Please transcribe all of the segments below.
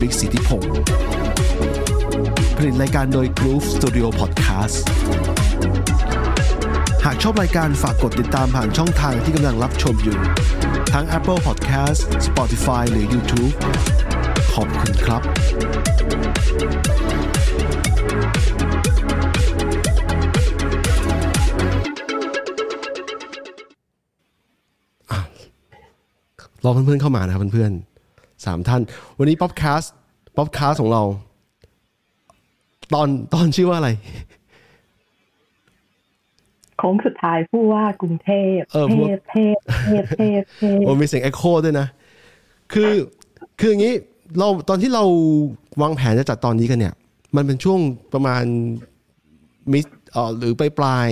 บิ๊กสิทธิพงศ์ผลิตรายการโดย Groove Studio Podcast หากชอบรายการฝากกดติดตามผ่านช่องทางที่กำลังรับชมอยู่ทั้ง Apple Podcast, Spotify หรือ YouTube ขอบคุณครับรอเพื่อนๆเข้ามานะครับเพื่อนๆ3ท่านวันนี้ป๊อปคาสต์ของเราตอนชื่อว่าอะไรโค้งสุดท้ายผู้ว่ากรุงเทพเทพโอ้มีเสียงเอ็กโคด้วยนะคืออย่างนี้เราตอนที่เราวางแผนจะจัดตอนนี้กันเนี่ยมันเป็นช่วงประมาณหรือปลาย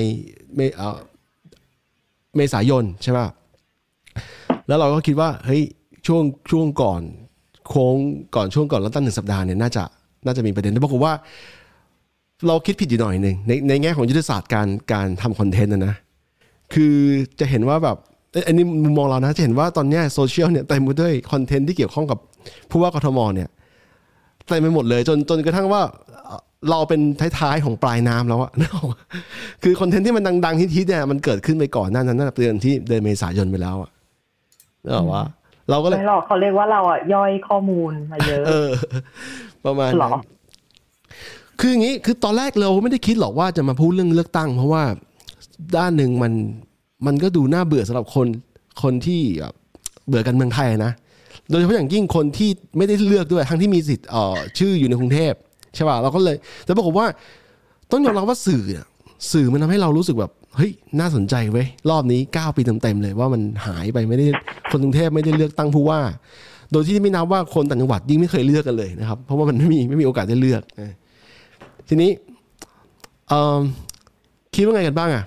เมษายนใช่ไหมแล้วเราก็คิดว่าเฮ้ยช่วงก่อนช่วงก่อนแล้วตั้ง1 สัปดาห์เนี่ยน่าจะมีประเด็นแต่ปรากฏว่าเราคิดผิดอยู่หน่อยนึงในแง่ของยุทธศาสตร์การทำคอนเทนต์นะคือจะเห็นว่าแบบอันนี้มุมมองเรานะจะเห็นว่าตอนนี้โซเชียลเนี่ยเต็มไปด้วยคอนเทนต์ที่เกี่ยวข้องกับผู้ว่ากทมเนี่ยเต็มไปหมดเลยจนกระทั่งว่าเราเป็นท้ายๆของปลายน้ำแล้วอะคือคอนเทนต์ที่มันดังๆฮิตๆเนี่ยมันเกิดขึ้นไปก่อนหน้านั้นตั้งแต่เดือนเมษายนไปแล้วอะนึกออกว่าเราก็เลยไม่หรอกเขาเรียกว่าเราอะย่อยข้อมูลมาเยอะประมาณนั้นคืออย่างนี้คือตอนแรกเราไม่ได้คิดหรอกว่าจะมาพูดเรื่องเลือกตั้งเพราะว่าด้านหนึ่งมันก็ดูน่าเบื่อสำหรับคนที่เบื่อกันเมืองไทยนะโดยเฉพาะอย่างยิ่งคนที่ไม่ได้เลือกด้วยทั้งที่มีสิทธิ์ชื่ออยู่ในกรุงเทพใช่ป่ะเราก็เลยแต่ปรากฏว่าต้องยอมรับว่าสื่อมันทำให้เรารู้สึกแบบเฮ้ยน่าสนใจเว้ยรอบนี้9 ปีเต็มๆเลยว่ามันหายไปไม่ได้คนกรุงเทพไม่ได้เลือกตั้งผู้ว่าโดยที่ไม่นับว่าคนต่างจังหวัดยิ่งไม่เคยเลือกกันเลยนะครับเพราะว่ามันไม่มีโอกาสได้เลือกทีนี้คิดว่าไงกันบ้างอ่ะ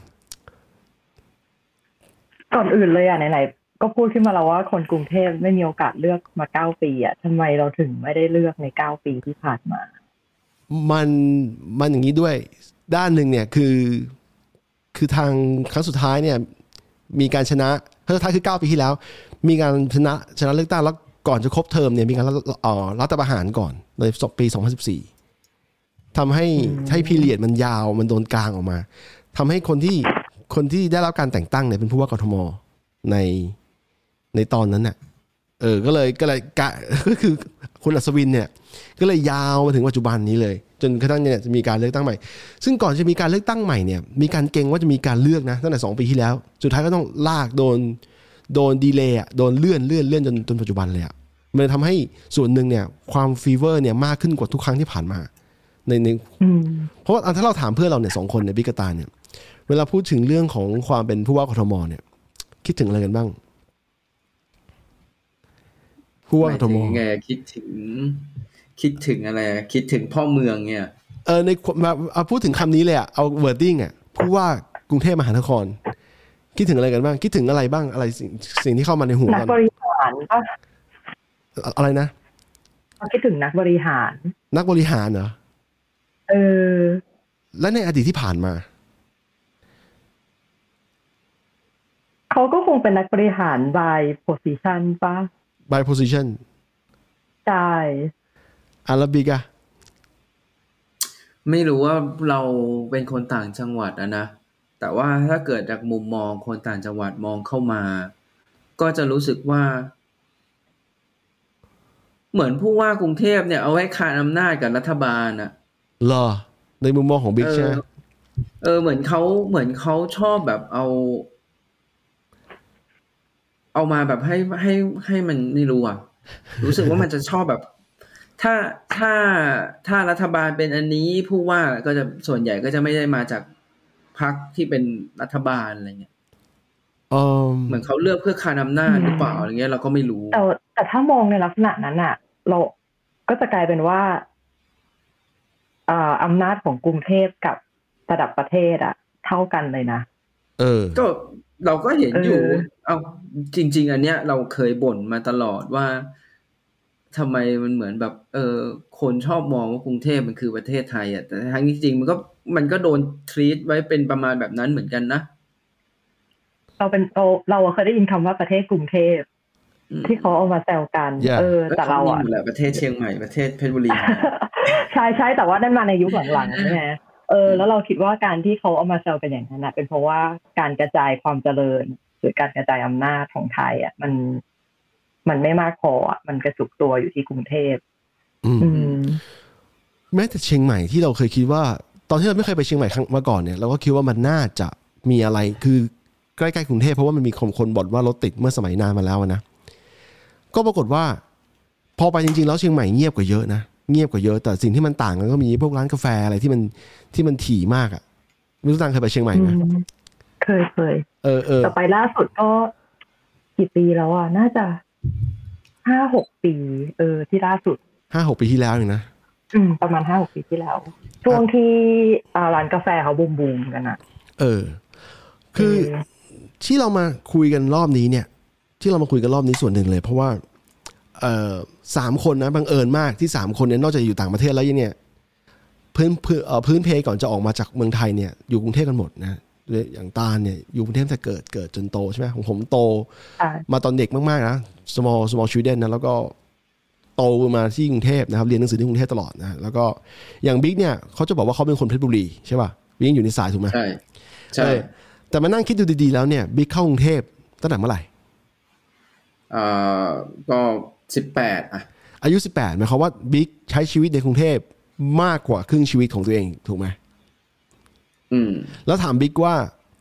ก่อนอื่นเลยอ่ะไหนๆก็พูดขึ้นมาแล้วว่าคนกรุงเทพไม่มีโอกาสเลือกมา9 ปีอ่ะทำไมเราถึงไม่ได้เลือกใน9 ปีที่ผ่านมามันอย่างนี้ด้วยด้านหนึ่งเนี่ยคือทางครั้งสุดท้ายเนี่ยมีการชนะครั้งสุดท้ายคือ9 ปีที่แล้วมีการชนะเลือกตั้งแล้วก่อนจะครบเทอมเนี่ยมีการรัฐประหารก่อนในปี2014ทำให้พีเรียดมันยาวมันโดนกลางออกมาทำให้คนที่ได้รับการแต่งตั้งเนี่ยเป็นผู้ว่ากทมในตอนนั้นน่ะก็เลยก็คือคุณอัศวินเนี่ยก็เลยยาวมาถึงปัจจุบันนี้เลยจนกระทั่งเนี่ยจะมีการเลือกตั้งใหม่ซึ่งก่อนจะมีการเลือกตั้งใหม่เนี่ยมีการเกรงว่าจะมีการเลือกนะตั้งแต่2 ปีที่แล้วสุดท้ายก็ต้องลากโดนดีเลย์โดนเลื่อนจนปัจจุบันเลยอ่ะมันทำให้ส่วนหนึ่งเนี่ยความฟีเวอร์เนี่ยมากขึ้นกว่าทุกครั้งที่ผ่านมาในเพราะว่าถ้าเราถามเพื่อนเราเนี่ย2 คนในบิ๊กตาเนี่ยเวลาพูดถึงเรื่องของความเป็นผู้ว่ากทมเนี่ยคิดถึงอะไรกันบ้างผู้ว่ากทมไงคิดถึงอะไรคิดถึงพ่อเมืองเนี่ยในเอาพูดถึงคำนี้เลยอ่ะเอา wording อ่ะผู้ว่ากรุงเทพมหานครคิดถึงอะไรกันบ้างคิดถึงอะไรบ้างอะไรสิ่งที่เข้ามาในหัวนักบริหารป่ะอะไรนะคิดถึงนักบริหารเหรอและในอดีตที่ผ่านมาเขาก็คงเป็นนักบริหาร by position ป่ะ by position ใช่อาราบิกอะไม่รู้ว่าเราเป็นคนต่างจังหวัดนะแต่ว่าถ้าเกิดจากมุมมองคนต่างจังหวัดมองเข้ามาก็จะรู้สึกว่าเหมือนผู้ว่ากรุงเทพเนี่ยเอาไว้คานอำนาจกับรัฐบาลอะเหรอในมุมมองของบิ๊กใช่เหมือนเขาชอบแบบเอามาแบบให้มันไม่รู้อ่ะรู้สึกว่ามันจะชอบแบบถ้ารัฐบาลเป็นอันนี้ผู้ว่าก็จะส่วนใหญ่ก็จะไม่ได้มาจากพรรคที่เป็นรัฐบาลอะไรเงี้ยเหมือนเขาเลือกเพื่อคานอำนาจหรือเปล่าอะไรเงี้ยเราก็ไม่รู้แต่ถ้ามองในลักษณะนั้นอ่ะเราก็จะกลายเป็นว่าอำนาจของกรุงเทพกับระดับประเทศอ่ะเท่ากันเลยนะก็เราก็เห็นอยู่จริงๆอันเนี้ยเราเคยบ่นมาตลอดว่าทำไมมันเหมือนแบบคนชอบมองว่ากรุงเทพมันคือประเทศไทยอ่ะแต่ทั้งจริงๆมันก็โดนทรีตไว้เป็นประมาณแบบนั้นเหมือนกันนะเราเคยได้ยินคำว่าประเทศกรุงเทพที่เขาเอามาแซวกัน แต่เราอ่ะประเทศเชียงใหม่ประเทศเพชรบุรีใช่แต่ว่านั่นมาในยุคหลังๆนะแล้วเราคิดว่าการที่เขาเอามาแซวกันอย่างนั้นเป็นเพราะว่าการกระจายความเจริญหรือการกระจายอำนาจของไทยมันไม่มากพอมันกระจุกตัวอยู่ที่กรุงเทพแม้แต่เชียงใหม่ที่เราเคยคิดว่าตอนที่เราไม่เคยไปเชียงใหม่ครั้งมาก่อนเนี่ยเราก็คิดว่ามันน่าจะมีอะไรคือใกล้ๆกรุงเทพเพราะว่ามันมีคนบ่นว่ารถติดเมื่อสมัยนานมาแล้วนะก็ปรากฏว่าพอไปจริงๆแล้วเชียงใหม่เงียบกว่าเยอะนะเงียบกว่าเยอะแต่สิ่งที่มันต่างกันก็มีพวกร้านกาแฟอะไรที่มันถี่มากไม่รู้ตังเคยไปเชียงใหม่ไหมเคยแต่ไปล่าสุดก็กี่ปีแล้วน่าจะ 5-6 ปีที่ล่าสุด 5-6 ปีที่แล้วเองนะประมาณ 5-6 ปีที่แล้วช่วงที่ร้านกาแฟเขาบูมกันนะคือที่เรามาคุยกันรอบนี้เนี่ยที่เรามาคุยกันรอบนี้ส่วนหนึ่งเลยเพราะว่า3 คนนะบังเอิญมากที่3 คนเนี่ยนอกจากอยู่ต่างประเทศแล้วเนี่ยพื้นเพก่อนจะออกมาจากเมืองไทยเนี่ยอยู่กรุงเทพกันหมดนะอย่างตาลเนี่ยอยู่กรุงเทพแต่เกิดจนโตใช่ไหมของผมโตมาตอนเด็กมากๆนะ small children นะแล้วก็โตมาที่กรุงเทพนะครับเรียนหนังสือที่กรุงเทพตลอดนะแล้วก็อย่างบิ๊กเนี่ยเขาจะบอกว่าเขาเป็นคนเพชรบุรีใช่ป่ะบิ๊กอยู่ในสายถูกไหมใช่แต่มานั่งคิดดูดีๆแล้วเนี่ยบิ๊กเข้ากรุงเทพตั้งแต่เมื่อไหร่ก็18 อายุ18หมายความว่าบิ๊กใช้ชีวิตในกรุงเทพมากกว่าครึ่งชีวิตของตัวเองถูกไหมแล้วถามบิ๊กว่า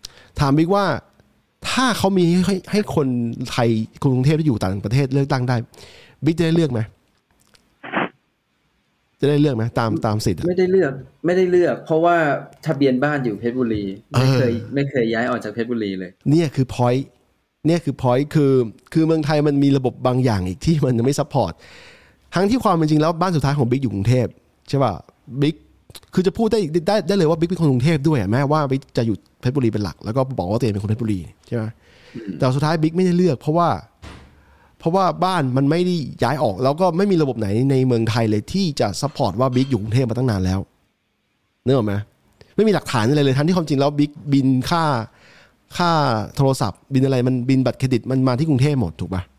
ถ้าเขามีให้คนไทยคนกรุงเทพที่อยู่ต่างประเทศเลือกตั้งได้บิ๊กจะได้เลือกไหมตามสิทธิ์ไม่ได้เลือกเพราะว่าทะเบียนบ้านอยู่เพชรบุรีไม่เคยย้ายออกจากเพชรบุรีเลยเนี่ยคือ point คือเมืองไทยมันมีระบบบางอย่างอีกที่มันไม่ซัพพอร์ตทั้งที่ความเป็นจริงแล้วบ้านสุดท้ายของบิ๊กอยู่กรุงเทพใช่ป่ะบิ๊กคือจะพูดได้เลยว่าบิ๊กเป็นคนกรุงเทพด้วยแม้ว่าบิ๊กจะอยู่เพชรบุรีเป็นหลักแล้วก็บอกว่าตัวเองเป็นคนเพชรบุรีใช่ไหมแต่สุดท้ายบิ๊กไม่ได้เลือกเพราะว่าบ้านมันไม่ได้ย้ายออกแล้วก็ไม่มีระบบไหนในเมืองไทยเลยที่จะซัพพอร์ตว่าบิ๊กอยู่กรุงเทพมาตั้งนานแล้วนึกออกไหมไม่มีหลักฐานอะไรเลยทั้งที่ความจริงแล้วบิ๊กบินค่าโทรศัพท์บินอะไรมันบินบัตรเครดิตมันมาที่กรุงเทพหมดถูกป่ะ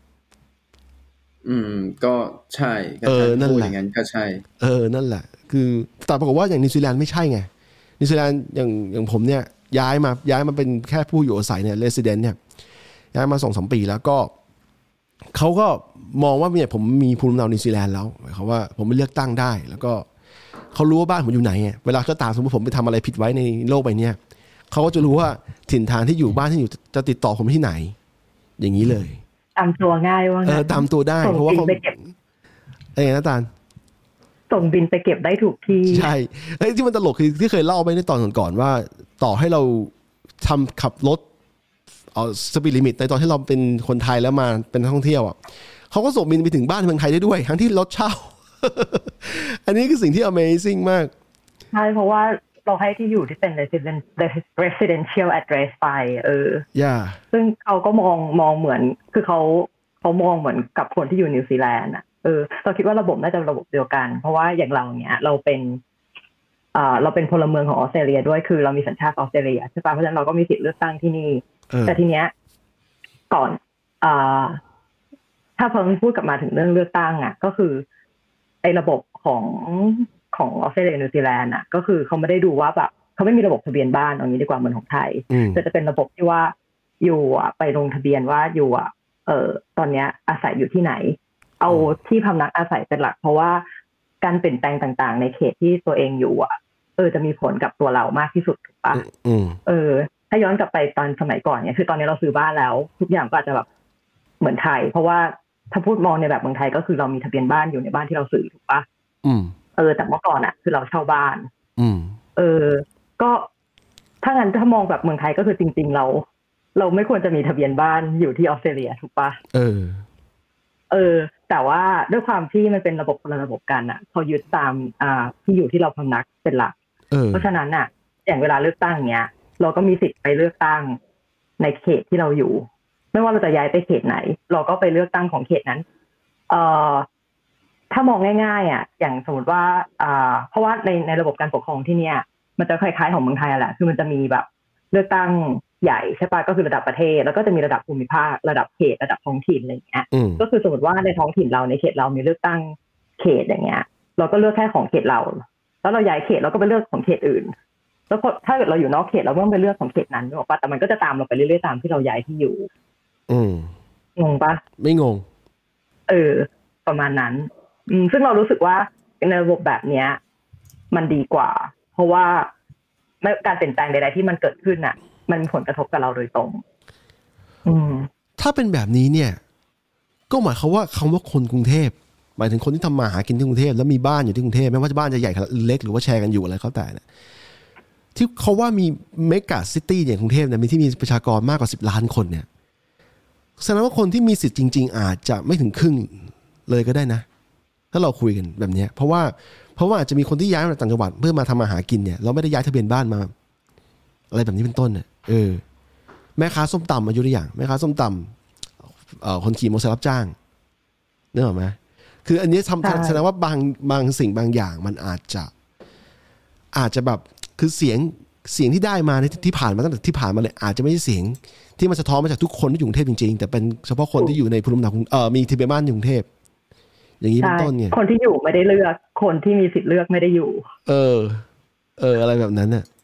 ก็ใช่นั่นแหละอย่างนั้นก็ใช่นั่นแหละคือแต่ปรากฏว่าอย่างนิวซีแลนด์ไม่ใช่ไงนิวซีแลนด์อย่างผมเนี่ยย้ายมาเป็นแค่ผู้อยู่อาศัยเนี่ย resident เนี่ยย้ายมา 2-3 ปีแล้วก็เขาก็มองว่าเนี่ยผมมีภูมิลำเนานิวซีแลนด์แล้วหมายความว่าผมไม่เลือกตั้งได้แล้วก็เขารู้ว่าบ้านผมอยู่ไหนเวลาก็ตามสมมติผมไปทำอะไรผิดไว้ในโลกใบนี้เขาก็จะรู้ว่าถิ่นฐานที่อยู่บ้านที่อยู่จะติดต่อผมที่ไหนอย่างนี้เลยตามตัวง่ายว่าตามตัวได้เพราะว่าเขาอะไรนะตาลส่งบินไปเก็บได้ถูกที่ใช่ที่มันตลกคือที่เคยเล่าไปในตอนก่อนๆว่าต่อให้เราทำขับรถสปีดลิมิตในตอนที่เราเป็นคนไทยแล้วมาเป็นนักท่องเที่ยวเขาก็ส่งบินไปถึงบ้านเมืองไทยได้ด้วยทั้งที่รถเช่า อันนี้คือสิ่งที่ Amazing มากใช่เพราะว่าเราให้ที่อยู่ที่เป็น residential address ไปซึ่งเขาก็มองเหมือนคือเขามองเหมือนกับคนที่อยู่นิวซีแลนด์เราคิดว่าระบบน่าจะระบบเดียวกันเพราะว่าอย่างเราเนี้ยเราเป็นพลเมืองของออสเตรเลียด้วยคือเรามีสัญชาติออสเตรเลียใช่ป่ะเพราะฉะนั้นเราก็มีสิทธิ์เลือกตั้งที่นี่แต่ทีเนี้ยก่อนถ้าเพิ่งพูดกลับมาถึงเรื่องเลือกตั้งก็คือไอ้ระบบของออสเตรเลียนิวซีแลนด์ก็คือเขาไม่ได้ดูว่าแบบเขาไม่มีระบบทะเบียนบ้านอย่างนี้ดีกว่าเหมือนของไทยแต่จะเป็นระบบที่ว่าอยู่ไปลงทะเบียนว่าอยู่ตอนนี้อาศัยอยู่ที่ไหนเอาที่พำนักอาศัยเป็นหลักเพราะว่าการเปลี่ยนแปลงต่างๆในเขตที่ตัวเองอยู่จะมีผลกับตัวเรามากที่สุดถูกปะถ้าย้อนกลับไปตอนสมัยก่อนเนี่ยคือตอนนี้เราซื้อบ้านแล้วทุกอย่างก็อาจจะแบบเหมือนไทยเพราะว่าถ้าพูดมองในแบบเมืองไทยก็คือเรามีทะเบียนบ้านอยู่ในบ้านที่เราซื้อถูกปะแต่เมื่อก่อนคือเราเช่าบ้านก็ถ้างั้นถ้ามองแบบเมืองไทยก็คือจริงๆเราไม่ควรจะมีทะเบียนบ้านอยู่ที่ออสเตรเลียถูกปะแต่ว่าด้วยความที่มันเป็นระบบคนละระบบกันเขายึดตามที่อยู่ที่เราพำนักเป็นหลักเพราะฉะนั้นอย่างเวลาเลือกตั้งเนี้ยเราก็มีสิทธิ์ไปเลือกตั้งในเขตที่เราอยู่ไม่ว่าเราจะย้ายไปเขตไหนเราก็ไปเลือกตั้งของเขตนั้นถ้ามองง่ายๆอย่างสมมติว่าเพราะว่าในระบบการปกครองที่เนี่ยมันจะคล้ายๆของเมืองไทยแหละคือมันจะมีแบบเลือกตั้งใหญ่ใช่ปะก็คือระดับประเทศแล้วก็จะมีระดับภูมิภาคระดับเขตระดับท้องถิ่นอะไรอย่างเงี้ยก็คือสมมติว่าในท้องถิ่นเราในเขตเรามีเลือกตั้งเขตอย่างเงี้ยเราก็เลือกแค่ของเขตเราแล้วเราย้ายเขตเราก็ไปเลือกของเขตอื่นแล้วถ้าเกิดเราอยู่นอกเขตเราก็ต้องไปเลือกของเขตนั้นถูกปะแต่มันก็จะตามเราไปเรื่อยๆตามที่เราย้ายที่อยู่งงปะไม่งงประมาณนั้นซึ่งเรารู้สึกว่าในระบบแบบเนี้ยมันดีกว่าเพราะว่าการเปลี่ยนแปลงใดๆที่มันเกิดขึ้นน่ะมันมีผลกระทบกับเราโดยตรงถ้าเป็นแบบนี้เนี่ยก็หมายความว่าคำว่าคนกรุงเทพหมายถึงคนที่ทำมาหากินที่กรุงเทพแล้วมีบ้านอยู่ที่กรุงเทพไม่ว่าจะบ้านจะใหญ่เล็กหรือว่าแชร์กันอยู่อะไรก็แต่เนี่ยที่เขาว่ามีเมกะซิตี้เนี่ยกรุงเทพเนี่ยมีที่มีประชากรมากกว่า10 ล้านคนเนี่ยแสดงว่าคนที่มีสิทธิ์จริงๆอาจจะไม่ถึงครึ่งเลยก็ได้นะถ้าเราคุยกันแบบนี้เพราะว่าอาจจะมีคนที่ย้ายมาต่างจังหวัดเพื่อมาทำมาหากินเนี่ยเราไม่ได้ย้ายทะเบียนบ้านมาอะไรแบบนี้เป็นต้นเนี่ยแม่ค้าส้มตำมาอยู่ตัวอย่างแม่ค้าส้มตำคนขี่มอเตอร์ไซค์รับจ้างนึกออกไหมคืออันนี้แสดงว่าบางสิ่งบางอย่างมันอาจจะแบบคือเสียงที่ได้มาในที่ผ่านมาตั้งแต่ที่ผ่านมาเลยอาจจะไม่ใช่เสียงที่มันสะท้อนมาจากทุกคนที่อยู่กรุงเทพจริงๆแต่เป็นเฉพาะคนที่อยู่ในภูมิลำเนามีทะเบียนบ้านอยู่กรุงเทพอย่างนี้เป็นต้นไงคนที่อยู่ไม่ได้เลือกคนที่มีสิทธิ์เลือกไม่ได้อยู่อะไรแบบนั้นน่ะ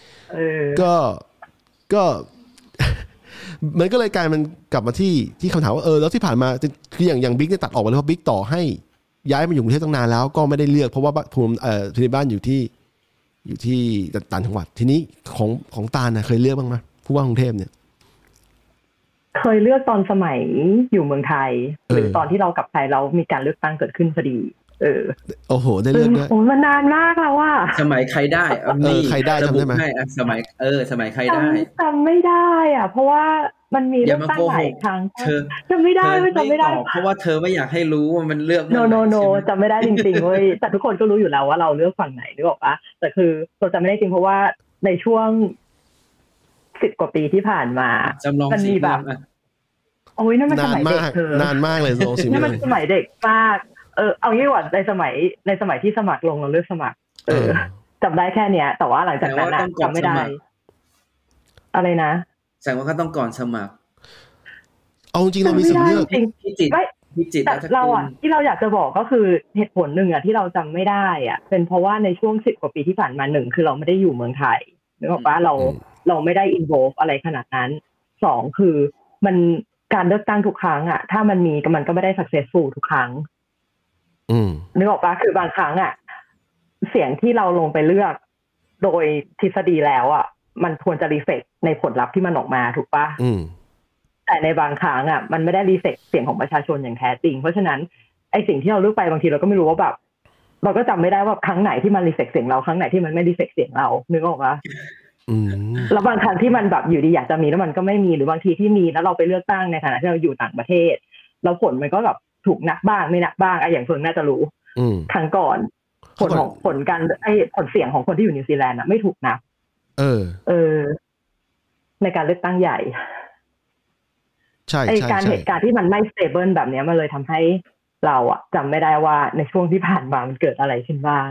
ก็มันก็เลยกลายมันกลับมาที่คำถามว่าแล้วที่ผ่านมาคืออย่างบิ๊กเนี่ยตัดออกไปเลยเพราะบิ๊กต่อให้ย้ายมาอยู่กรุงเทพตั้งนานแล้วก็ไม่ได้เลือกเพราะว่าภูมิทะเบียนบ้านอยู่ที่ต่างจังหวัดทีนี้ของตาลน่ะเคยเลือกบ้างไหมผู้ว่ากรุงเทพเนี่ยเคยเลือกตอนสมัยอยู่เมืองไทยหรือตอนที่เรากลับไทยเรามีการเลือกตั้งเกิดขึ้นพอดีโอ้โหได้เลือกด้วยมันนานมากแล้วว่าสมัยใครได้ใครได้จำได้ไหมสมัยใครได้จำไม่ได้อ่ะเพราะว่ามันมีเลือกตั้งหลายครั้งจำไม่ได้เพราะว่าเธอไม่อยากให้รู้ว่ามันเลือกโนจำไม่ได้จริงๆเว้ยแต่ทุกคนก็รู้อยู่แล้วว่าเราเลือกฝั่งไหนนึกออกปะแต่คือเราจำไม่ได้จริงเพราะว่าในช่วง10 กว่าปีที่ผ่านมามันมีแบบโอ้ยนั่นมันสมัยเด็กนานมากเลยนั่นมันสมัยเด็กมากเอางี้ว่าในสมัยที่สมัครลงเราเลือกสมัครจำได้แค่เนี้ยแต่ว่าหลังจากนั้นจำไม่ได้อะไรนะแสดงว่าก็ต้องก่อนสมัครเอาจริงเรามีสิทธิ์เลือกพิจิตรแต่เราอ่ะที่เราอยากจะบอกก็คือเหตุผลหนึ่งอ่ะที่เราจำไม่ได้อ่ะเป็นเพราะว่าในช่วง10 กว่าปีที่ผ่านมา1คือเราไม่ได้อยู่เมืองไทยนึกออกปะเราไม่ได้ involve อะไรขนาดนั้น2คือมันการเลือกตั้งทุกครั้งอ่ะถ้ามันมีมันก็ไม่ได้ successful ทุกครั้งนึกออกปะคือบางครั้งอ่ะเสียงที่เราลงไปเลือกโดยทฤษฎีแล้วอ่ะมันควรจะรีเฟล็กในผลลัพธ์ที่มันออกมาถูกปะแต่ในบางครั้งอ่ะมันไม่ได้รีเฟล็กเสียงของประชาชนอย่างแท้จริงเพราะฉะนั้นไอสิ่งที่เราเลือกไปบางทีเราก็ไม่รู้ว่าแบบเราก็จำไม่ได้ว่าครั้งไหนที่มันรีเฟล็กเสียงเราครั้งไหนที่มันไม่รีเฟล็กเสียงเรานึกออกปะแล้วบางครั้งที่มันแบบอยู่ดีอยากจะมีแล้วมันก็ไม่มีหรือบางทีที่มีแล้วเราไปเลือกตั้งในฐานะที่เราอยู่ต่างประเทศแล้วผลมันก็แบบถูกนับบ้างไม่นับบ้างอย่างเฟิงน่าจะรู้ครั้งก่อนผลการผลเสียงของคนที่อยู่นิวซีแลนด์ไม่ถูกนับในการเลือกตั้งใหญ่ใช่การเหตุการณ์ที่มันไม่สเตเบิลแบบนี้มันเลยทำให้เราอะจำไม่ได้ว่าในช่วงที่ผ่านมามันเกิดอะไรขึ้นบ้าง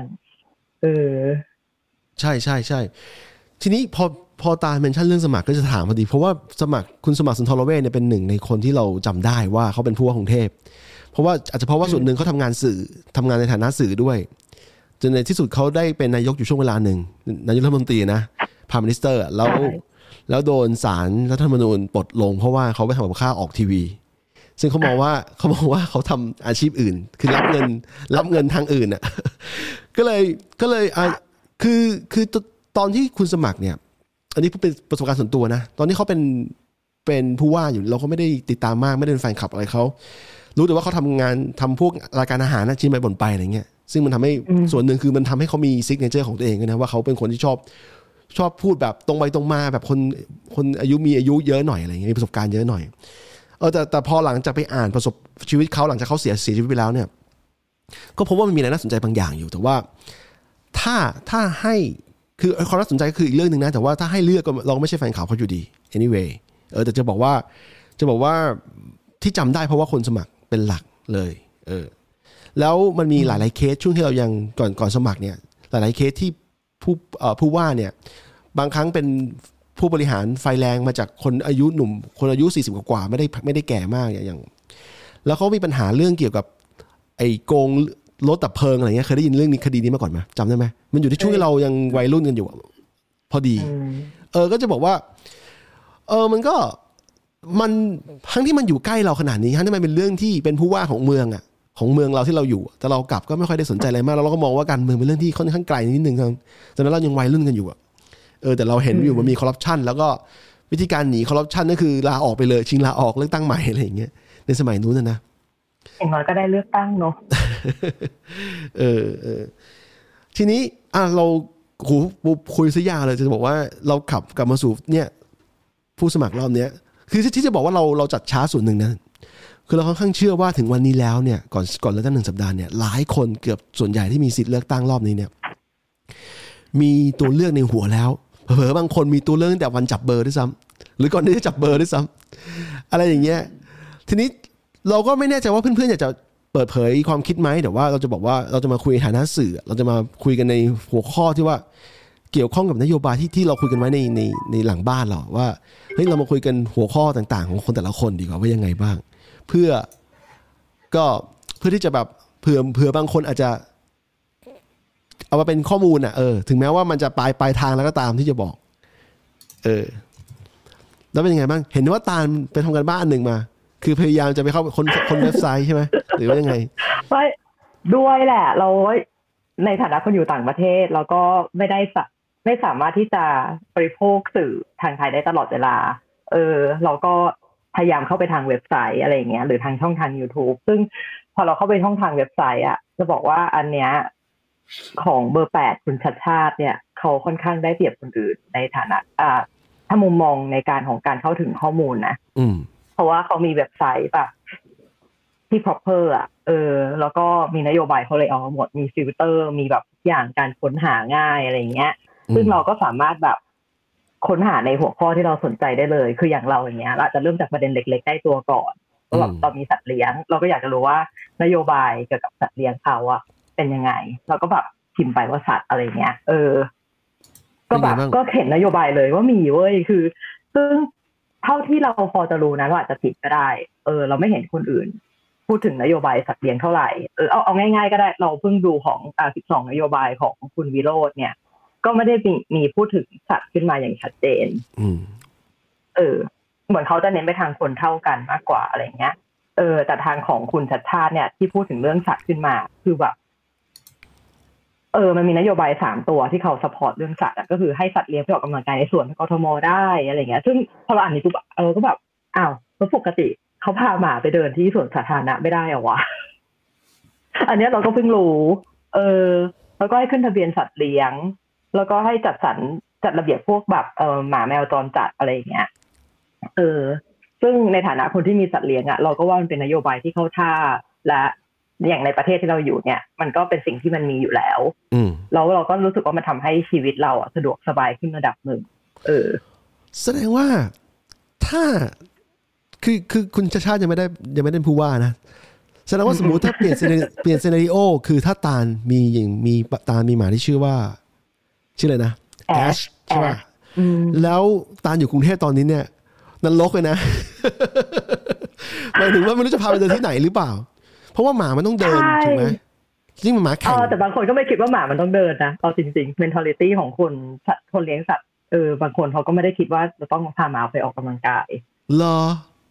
ใช่ทีนี้พอตาเมนชั่นเรื่องสมัครก็จะถามพอดีเพราะว่าคุณสมัครสุนทรเวชเนี่ยเป็นหนึ่งในคนที่เราจำได้ว่าเขาเป็นผู้ว่ากรุงเทพเพราะว่าอาจจะเพราะว่าส่วนหนึ่งเขาทำงานในฐานะสื่อด้วยจนในที่สุดเขาได้เป็นนายกอยู่ช่วงเวลาหนึ่งนายกรัฐมนตรีนะพามินิสเตอร์แล้วโดนศาลรัฐธรรมนูญปลดลงเพราะว่าเขาไปทำกับข้าวออกทีวีซึ่งเขามองว่าเขาทำอาชีพอื่นคือรับเงินทางอื่นอ่ะก็เลยคือตอนที่คุณสมัครเนี่ยอันนี้เป็นประสบการณ์ส่วนตัวนะตอนที่เขาเป็นผู้ว่าอยู่เราก็ไม่ได้ติดตามมากไม่ได้เป็นแฟนคลับอะไรเขารู้แต่ว่าเขาทำพวกรายการอาหารนะชิมไปบ่นไปอะไรเงี้ยซึ่งมันทำให้ส่วนหนึ่งคือมันทำให้เขามีซิกเนเจอร์ของตัวเองนะว่าเขาเป็นคนที่ชอบพูดแบบตรงไปตรงมาแบบคนมีอายุเยอะหน่อยอะไรเงี้ยมีประสบการณ์เยอะหน่อยแต่พอหลังจากไปอ่านประสบชีวิตเขาหลังจากเขาเสียชีวิตไปแล้วเนี่ยก็พบว่ามันมีอะไรน่าสนใจบางอย่างอยู่แต่ว่าถ้าให้คือความน่าสนใจก็คืออีกเรื่องนึงนะแต่ว่าถ้าให้เลือกเราไม่ใช่แฟนข่าวเขาอยู่ดี anyway แต่จะบอกว่าที่จำได้เพราะว่าคนสมัครเป็นหลักเลยแล้วมันมีหลายๆเคสช่วงที่เรายังก่อนสมัครเนี่ยหลายๆเคสที่ผู้ว่าเนี่ยบางครั้งเป็นผู้บริหารไฟแรงมาจากคนอายุหนุ่มคนอายุ40กว่าไม่ได้แก่มากอย่างแล้วเขามีปัญหาเรื่องเกี่ยวกับไอ้โกงรถดับเพลิงอะไรเงี้ยเคยได้ยินเรื่องนี้คดีนี้มาก่อนไหมจำได้ไหมมันอยู่ที่ช่วงที่เรายังวัยรุ่นกันอยู่พอดีก็จะบอกว่ามันก็มันทั้งที่มันอยู่ใกล้เราขนาดนี้ทั้งที่มันเป็นเรื่องที่เป็นผู้ว่าของเมืองอ่ะของเมืองเราที่เราอยู่แต่เรากลับก็ไม่ค่อยได้สนใจอะไรมากแล้วเราก็มองว่าการเมืองเป็นเรื่องที่ค่อนข้างไกลนิดนึงครับตอนนั้นเรายังวัยรุ่นกันอยู่แต่เราเห็นอยู่มันมีคอร์รัปชันแล้วก็วิธีการหนีคอร์รัปชันก็คือลาออกไปเลยชิงลาออกเลือกตั้งใหม่อะไรอย่างเงี้ยในสมัยนู้นนะอย่างน้อยก็ได้เลือกตั้งเนาะทีนี้เราคุยซะยาวเลยจะบอกว่าเรากลับมาสู่เนี่ยผู้สมัครรอบเนี้ยคือที่จะบอกว่าเราจัดช้าส่วนหนึ่งนะคือเราค่อนข้างเชื่อว่าถึงวันนี้แล้วเนี่ยก่อนเลือกตั้ง1 สัปดาห์เนี่ยหลายคนเกือบส่วนใหญ่ที่มีสิทธิ์เลือกตั้งรอบนี้เนี่ยมีตัวเลือกในหัวแล้วเผลอๆบางคนมีตัวเลือกตั้งแต่วันจับเบอร์ด้วยซ้ำหรือก่อนที่จะจับเบอร์ด้วยซ้ำอะไรอย่างเงี้ยทีนี้เราก็ไม่แน่ใจว่าเพื่อนๆอยากจะเปิดเผยความคิดไหมแต่ว่าเราจะบอกว่าเราจะมาคุยในฐานะสื่อเราจะมาคุยกันในหัวข้อที่ว่าเกี่ยวข้องกับนโยบายที่เราคุยกันไว้ในหลังบ้านเราว่าเฮ้ยเรามาคุยกันหัวข้อต่างๆของคนแต่ละคนดีกว่าว่ายังไงบ้างเพื่อที่จะแบบเผื่อบางคนอาจจะเอามาเป็นข้อมูลถึงแม้ว่ามันจะปลายทางแล้วก็ตามที่จะบอกแล้วเป็นยังไงบ้างเห็นว่าตาลไปทำกันบ้านหนึ่งมาคือพยายามจะไปเข้าคนเว็บไซต์ใช่ไหมหรือว่ายังไงไม่ด้วยแหละเราในฐานะคนอยู่ต่างประเทศเราก็ไม่สามารถที่จะบริโภคสื่อทางไทยได้ตลอดเวลาเราก็พยายามเข้าไปทางเว็บไซต์อะไรอย่างเงี้ยหรือทางช่องทาง YouTube ซึ่งพอเราเข้าไปช่องทางเว็บไซต์จะบอกว่าอันเนี้ยของเบอร์8คุณชัชชาติเนี่ยเขาค่อนข้างได้เปรียบคนอื่นในฐานะถ้ามุมมองในการของการเข้าถึงข้อมูลนะเพราะว่าเขามีเว็บไซต์แบบที่ proper แล้วก็มีนโยบายเขาเลยเอาหมดมีฟิลเตอร์มีแบบอย่างการค้นหาง่ายอะไรเงี้ยซึ่งเราก็สามารถแบบค้นหาในหัวข้อที่เราสนใจได้เลยคืออย่างเราอย่างเงี้ยเราจะเริ่มจากประเด็นเล็กๆใกล้ตัวก่อนว่าแบบเรามีสัตว์เลี้ยงเราก็อยากจะรู้ว่านโยบายเกี่ยวกับสัตว์เลี้ยงเขาเป็นยังไงเราก็แบบพิมพ์ไปว่าสัตว์อะไรเงี้ยก็แบบก็เห็นนโยบายเลยว่ามีเว้ยคือซึ่งเท่าที่เราพอจะรู้นะว่าอาจจะผิดก็ได้เราไม่เห็นคนอื่นพูดถึงนโยบายสัตว์เลี้ยงเท่าไหร่เอาง่ายๆก็ได้เราเพิ่งดูของ12นโยบายของคุณวิโรจน์เนี่ยก็ไม่ได้มีพูดถึงสัตว์ขึ้นมาอย่างชัดเจนเหมือนเขาจะเน้นไปทางคนเท่ากันมากกว่าอะไรเงี้ยแต่ทางของคุณชัชชาติเนี่ยที่พูดถึงเรื่องสัตว์ขึ้นมาคือแบบมันมีนโยบาย3ตัวที่เขาซัพพอร์ตเรื่องสัตว์ก็คือให้สัตว์เลี้ยงไปออกกำลังกายในสวนกทมได้อะไรเงี้ยซึ่งพอเราอ่านนี้ปุ๊บก็แบบอ้าวแล้วปกติเขาพาหมาไปเดินที่สวนสาธารณะไม่ได้เหรอวะอันนี้เราก็เพิ่งรู้แล้วก็ให้ขึ้นทะเบียนสัตว์เลี้ยงแล้วก็ให้จัดระเบียบพวกแบบหมาแมวจรจัดอะไรอย่างเงี้ยซึ่งในฐานะคนที่มีสัตว์เลี้ยงเราก็ว่ามันเป็นนโยบายที่เข้าท่าและอย่างในประเทศที่เราอยู่เนี่ยมันก็เป็นสิ่งที่มันมีอยู่แล้วแล้วเราก็รู้สึกว่ามันทำให้ชีวิตเราสะดวกสบายขึ้นระดับหนึ่งแสดงว่าถ้าคือคุณชาชาติยังไม่ได้ผู้ว่านะแสดงว่าสมมุติถ้าเปลี่ยนซีนาริโอคือถ้าตาลมีตาลมีหมาที่ชื่ออะไรนะแอชใช่ป่ะแล้วตาลอยู่กรุงเทพตอนนี้เนี่ยนรกเลยนะหมายถึงว่าไม่รู้จะพาไปเดินที่ไหนหรือเปล่าเพราะว่าหมามันต้องเดินถูกไหมยิ่งหมาแข่งแต่บางคนก็ไม่คิดว่าหมามันต้องเดินนะเอาจริงๆ mentality ของคนเลี้ยงสัตว์บางคนเขาก็ไม่ได้คิดว่าจะต้องพาหมาไปออกกำลังกายเหรอ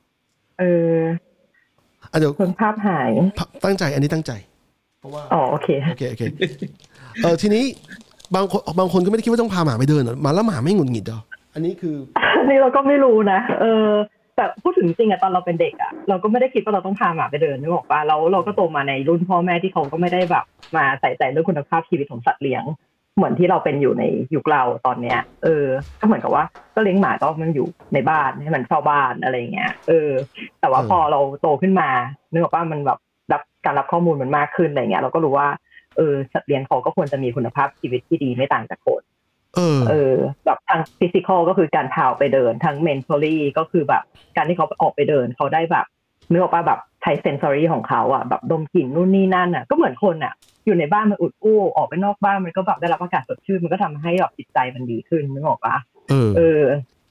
เดี๋ยวคนภาพหายตั้งใจอันนี้ตั้งใจเพราะว่าโอเคทีนี้บางคนก็ไม่ได้คิดว่าต้องพาหมาไปเดินมาแล้วหมาไม่หงุดหงิดหรออันนี้คือนี่เราก็ไม่รู้นะแต่พูดถึงจริงตอนเราเป็นเด็กเราก็ไม่ได้คิดว่าเราต้องพาหมาไปเดินนึกออกป่ะเราก็โตมาในรุ่นพ่อแม่ที่เขาก็ไม่ได้แบบมาใส่ใจเรื่องคุณภาพชีวิตของสัตว์เลี้ยงเหมือนที่เราเป็นอยู่ในยุคเราตอนเนี้ยก็เหมือนกับว่าก็เลี้ยงหมาก็มันอยู่ในบ้านให้มันเฝ้าบ้านอะไรเงี้ยแต่ว่าพอเราโตขึ้นมานึกออกป่ะมันแบบการรับข้อมูลมันมากขึ้นอะไรเงี้ยเราก็รู้ว่าสัตว์เลี้ยงเขาก็ควรจะมีคุณภาพชีวิตที่ดีไม่ต่างจากคนแบบทางฟิสิกอลก็คือการพาไปเดินทั้งเมนทอรี่ก็คือแบบการที่เขาออกไปเดินเขาได้แบบนึกออกป่ะแบบใช้เซนซอรี่ของเขาแบบดมกลิ่นนู่นนี่นั่นก็เหมือนคนอยู่ในบ้านมันอุดอู้ออกไปนอกบ้านมันก็แบบได้รับอากาศสดชื่นมันก็ทำให้แบบจิตใจมันดีขึ้นนึกออกป่ะ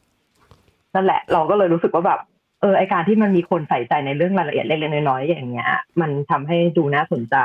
นั่นแหละเราก็เลยรู้สึกว่าแบบไอการที่มันมีคนใส่ใจในเรื่องรายละเอียดเล็กๆน้อยๆอย่างเงี้ยมันทำให้ดูน่าสนใจ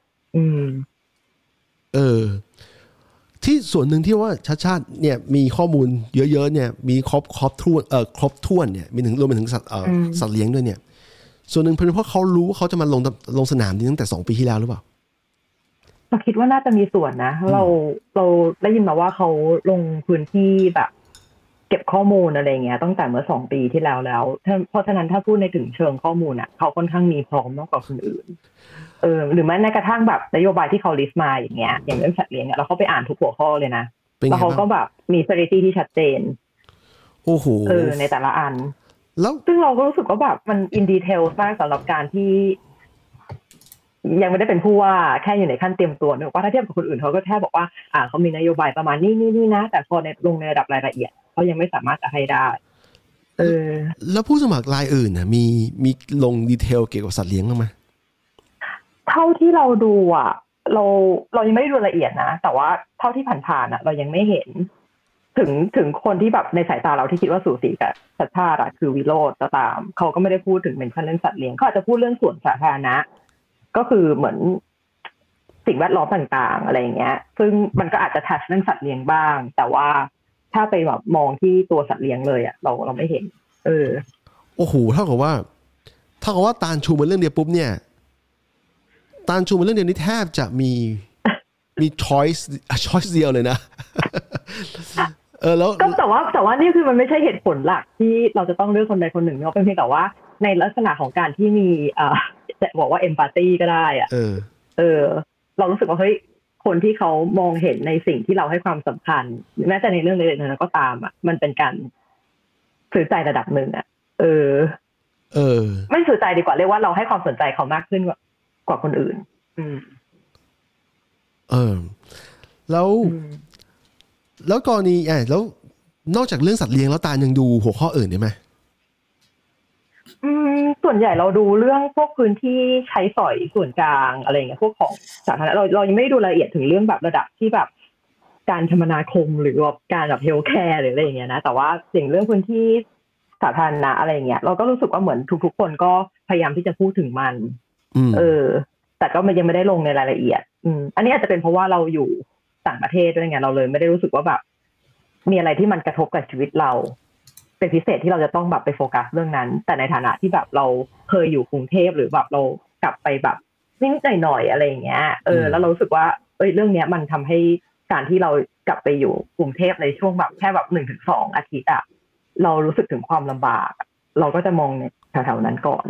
ที่ส่วนหนึ่งที่ว่าชาติเนี่ยมีข้อมูลเยอะๆเนี่ยมีครบถ้วนเนี่ยมีถึงรวมไปถึงสัตว์เลี้ยงด้วยเนี่ยส่วนหนึ่งเป็นเพราะเขารู้ว่าเขาจะมาลงสนามนี้ตั้งแต่2 ปีที่แล้วหรือเปล่าเราคิดว่าน่าจะมีส่วนนะเราได้ยินมาว่าเขาลงพื้นที่แบบเก็บข้อมูลอะไรเงี้ยตั้งแต่เมื่อ2 ปีที่แล้วเพราะฉะนั้นถ้าพูดในถึงเชิงข้อมูลอ่ะเขาค่อนข้างมีพร้อมมากกว่าคนอื่นหรือแม้กระทั่งแบบนโยบายที่เขาลิสต์มาอย่างเงี้ยอย่างเรื่องสัตว์เลี้ยงเราเข้าไปอ่านทุกหัวข้อเลยนะแล้วเขาก็แบบมี strategy ที่ชัดเจนโอ้โหในแต่ละอันแล้วซึ่งเราก็รู้สึกว่าแบบมัน in detail มากสำหรับการที่ยังไม่ได้เป็นผู้ว่าแค่อยู่ในขั้นเตรียมตัวเนี่ยว่าถ้าเทียบกับคนอื่นเขาก็แค่บอกว่าเขามีนโยบายประมาณนี้นะแต่พอในลงในระดับรายละเอียดเขายังไม่สามารถจะให้ได้แล้วผู้สมัครรายอื่นน่ะมีลงดีเทลเกี่ยวกับสัตว์เลี้ยงบ้างมั้ยเท่าที่เราดูเรายังไม่ได้ดูละเอียดนะแต่ว่าเท่าที่ผ่านๆเรายังไม่เห็นถึงคนที่แบบในสายตาเราที่คิดว่าสูสีกับชัชชาติคือวิโรจน์ก็ตามเขาก็ไม่ได้พูดถึงเป็นขั้นเรื่องสัตว์เลี้ยงเขาอาจจะพูดเรื่องสวนสาธารณะก็คือเหมือนสิ่งแวดล้อมต่างๆอะไรอย่างเงี้ยซึ่งมันก็อาจจะทัชเรื่องสัตว์เลี้ยงบ้างแต่ว่าถ้าไปแบบมองที่ตัวสัตว์เลี้ยงเลยเราไม่เห็นโอ้โหเท่ากับว่าตาลชูมันเรื่องเดียวปุ๊บเนี่ยตาลชูมันเรื่องเดียวนี้แทบจะมี choice เดียวเลยนะแล้วก็แต่ว่านี่คือมันไม่ใช่เหตุผลหลักที่เราจะต้องเลือกคนใดคนหนึ่งเนาะเป็นเพียงแต่ว่าในลักษณะของการที่มีจะบอกว่า empathy ก็ได้เรารู้สึกว่าเฮ้ยคนที่เขามองเห็นในสิ่งที่เราให้ความสำคัญแม้แต่ในเรื่องเล็กๆนั้นก็ตามมันเป็นการสื่อใจระดับหนึ่งไม่สื่อใจดีกว่าเรียกว่าเราให้ความสนใจเขามากขึ้นกว่าคนอื่นแล้วกรณีแล้วนอกจากเรื่องสัตว์เลี้ยงแล้วตาลยังดูหัวข้ออื่นได้ไหมส่วนใหญ่เราดูเรื่องพวกพื้นที่ใช้สอยส่วนกลางอะไรเงี้ยพวกของสาธารณะเรายังไม่ได้ดูรายละเอียดถึงเรื่องแบบระดับที่แบบการคมนาคมหรือว่าการแบบเฮลท์แคร์หรืออะไรอย่างเงี้ยนะแต่ว่าสิ่งเรื่องพื้นที่สาธารณะอะไรเงี้ยเราก็รู้สึกว่าเหมือนทุกๆคนก็พยายามที่จะพูดถึงมันแต่ก็มันยังไม่ได้ลงในรายละเอียดอันนี้อาจจะเป็นเพราะว่าเราอยู่ต่างประเทศด้วยไงเราเลยไม่ได้รู้สึกว่าแบบมีอะไรที่มันกระทบกับชีวิตเราเป็นพิเศษที่เราจะต้องแบบไปโฟกัสเรื่องนั้นแต่ในฐานะที่แบบเราเคยอยู่กรุงเทพหรือแบบเรากลับไปแบบนิดหน่อยอะไรอย่างเงี้ยแล้วเรารู้สึกว่าเรื่องเนี้ยมันทำให้การที่เรากลับไปอยู่กรุงเทพในช่วงแบบแค่แบบ 1-2 อาทิตย์เรารู้สึกถึงความลำบากเราก็จะมองในแถวๆนั้นก่อน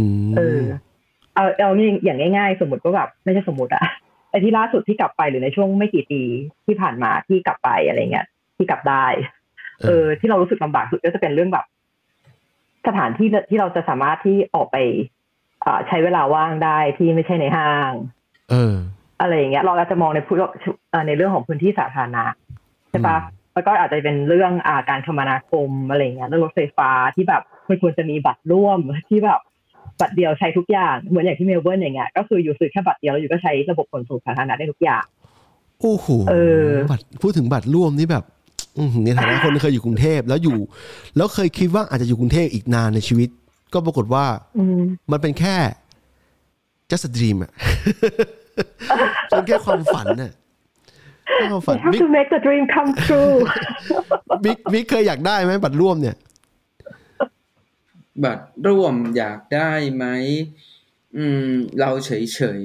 เอานี่อย่างง่ายๆสมมติว่าแบบไม่ใช่สมมติไอ้ที่ล่าสุดที่กลับไปหรือในช่วงไม่กี่ปีที่ผ่านมาที่กลับไปอะไรเงี้ยที่กลับได้ที่เรารู้สึกลำบากสุดก็จะเป็นเรื่องแบบสถานที่เราจะสามารถที่ออกไปใช้เวลาว่างได้ที่ไม่ใช่ในห้างอะไรอย่างเงี้ยเราอาจจะมองในเรื่องของพื้นที่สาธารณะใช่ปะแล้วก็อาจจะเป็นเรื่องการคมนาคมอะไรเงี้ยเรื่องรถไฟฟ้าที่แบบมันควรจะมีบัตรร่วมที่แบบบัตรเดียวใช้ทุกอย่างเหมือนอย่างที่เมลเบิร์นอย่างเงี้ยก็คืออยู่ซื้อแค่บัตรเดียวแล้วอยู่ก็ใช้ระบบขนส่งสาธารณะได้ทุกอย่างโอ้โหบัตรพูดถึงบัตรร่วมนี่แบบในฐานะคนเคยอยู่กรุงเทพแล้วเคยคิดว่าอาจจะอยู่กรุงเทพอีกนานในชีวิตก็ปรากฏว่ามันเป็นแค่ just a dream เป็นแค่ความฝันน่ะความฝัน How to make the dream come true บิ๊กเคยอยากได้ไหมบัตรร่วมเนี่ยบัตรร่วมอยากได้ไหมเราเฉย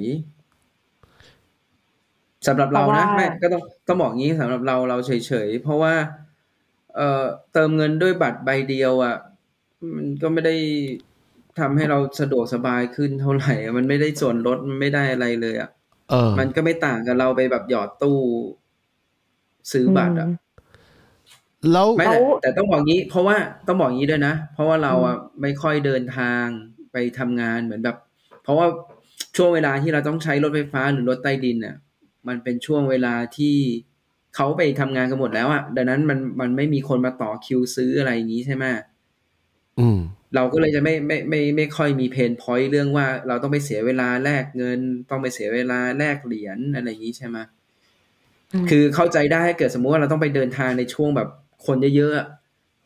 ๆสำหรับเรานะแม่ก็ต้องบอกงี้สำหรับเราเฉยๆเพราะว่าเติมเงินด้วยบัตรใบเดียวมันก็ไม่ได้ทำให้เราสะดวกสบายขึ้นเท่าไหร่มันไม่ได้ส่วนลดมันไม่ได้อะไรเลยมันก็ไม่ต่างกับเราไปแบบหยอดตู้ซื้อบัตรแล้วแต่ต้องบอกงี้เพราะว่าต้องบอกงี้ด้วยนะเพราะว่าเราไม่ค่อยเดินทางไปทำงานเหมือนแบบเพราะว่าช่วงเวลาที่เราต้องใช้รถไฟฟ้าหรือรถใต้ดินมันเป็นช่วงเวลาที่เขาไปทำงานกันหมดแล้วดังนั้นมันไม่มีคนมาต่อคิวซื้ออะไรอย่างนี้ใช่ไหมเราก็เลยจะไม่ค่อยมีเพนพอยต์เรื่องว่าเราต้องไปเสียเวลาแลกเงินต้องไปเสียเวลาแลกเหรียญอะไรอย่างนี้ใช่ไหมคือเข้าใจได้ให้เกิดสมมติว่าเราต้องไปเดินทางในช่วงแบบคนเยอะๆโห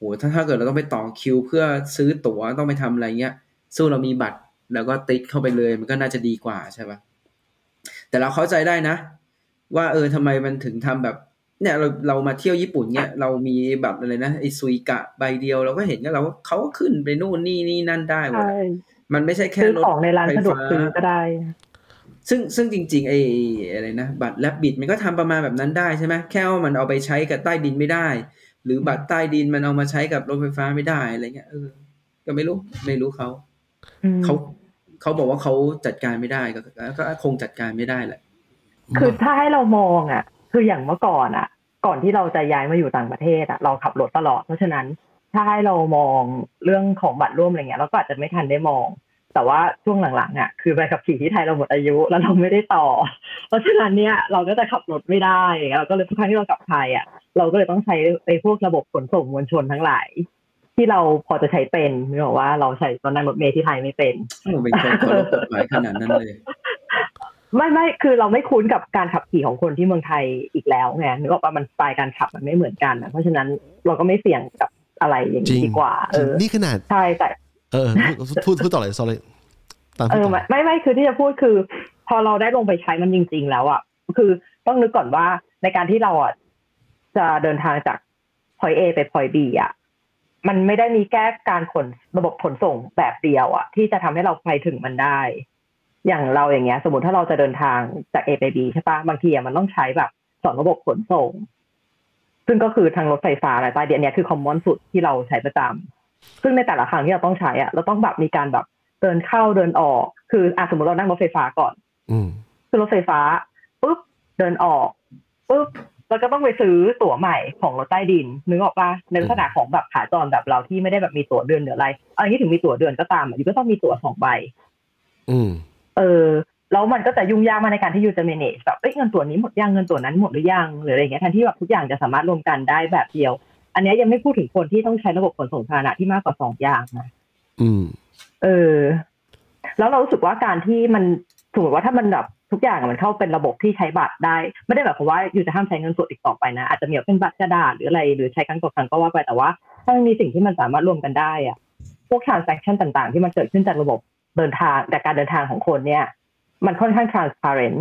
ถ้าเกิดเราต้องไปต่อคิวเพื่อซื้อตั๋วต้องไปทำอะไรเงี้ยสู้เรามีบัตรแล้วก็ติดเข้าไปเลยมันก็น่าจะดีกว่าใช่ป่ะแต่เราเข้าใจได้นะว่าทำไมมันถึงทำแบบเนี่ยเรามาเที่ยวญี่ปุ่นเนี่ยเรามีบัตรอะไรนะไอ้ซุยกะใบเดียวเราก็เห็นกันเขาก็ขึ้นไปนู่นนี่นั่นได้หมดมันไม่ใช่แค่รถของในร้านสะดวกซื้อก็ได้ซึ่งจริงๆไอ้อะไรนะบัตรแลบบิทมันก็ทำประมาณแบบนั้นได้ใช่ไหมแค่ว่ามันเอาไปใช้กับใต้ดินไม่ได้หรือบัตรใต้ดินมันเอามาใช้กับรถไฟฟ้าไม่ได้อะไรเงี้ยก็ไม่รู้เขาบอกว่าเขาจัดการไม่ได้ก็คงจัดการไม่ได้แหละคือถ้าให้เรามองอ่ะคืออย่างเมื่อก่อนอ่ะก่อนที่เราจะย้ายมาอยู่ต่างประเทศอ่ะเราขับรถตลอดเพราะฉะนั้นถ้าให้เรามองเรื่องของบัตรร่วมอะไรเงี้ยเราก็อาจจะไม่ทันได้มองแต่ว่าช่วงหลังๆอ่ะคือใบขับขี่ที่ไทยเราหมดอายุแล้วเราไม่ได้ต่อเพราะฉะนั้นเนี่ยเราก็จะขับรถไม่ได้เราก็เลยทุกครั้งที่เรากลับไทยอ่ะเราก็เลยต้องใช้ไอ้พวกระบบขนส่งมวลชนทั้งหลายที่เราพอจะใช้เป็นไม่บอกว่าเราใช้ตอนนั้นรถเมล์ที่ไทยไม่เป็นเป็นคนเคารพกฎหมายขนาดนั้นเลยไม่คือเราไม่คุ้นกับการขับขี่ของคนที่เมืองไทยอีกแล้วไงนึกออกป่ะมันสไตล์การขับมันไม่เหมือนกันนะเพราะฉะนั้นเราก็ไม่เสี่ยงกับอะไรอย่างนี้ดีกว่านี่ขนาดใช่แต่พูดต่อเลย sorry ไม่คือที่จะพูดคือพอเราได้ลงไปใช้มันจริงๆแล้วอ่ะคือต้องนึกก่อนว่าในการที่เราอ่ะจะเดินทางจาก point A ไป point B อ่ะมันไม่ได้มีแค่การระบบขนส่งแบบเดียวอ่ะที่จะทำให้เราไปถึงมันได้อย่างเราอย่างเงี้ยสมมติถ้าเราจะเดินทางจาก A ไป B ใช่ปะบางทีมันต้องใช้แบบ2ระบบขนส่งซึ่งก็คือทางรถไฟฟ้าอะไรใต้ดินเนี่ยคือคอมมอนสุดที่เราใช้ประจำซึ่งในแต่ละครั้งที่เราต้องใช้อ่ะเราต้องแบบมีการแบบเดินเข้าเดินออกคือสมมติเรานั่งรถไฟฟ้าก่อนคือรถไฟฟ้าปุ๊บเดินออกปุ๊บแล้วก็ต้องไปซื้อตั๋วใหม่ของรถใต้ดินนึกออกป่ะในลักษณะของแบบขาจรแบบเราที่ไม่ได้แบบมีตั๋วเดือนหรืออะไรอันนี้ถึงมีตั๋วเดือนก็ตามอยู่ก็ต้องมีตั๋ว2ใบแล้วมันก็จะยุ่งยากมากในการที่ยูจะ manage แบบเงินตั๋วนี้หมดยังเงินตั๋วนั้นหมดหรือยังหรืออะไรอย่างเงี้ยแทนที่แบบทุกอย่างจะสามารถรวมกันได้แบบเดียวอันนี้ยังไม่พูดถึงคนที่ต้องใช้ระบบขนส่งสาธารณะที่มากกว่า2อย่างนะแล้วเรารู้สึกว่าการที่มันสมมติว่าถ้ามันแบบทุกอย่างมันเข้าเป็นระบบที่ใช้บัตรได้ไม่ได้หมายความว่าอยู่จะห้ามใช้เงินสดอีกต่อไปนะอาจจะมีเป็นบัตรกระดาษหรืออะไรหรือใช้ครั้งต่อครั้งก็ว่าไปแต่ว่าถ้ามันมีสิ่งที่มันสามารถรวมกันได้อะพวก transaction ต่างๆที่มันเกิดขึ้นจากระบบเดินทางจากการเดินทางของคนเนี่ยมันค่อนข้าง transparent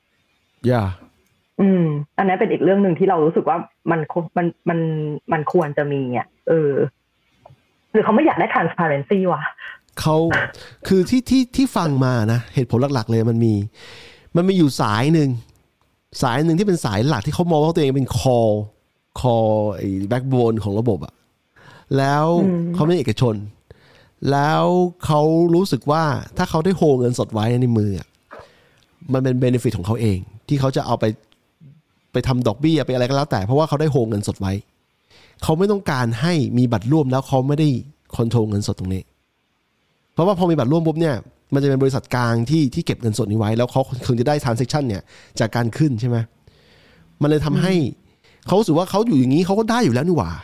อันนั้นเป็นอีกเรื่องนึงที่เรารู้สึกว่ามันควรจะมีอ่ะหรือเขาไม่อยากได้ transparency วะเขาคือที่ฟังมานะเหตุผลหลักๆเลยมันมีอยู่สายหนึ่งที่เป็นสายหลักที่เขามองว่าตัวเองเป็นคอไอ้แบ็คโบนของระบบอะแล้วเขาไม่เอกชนแล้วเขารู้สึกว่าถ้าเขาได้โฮเงินสดไว้ในมือมันเป็นเบเนฟิตของเขาเองที่เขาจะเอาไปทำดอกเบี้ยไปอะไรก็แล้วแต่เพราะว่าเขาได้โฮเงินสดไว้เขาไม่ต้องการให้มีบัตรร่วมแล้วเขาไม่ได้คอนโทรลเงินสดตรงนี้เพราะว่าพอมีบัตรร่วมปุ๊บเนี่ยมันจะเป็นบริษัทกลางที่เก็บเงินสดนี้ไว้แล้วเขาถึงจะได้ transaction เนี่ยจากการขึ้นใช่ไหมมันเลยทำให้เขารู้สึกว่าเขาอยู่อย่างนี้เขาก็ได้อยู่แล้วนี่หว่า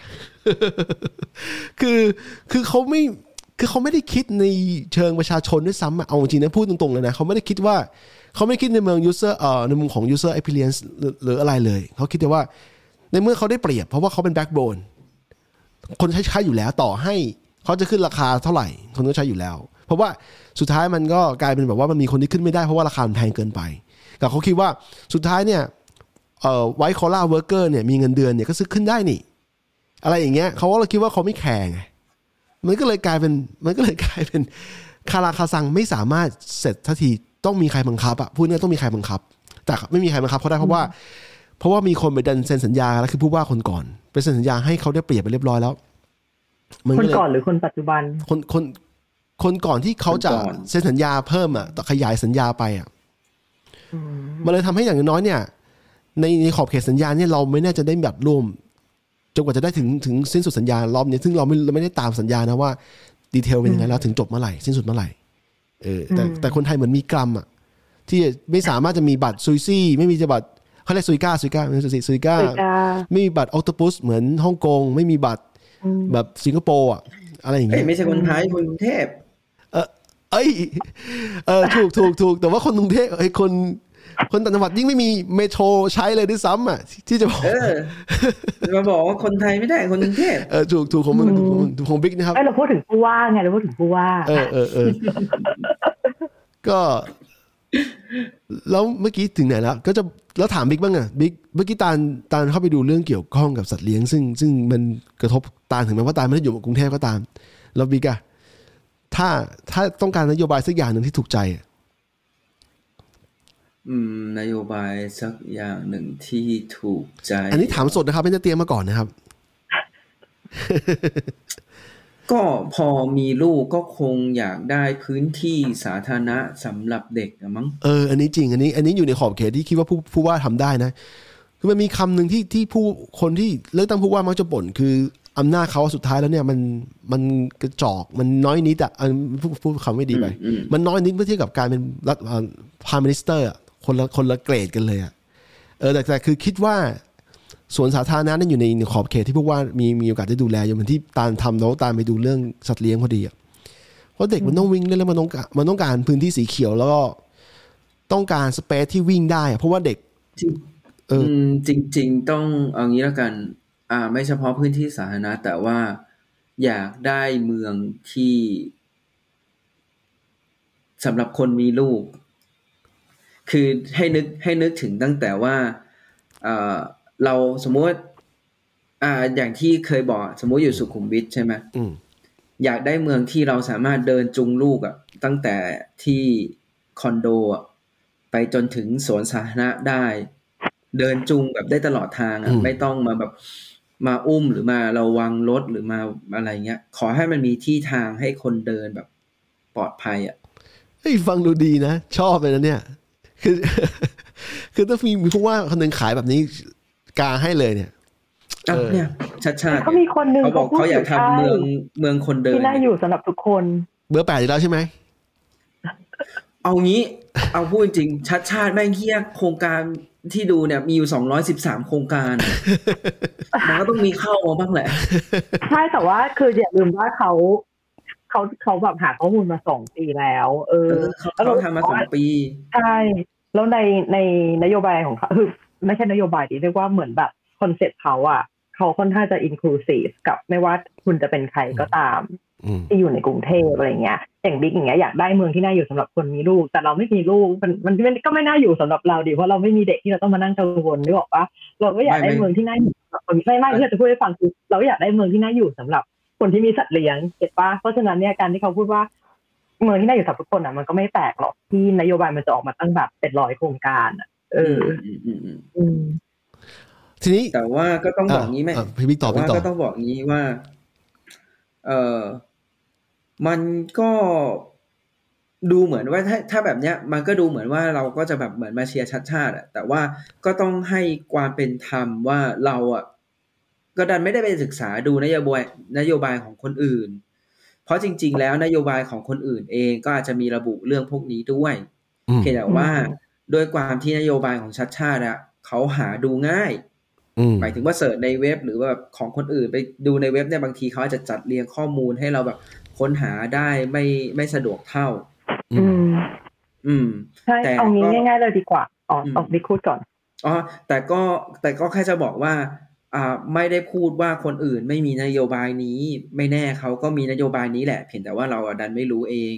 คือเขาไม่ได้คิดในเชิงประชาชนด้วยซ้ำเอาจริงๆนะพูดตรงๆเลยนะเขาไม่ได้คิดในเมือง user ในมุมของ user experience หรืออะไรเลยเขาคิดแต่ว่าในเมื่อเขาได้เปรียบเพราะว่าเขาเป็น backbone คนใช้อยู่แล้วต่อให้เขาจะขึ้นราคาเท่าไหร่คนก็ใช้อยู่แล้วเพราะว่าสุดท้ายมันก็กลายเป็นแบบว่ามันมีคนที่ขึ้นไม่ได้เพราะว่าราคาแพงเกินไปแต่เขาคิดว่าสุดท้ายเนี่ยwhite collar worker เนี่ยมีเงินเดือนเนี่ยก็ซื้อขึ้นได้นี่อะไรอย่างเงี้ยเขาก็เลยคิดว่าเขาไม่แคร์ไงมันก็เลยกลายเป็นคาราคาซังไม่สามารถเสร็จทันทีต้องมีใครบังคับอ่ะพูดง่ายต้องมีใครบังคับแต่ไม่มีใครบังคับเขาได้เพราะว่ามีคนไปดันเซ็นสัญญาแล้วคือผู้ว่าคนก่อนไปเซ็นสัญญาให้เขาได้เปรียบไปเรียบร้อยแล้วคนก่อนหรือคนปัจจุบันคนก่อนที่เขาจะเซ็นสัญญาเพิ่มอ่ะต่อขยายสัญญาไปอ่ะมันเลยทำให้อย่างน้อยเนี่ยในขอบเขตสัญญาเนี่ยเราไม่น่าจะได้แบบร่วมจนกว่าจะได้ถึงสิ้นสุดสัญญารอบนี้ซึ่งเราไม่ได้ตามสัญญานะว่าดีเทลเป็นยังไงแล้วถึงจบเมื่อไหร่สิ้นสุดเมื่อไหร่แต่คนไทยเหมือนมีกรรมอ่ะที่ไม่สามารถจะมีบัตรซุยซี่ไม่มีบัตรเขาเรียกซุยก้าไม่มีบัตรออคโตปัสเหมือนฮ่องกงไม่มีบัตรแบบสิงคโปร์อ่ะอะไรอย่างเงี้ยไม่ใช่คนไทยคนกรุงเทพถูกแต่ว่าคนกรุงเทพคนคนต่างจังหวัดยิ่งไม่มีเมโทรใช้เลยด้วยซ้ำอ่ะที่จะบอกมาบอกว่าคนไทยไม่ได้คนกรุงเทพถูกของมึงถูกของบิ๊กนะครับเราพูดถึงผู้ว่าไงเราพูดถึงผู้ว่าก็แล้วเมื่อกี้ถึงไหนแล้วก็จะแล้วถามบิ๊กบ้างอ่ะบิ๊กเมื่อกี้ตาลเข้าไปดูเรื่องเกี่ยวข้องกับสัตว์เลี้ยงซึ่งมันกระทบตาลถึงแม้ว่าตาลไม่ได้อยู่กรุงเทพก็ตามแล้วบิ๊กอ่ะถ้าต้องการนโยบายสักอย่างหนึ่งที่ถูกใจนโยบายสักอย่างหนึ่งที่ถูกใจอันนี้ถามสดนะครับไม่ได้เตรียมมาก่อนนะครับก็พอมีลูกก็คงอยากได้พื้นที่สาธารณะสำหรับเด็กมั้งอันนี้จริงอันนี้อยู่ในขอบเขตที่คิดว่าผู้ว่าทำได้นะคือมันมีคำหนึ่งที่คนที่เลือกตั้งผู้ว่ามักจะบ่นคืออำนาจเขาสุดท้ายแล้วเนี่ยมันกระจอกมันน้อยนิดอ่ะพูดคำไม่ดีไปมันน้อยนิดเมื่อเทียบกับการเป็นPrime Minister อ่ะคนละเกรดกันเลยอ่ะแต่คือคิดว่าสวนสาธารณะนั่นอยู่ในขอบเขตที่พวกว่ามีโอกาสได้ดูแลอย่างเหมือนที่ตาลทำแล้วตาลไปดูเรื่องสัตว์เลี้ยงพอดีอ่ะเพราะเด็กมันต้องวิ่งเล่นแล้วมันต้องการพื้นที่สีเขียวแล้วก็ต้องการสเปซที่วิ่งได้เพราะว่าเด็กจริงๆต้องเอางี้แล้วกันไม่เฉพาะพื้นที่สาธารณะแต่ว่าอยากได้เมืองที่สำหรับคนมีลูกคือให้นึกถึงตั้งแต่ว่าเราสมมติอย่างที่เคยบอกสมมติอยู่สุขุมวิทใช่ไหมอยากได้เมืองที่เราสามารถเดินจูงลูกตั้งแต่ที่คอนโดไปจนถึงสวนสาธารณะได้เดินจูงแบบได้ตลอดทางไม่ต้องมาแบบมาอุ้มหรือมาระวังรถหรือมาอะไรเงี้ยขอให้มันมีที่ทางให้คนเดินแบบปลอดภัยเฮ้ยฟังดูดีนะชอบเลยนะเนี่ยคือถ้ามีผู้ว่าคนนึงขายแบบนี้กาให้เลยเนี่ยเนี่ยชัดๆเขามีคนนึงเขาบอกเขาอยากทำเมืองคนเดินที่น่าอยู่สำหรับทุกคนเบอร์ 8อีกแล้วใช่ไหมเอางี้เอาพูดจริงชาติแม่งเหี้ยโครงการที่ดูเนี่ยมีอยู่213โครงการมันก็ต้องมีเข้ามาบ้างแหละใช่แต่ว่าคืออย่าลืมว่าเขาแบบหาข้อมูลมา2ปีแล้วเขาทำมา2ปีใช่แล้วในนโยบายของเขาคือไม่ใช่นโยบายดิเรียกว่าเหมือนแบบคอนเซ็ปต์เขาเขาค่อนข้างจะ inclusive กับไม่ว่าคุณจะเป็นใครก็ตามที่อยู่ในกรุงเทพอะไรเงี้ยอย่างบิ๊กอย่างเงี้ยอยากได้เมืองที่น่าอยู่สำหรับคนมีลูกแต่เราไม่มีลูกมันก็ไม่น่าอยู่สำหรับเราดิเพราะเราไม่มีเด็กที่เราต้องมานั่งกังวลนึกออกปะเราก็อยากได้เมืองที่น่าอยู่สำหรับคนไม่ที่จะพูดให้ฟังคือเราอยากได้เมืองที่น่าอยู่สำหรับคนที่มีสัตว์เลี้ยงเก็ทปะเพราะฉะนั้นเนี่ยการที่เขาพูดว่าเมืองที่น่าอยู่สำหรับทุกคนมันก็ไม่แปลกหรอกที่นโยบายมันจะออกมาตั้งแบบเป็น100โครงการทีนี้แต่ว่าก็ต้องบอกงี้ไหมพี่บิ๊กตอบก็ต้องบอกงี้ว่ามันก็ดูเหมือนว่าถ้าแบบเนี้ยมันก็ดูเหมือนว่าเราก็จะแบบเหมือนมาเชียร์ชัดชาติแต่ว่าก็ต้องให้ความเป็นธรรมว่าเราก็ดันไม่ได้ไปศึกษาดูนโยบายของคนอื่นเพราะจริงๆแล้วนโยบายของคนอื่นเองก็อาจจะมีระบุเรื่องพวกนี้ด้วยเพียงแต่ว่าด้วยความที่นโยบายของชัดชาติเขาหาดูง่ายหมายถึงว่าเสิร์ชในเว็บหรือว่าของคนอื่นไปดูในเว็บเนี่ยบางทีเขาอาจจะจัดเรียงข้อมูลให้เราแบบค้นหาได้ไม่สะดวกเท่าใช่เอางี้ง่ายๆเลยดีกว่าเอาบิ๊กพูดก่อนแต่ก็แค่จะบอกว่าไม่ได้พูดว่าคนอื่นไม่มีนโยบายนี้ไม่แน่เขาก็มีนโยบายนี้แหละเพียงแต่ว่าเราดันไม่รู้เอง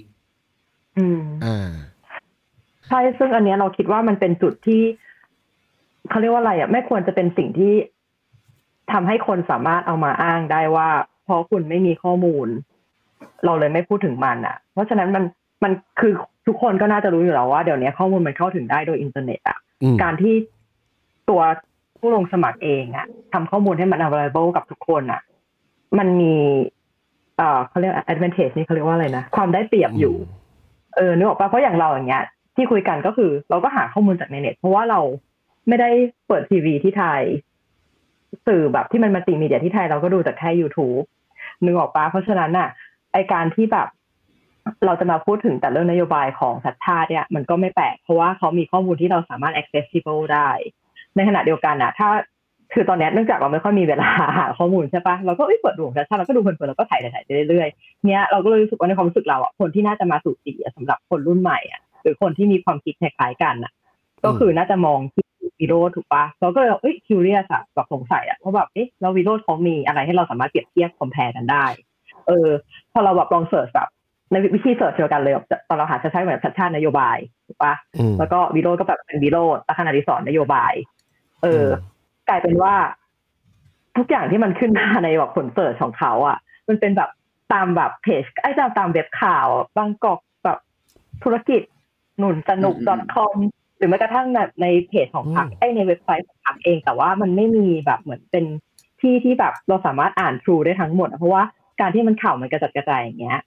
ใช่ซึ่งอันนี้เราคิดว่ามันเป็นจุดที่เขาเรียกว่าอะไรไม่ควรจะเป็นสิ่งที่ทำให้คนสามารถเอามาอ้างได้ว่าเพราะคุณไม่มีข้อมูลเราเลยไม่พูดถึงมันเพราะฉะนั้นมันคือทุกคนก็น่าจะรู้อยู่แล้วว่าเดี๋ยวนี้ข้อมูลมันเข้าถึงได้โดยอินเทอร์เน็ตการที่ตัวผู้ลงสมัครเองทำข้อมูลให้มัน available กับทุกคนมันมีเขาเรียก advantage นี่เขาเรียกว่าอะไรนะความได้เปรียบอยู่นึกออกป่ะเพราะอย่างเราอย่างเงี้ยที่คุยกันก็คือเราก็หาข้อมูลจากในเน็ตเพราะว่าเราไม่ได้เปิดทีวีที่ไทยสื่อแบบที่มันมัลติมีเดียที่ไทยเราก็ดูจากแค่ YouTube นึกออกป่ะเพราะฉะนั้นไอการที่แบบเราจะมาพูดถึงแต่เรื่องนโยบายของชัดชาติเนี่ยมันก็ไม่แปลกเพราะว่าเขามีข้อมูลที่เราสามารถ accessible ได้ในขณะเดียวกันถ้าคือตอนนี้เนื่องจากเราไม่ค่อยมีเวลาหาข้อมูลใช่ปะเราก็เปิดดูของชัดชาติเราก็ดูเพลินๆแล้วก็ถ่ายไปเรื่อยๆเนี้ยเราก็เลยรู้สึกว่าในความรู้สึกเราคนที่น่าจะมาสู่สีสำหรับคนรุ่นใหม่หรือคนที่มีความคิดคล้ายๆกันก็คือน่าจะมองที่วิโรจน์ถูกปะเราก็เลยคิวเรียสอะแบบสงสัยอะว่าแบบแล้ววิโรจน์เขามีอะไรให้เราสามารถเปรียบเทียบคอมแพร์กันได้พอเราแบบลองเสิร์ชแบบในวิธีเสิร์ชเดียวกันเลยตอนเราหาใช้เหมือนชัดชาตินโยบายถูกปะแล้วก็วิโรจน์ก็แบบเป็นวิโรจน์ลักษณะดิศรนโยบายกลายเป็นว่าทุกอย่างที่มันขึ้นมาในแบบผลเสิร์ชของเขาอ่ะมันเป็นแบบตามแบบเพจตามเว็บข่าวบางกอกแบบธุรกิจหนุนสนุก .com หรือแม้กระทั่งในเพจของพรรคในเว็บไซต์ของพรรคเองแต่ว่ามันไม่มีแบบเหมือนเป็นที่แบบเราสามารถอ่านทรูได้ทั้งหมดเพราะว่าการที่มันข่าวมันกระจัดกระจายอย่างเงี้ย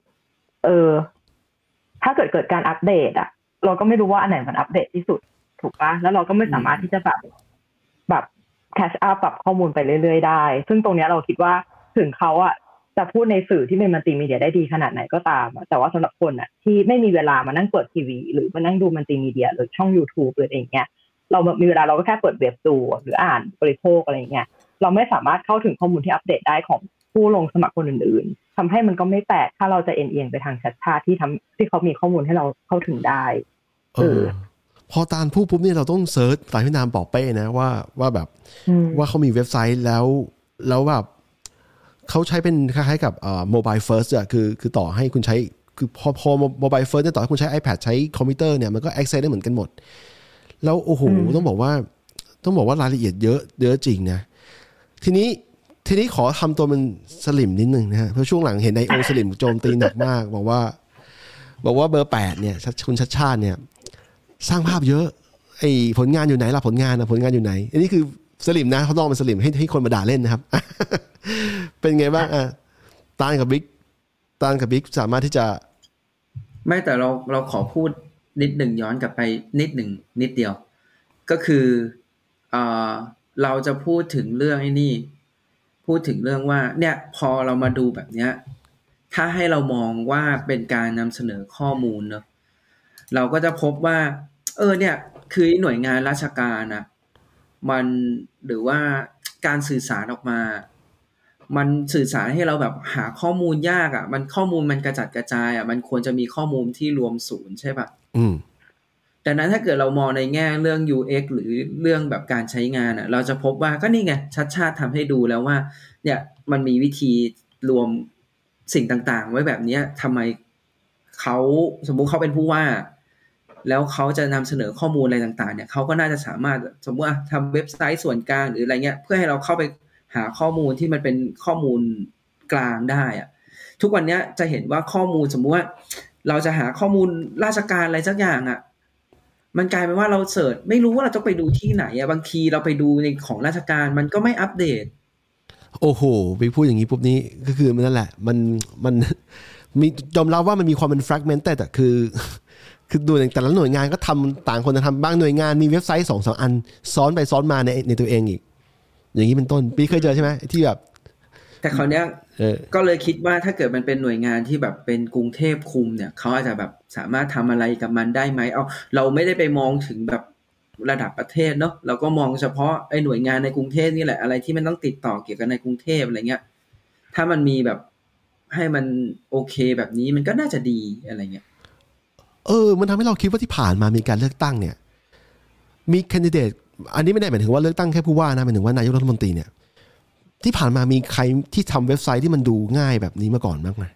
ถ้าเกิดการอัปเดตอ่ะเราก็ไม่รู้ว่าอันไหนมันอัปเดตที่สุดถูกปะแล้วเราก็ไม่สามารถที่จะแบบแคชอัพปรับข้อมูลไปเรื่อยๆได้ซึ่งตรงนี้เราคิดว่าถึงเขาอ่ะจะพูดในสื่อที่เป็นมัลติมีเดียได้ดีขนาดไหนก็ตามแต่ว่าสำหรับคนอ่ะที่ไม่มีเวลามานั่งเปิดทีวีหรือมานั่งดูมัลติมีเดียหรือช่อง YouTube หรืออะไรอย่างเงี้ยเรามีเวลาเราก็แค่เปิดเว็บดูหรืออ่านบริโภคอะไรอย่างเงี้ยเราไม่สามารถเข้าถึงข้อมูลที่อัปเดตได้ของผู้ลงสมัครคนอื่นๆทำให้มันก็ไม่แปลกถ้าเราจะเอียงไปทางชัดชาติที่เขามีข้อมูลให้เราเข้าถึงได้พอตาลพูดปุ๊บเนี่ยเราต้องเซิร์ชตามที่นามบอกเป้นะว่าแบบว่าเขามีเว็บไซต์แล้วแบบเขาใช้เป็นคล้ายๆกับmobile first อ่ะคือต่อให้คุณใช้คือพอ mobile first เนี่ยต่อให้คุณใช้ iPad ใช้คอมพิวเตอร์เนี่ยมันก็ access ได้เหมือนกันหมดแล้วโอ้โหต้องบอกว่ารายละเอียดเยอะจริงนะทีนี้ขอทำตัวมันสลิมนิดนึงนะฮะเพราะช่วงหลังเห็นในองค์สลิมโจมตีหนักมากบอกว่าเบอร์8เนี่ยคุณชัชชาติเนี่ยสร้างภาพเยอะไอ้ผลงานอยู่ไหนล่ะผลงานอยู่ไหนอันนี้คือสลิมนะเขาลองเป็นสลิมให้คนมาด่าเล่นนะครับ เป็นไงบ้างตาลกับบิ๊กสามารถที่จะไม่แต่เราขอพูดนิดหนึ่งย้อนกลับไปนิดเดียวก็คือเราจะพูดถึงเรื่องไอ้นี่พูดถึงเรื่องว่าเนี่ยพอเรามาดูแบบเนี้ยถ้าให้เรามองว่าเป็นการนำเสนอข้อมูลเนอะเราก็จะพบว่าเนี่ยคือหน่วยงานราชการนะมันหรือว่าการสื่อสารออกมามันสื่อสารให้เราแบบหาข้อมูลยากอ่ะมันข้อมูลมันกระจัดกระจายอ่ะมันควรจะมีข้อมูลที่รวมศูนย์ใช่ป่ะดังนั้นถ้าเกิดเรามองในแง่เรื่อง UX หรือเรื่องแบบการใช้งานอ่ะเราจะพบว่าก็นี่ไงชัดชาติทำให้ดูแล้วว่าเนี่ยมันมีวิธีรวมสิ่งต่างๆไว้แบบนี้ทำไมเขาสมมุติเขาเป็นผู้ว่าแล้วเขาจะนำเสนอข้อมูลอะไรต่างๆเนี่ยเขาก็น่าจะสามารถสมมติทำเว็บไซต์ส่วนกลางหรืออะไรเงี้ยเพื่อให้เราเข้าไปหาข้อมูลที่มันเป็นข้อมูลกลางได้อะทุกวันนี้จะเห็นว่าข้อมูลสมมุติว่าเราจะหาข้อมูลราชการอะไรสักอย่างอ่ะมันกลายเป็นว่าเราเสิร์ชไม่รู้ว่าเราต้องไปดูที่ไหนอ่ะบางทีเราไปดูในของราชการมันก็ไม่อัปเดตโอ้โหไปพูดอย่างนี้ปุ๊บนี้ก็คือมันนั่นแหละมันมียอมรับว่ามันมีความเป็น fragmented แต่คือดูแต่ละหน่วยงานก็ทำต่างคนจะทำบ้างหน่วยงานมีเว็บไซต์ 2-3 อันซ้อนไปซ้อนมาในตัวเองอีกอย่างนี้เป็นต้นปีเคยเจอใช่ไหมที่แบบแต่คราวนี้ก็เลยคิดว่าถ้าเกิดมันเป็นหน่วยงานที่แบบเป็นกรุงเทพคุมเนี่ยเขาอาจจะแบบสามารถทำอะไรกับมันได้ไหมเราไม่ได้ไปมองถึงแบบระดับประเทศเนาะเราก็มองเฉพาะไอ้หน่วยงานในกรุงเทพนี่แหละอะไรที่มันต้องติดต่อเกี่ยวกับในกรุงเทพอะไรเงี้ยถ้ามันมีแบบให้มันโอเคแบบนี้มันก็น่าจะดีอะไรเงี้ยมันทำให้เราคิดว่าที่ผ่านมามีการเลือกตั้งเนี่ยมีแคนดิเดตอันนี้ไม่ได้หมายถึงว่าเลือกตั้งแค่ผู้ว่านะหมายถึงว่านายกรัฐมนตรีเนี่ยที่ผ่านมามีใครที่ทำเว็บไซต์ที่มันดูง่ายแบบนี้มาก่อนบ้างไหม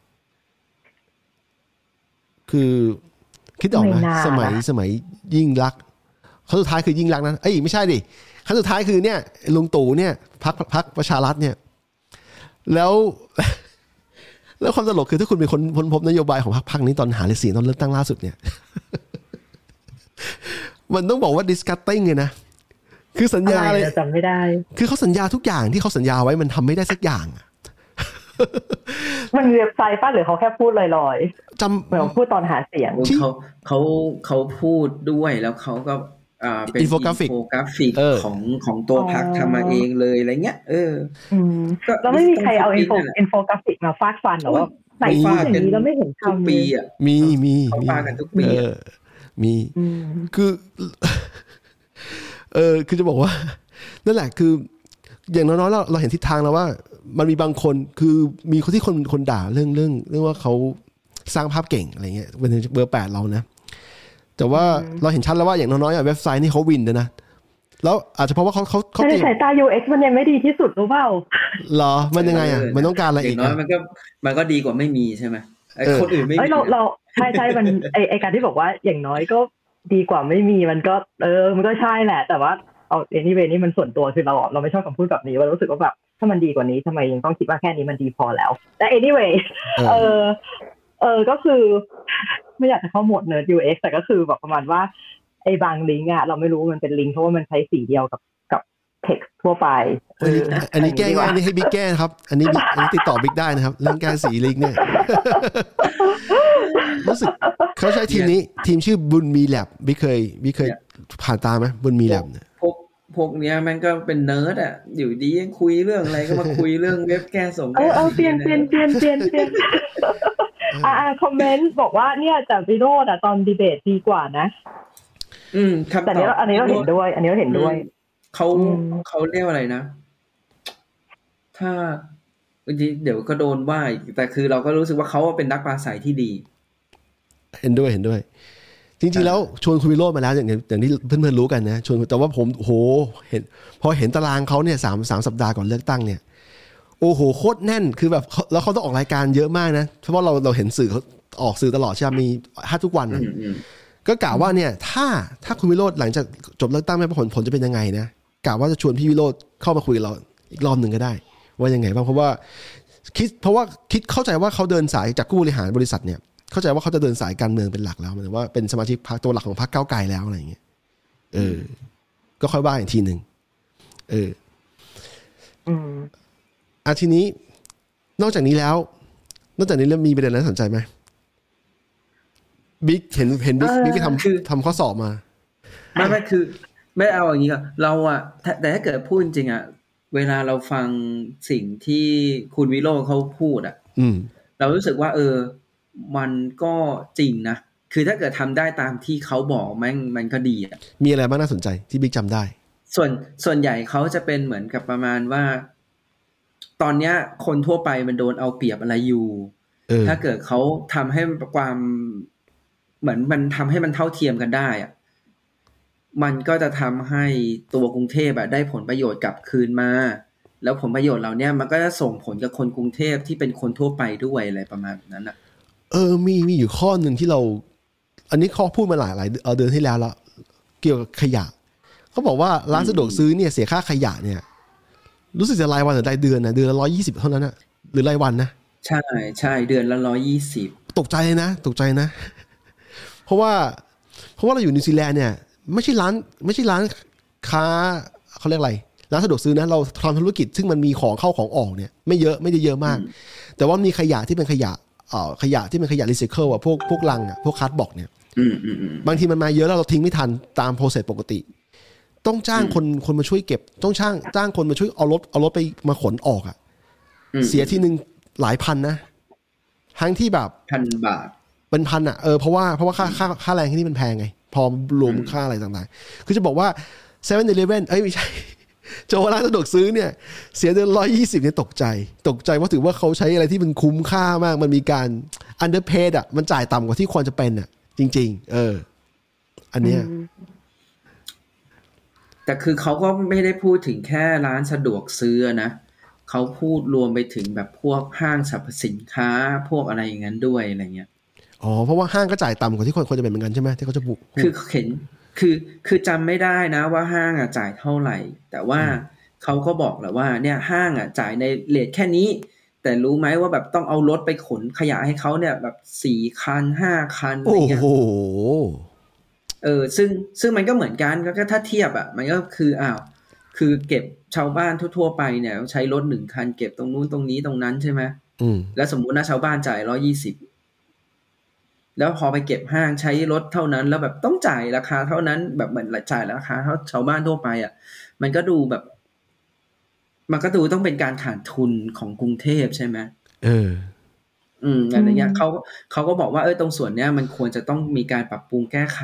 คือคิดออกไหมสมัยยิ่งลักษณ์ครั้งสุดท้ายคือยิ่งลักษณ์นะไม่ใช่ดิครั้งสุดท้ายคือเนี่ยลุงตู่เนี่ยพรรคประชารัฐเนี่ยแล้วความตลกคือถ้าคุณเป็นคนพ้นพบนโยบายของพรรคนี้ตอนหาเสียงตอนเลือกตั้งล่าสุดเนี่ย มันต้องบอกว่า disgusting เลยนะคือสัญญาอะไรจำไม่ได้คือเขาสัญญาทุกอย่างที่เขาสัญญาไว้มันทำไม่ได้สักอย่างมันมีเว็บไซต์ป่ะหรือเขาแค่พูดลอยๆจำเหมือนพูดตอนหาเสียงเขาพูดด้วยแล้วเขาก็เป็นอินโฟกราฟิกของตัวพรรคทำมาเองเลยอะไรเงี้ยแล้วไม่มีใครเอาอินโฟกราฟิกมาฟาดฟันหรอว่าใส่ฟาดอย่างนี้แล้วไม่เห็นทำปีอ่ะมีเขาฟาดกันทุกปีมีคือจะบอกว่านั่นแหละคืออย่างน้อยๆเราเห็นทิศทางแล้วว่ามันมีบางคนคือมีคนที่คนด่าเรื่องว่าเขาสร้างภาพเก่งอะไรเงี้ยเป็นเบอร์8เรานะแต่ว่าเราเห็นชัดแล้วว่าอย่างน้อยๆเว็บไซต์นี่เขาวินนะแล้วอาจจะเพราะว่าเขาในสายตา UX มันยังไม่ดีที่สุดรู้เปล่าเหรอมันยังไงอ่ะมันต้องการอะไรอีกน้อยมันก็ดีกว่าไม่มีใช่ไหมคนอื่นไม่มีเราใช่มันไอการที่บอกว่าอย่างน้อยก็ดีกว่าไม่มีมันก็มันก็ใช่แหละแต่ว่าเอาanywayนี่มันส่วนตัวคือเราไม่ชอบคำพูดแบบนี้ว่ารู้สึกว่าแบบถ้ามันดีกว่านี้ทำไมยังต้องคิดว่าแค่นี้มันดีพอแล้วแต่ anyway ก็คือไม่อยากจะเข้าโหมดเนิร์ด UX แต่ก็คือแบบประมาณว่าไอ้บางลิงก์อ่ะเราไม่รู้มันเป็นลิงก์เพราะว่ามันใช้สีเดียวกับเท็กซ์ทั่วไปอันนี้แก้ง่ายนี่ให้บิ๊กแก้ครับอันนี้ติดต่อบิ๊กได้นะครับเรื่องแก้สีลิงก์เนี่ยรู้สึกเขาใช้ทีมนี้ทีมชื่อบุญมีแลบบิ๊กเคยผ่านตาไหมบุญมีแลบเนี่ยพวกเนี้ยมันก็เป็นเนิร์ดอ่ะอยู่ดีคุยเรื่องอะไรก็มาคุยเรื่องเว็บแก้ส่งเปลี่ยนคอมเมนต์บอกว่าเนี่ยแต่วิโรจน์ตอนดีเบตดีกว่านะแต่อันนี้เราเห็นด้วยเขาเรียกว่าอะไรนะถ้าเดี๋ยวก็โดนว่าแต่คือเราก็รู้สึกว่าเขาเป็นนักปราศัยที่ดีเห็นด้วยจริงๆแล้วชวนคุณวิโรจน์มาแล้วอย่างที่เพื่อนๆรู้กันนะชวนแต่ว่าผมโหเห็นพอเห็นตารางเขาเนี่ย3สัปดาห์ก่อนเลือกตั้งเนี่ยโอ้โหโคตรแน่นคือแบบแล้วเขาต้องออกรายการเยอะมากนะเพราะว่าเราเห็นสื่อเขาออกสื่อตลอดใช่ไหมมีทุกวันนะก็กล่าวว่าเนี่ยถ้าคุณวิโรจน์หลังจากจบเลือกตั้งไม่ผลจะเป็นยังไงนะกล่าวว่าจะชวนพี่วิโรจน์เข้ามาคุยกับเราอีกรอบนึงก็ได้ว่ายังไงบ้างเพราะว่าคิดเข้าใจว่าเขาเดินสายจากผู้บริหารบริษัทเนี่ยเข้าใจว่าเขาจะเดินสายการเมืองเป็นหลักแล้วหมายถึงว่าเป็นสมาชิกพรรคตัวหลักของพรรคก้าวไกลแล้วอะไรอย่างเงี้ยก็ค่อยว่าอีกทีนึงทีนี้นอกจากนี้แล้วมีประเด็นอะไรน่าสนใจไหมบิ๊กเห็นบิ๊กไปทำข้อสอบมาไม่คือไม่เอาอย่างนี้ก่อนเราอะแต่ถ้าเกิดพูดจริงอะเวลาเราฟังสิ่งที่คุณวิโรจน์เขาพูดอะเรารู้สึกว่ามันก็จริงนะคือถ้าเกิดทำได้ตามที่เขาบอกมันก็ดีอ่ะมีอะไรบ้างน่าสนใจที่บิ๊กจำได้ส่วนใหญ่เขาจะเป็นเหมือนกับประมาณว่าตอนเนี้ยคนทั่วไปมันโดนเอาเปรียบอะไรอยู่ถ้าเกิดเขาทำให้ความเหมือนมันทำให้มันเท่าเทียมกันได้อ่ะมันก็จะทำให้ตัวกรุงเทพได้ผลประโยชน์กลับคืนมาแล้วผลประโยชน์เหล่านี้มันก็จะส่งผลกับคนกรุงเทพที่เป็นคนทั่วไปด้วยอะไรประมาณนั้นอ่ะมีอยู่ข้อหนึ่งที่เราอันนี้เขาพูดมาหลายเดือนที่แล้วเกี่ยวกับขยะเขาบอกว่าร้านสะดวกซื้อเนี่ยเสียค่าขยะเนี่ยรู้สึกจะรายวันหรือรายเดือนนะเดือนละ120เท่านั้นนะหรือรายวันนะใช่เดือนละ120 ตกใจนะเพราะว่าเราอยู่นิวซีแลนด์เนี่ยไม่ใช่ร้านค้าเขาเรียกอะไรร้านสะดวกซื้อนะเราทำธุรกิจซึ่งมันมีของเข้าของออกเนี่ยไม่ได้เยอะมากแต่ว่ามีขยะที่เป็นขยะที่เป็นขยะรีไซเคิลพวกลังพวกคาร์ดบ็อกเนี่ยบางทีมันมาเยอะแล้วเราทิ้งไม่ทันตามโปรเซสปกติต้องจ้างคนมาช่วยเก็บต้องจ้างคนมาช่วยเอารถไปมาขนออกเสียทีนึงหลายพันนะทั้งที่แบบ 1,000 บาทเป็นพันเพราะว่าค่าแรงที่นี่มันแพงไงพอรวมค่าอะไรต่างๆคือจะบอกว่า 7-Eleven ไม่ใช่โจร้านสะดวกซื้อเนี่ยเสียเดือน120เนี่ยตกใจว่าถือว่าเขาใช้อะไรที่มันคุ้มค่ามากมันมีการ underpaid มันจ่ายต่ำกว่าที่ควรจะเป็นจริงๆอันเนี้ยแต่คือเขาก็ไม่ได้พูดถึงแค่ร้านสะดวกซื้อนะเขาพูดรวมไปถึงแบบพวกห้างสรรพสินค้าพวกอะไรอย่างนั้นด้วยอะไรเงี้ยเพราะว่าห้างก็จ่ายต่ำกว่าที่ควรจะเป็นเหมือนกันใช่ไหมที่เขาจะบุกคือเห็นคือจำไม่ได้นะว่าห้างจ่ายเท่าไหร่แต่ว่าเขาก็บอกแหละว่าเนี่ยห้างจ่ายในเรทแค่นี้แต่รู้ไหมว่าแบบต้องเอารถไปขนขยะให้เขาเนี่ยแบบ4 คัน5 คันอะไรเงี้ยซึ่งมันก็เหมือนกันก็ถ้าเทียบมันก็คือคือเก็บชาวบ้านทั่วๆไปเนี่ยใช้รถ1 คันเก็บตรงนู้นตรงนี้ตรงนั้นใช่ไหมแล้วสมมุตินะชาวบ้านจ่าย120แล้วพอไปเก็บห้างใช้รถเท่านั้นแล้วแบบต้องจ่ายราคาเท่านั้นแบบเหมือนจ่ายราคาเท่าชาวบ้านทั่วไปมันก็ดูแบบมันก็ดูต้องเป็นการขาดทุนของกรุงเทพใช่ไหมอะไรเงี้ยเขาก็บอกว่าตรงส่วนเนี้ยมันควรจะต้องมีการปรับปรุงแก้ไข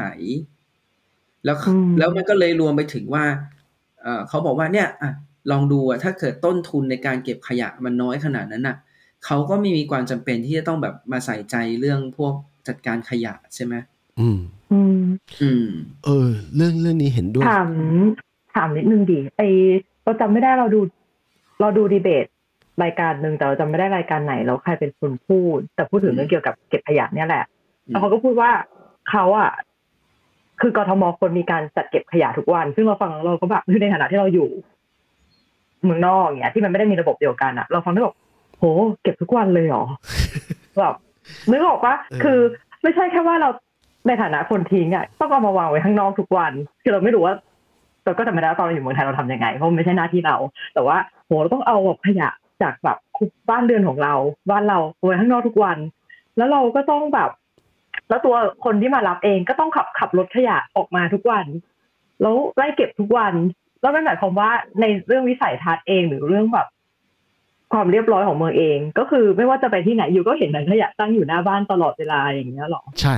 แล้วมันก็เลยรวมไปถึงว่าเขาบอกว่าเนี่ยลองดูถ้าเกิดต้นทุนในการเก็บขยะมันน้อยขนาดนั้นเขาก็ไม่มีความจำเป็นที่จะต้องแบบมาใส่ใจเรื่องพวกจัดการขยะใช่ไหมอืมเรื่องนี้เห็นด้วยถามนิดนึงดิเราจำไม่ได้เราดูดีเบตรายการนึงแต่เราจำไม่ได้รายการไหนแล้วใครเป็นคนพูดแต่พูดถึงเรื่องเกี่ยวกับเก็บขยะเนี่ยแหละแล้วเขาก็พูดว่าเขาอ่ะคือกทมควรมีการจัดเก็บขยะทุกวันซึ่งเราฟังเราก็แบบในฐานะที่เราอยู่เมืองนอกอย่างเงี้ยที่มันไม่ได้มีระบบเดียวกันอ่ะเราฟังแล้วแบบโหเก็บทุกวันเลยเหรอแบบนึกออกปะคือไม่ใช่แค่ว่าเราในฐานะคนทิ้งอ่ะต้องเอามาวางไว้ข้างนอกทุกวันคือเราไม่รู้ว่าเราก็จำไม่ได้ตอนเราอยู่เมืองไทยเราทำยังไงเพราะมันไม่ใช่หน้าที่เราแต่ว่าโหเราต้องเอาแบบขยะจากแบบบ้านเรือนของเราบ้านเราไว้ข้างนอกทุกวันแล้วเราก็ต้องแบบแล้วตัวคนที่มารับเองก็ต้องขับรถขยะออกมาทุกวันแล้วไล่เก็บทุกวันแล้วนั่นหมายความว่าในเรื่องวิสัยทัศน์เองหรือเรื่องแบบความเรียบร้อยของเมืองเองก็คือไม่ว่าจะไปที่ไหนอยู่ก็เห็นถังขยะตั้งอยู่หน้าบ้านตลอดเวลาอย่างเงี้ยหรอใช่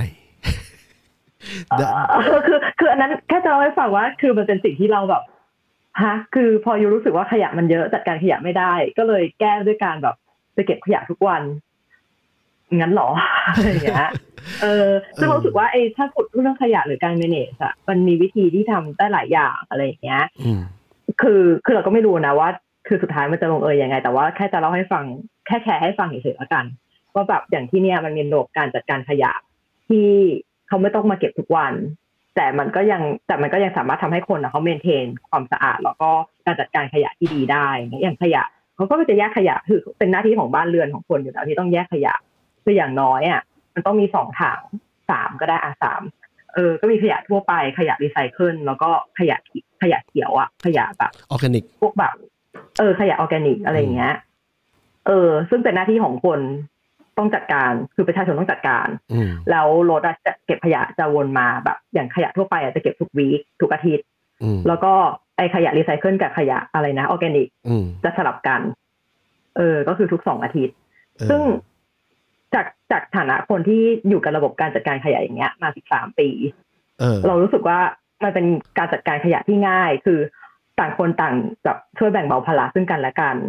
คืออันนั้นแค่จะเล่าให้ฟังว่าคือมันเป็นสิ่งที่เราแบบคือพออยู่รู้สึกว่าขยะมันเยอะจัดการขยะไม่ได้ก็เลยแก้ด้วยการแบบไปเก็บขยะทุกวันงั้นหรออะไรอย่างเงี้ยซึ่งรู้สึกว่าถ้าพูดเรื่องขยะหรือการ manage อะมันมีวิธีที่ทำได้หลายอย่างอะไรอย่างเงี้ยคือเราก็ไม่รู้นะว่าคือสุดท้ายมันจะลงยังไงแต่ว่าแค่จะเล่าให้ฟังแค่แชร์ให้ฟังเฉยๆแล้วกันว่าแบบอย่างที่เนี่ยมันมีระบบการจัดการขยะที่เขาไม่ต้องมาเก็บทุกวันแต่มันก็ยังสามารถทำให้คนเขาเมนเทนความสะอาดแล้วก็การจัดการขยะที่ดีได้อย่างขยะเขาก็จะแยกขยะคือเป็นหน้าที่ของบ้านเรือนของคนอยู่แล้วที่ต้องแยกขยะคืออย่างน้อยมันต้องมี2ถัง3ก็ได้3ก็มีขยะทั่วไปขยะรีไซเคิลแล้วก็ขยะเขียวขยะแบบออร์แกนิกพวกแบบขยะออร์แกนิกอะไรอย่างเงี้ยซึ่งเป็นหน้าที่ของคนต้องจัดการคือประชาชนต้องจัดการแล้วรถจะเก็บขยะจะวนมาแบบอย่างขยะทั่วไปจะเก็บทุกวีคทุกอาทิตย์แล้วก็ขยะรีไซเคิลกับขยะอะไรนะออร์แกนิกจะสลับกันก็คือทุก2อาทิตย์ซึ่งจากฐานะคนที่อยู่กับระบบการจัดการขยะอย่างเงี้ยมา13ปีเรารู้สึกว่ามันเป็นการจัดการขยะที่ง่ายคือต่างคนต่างแบบช่วยแบ่งเบาภาระซึ่งกันและกัน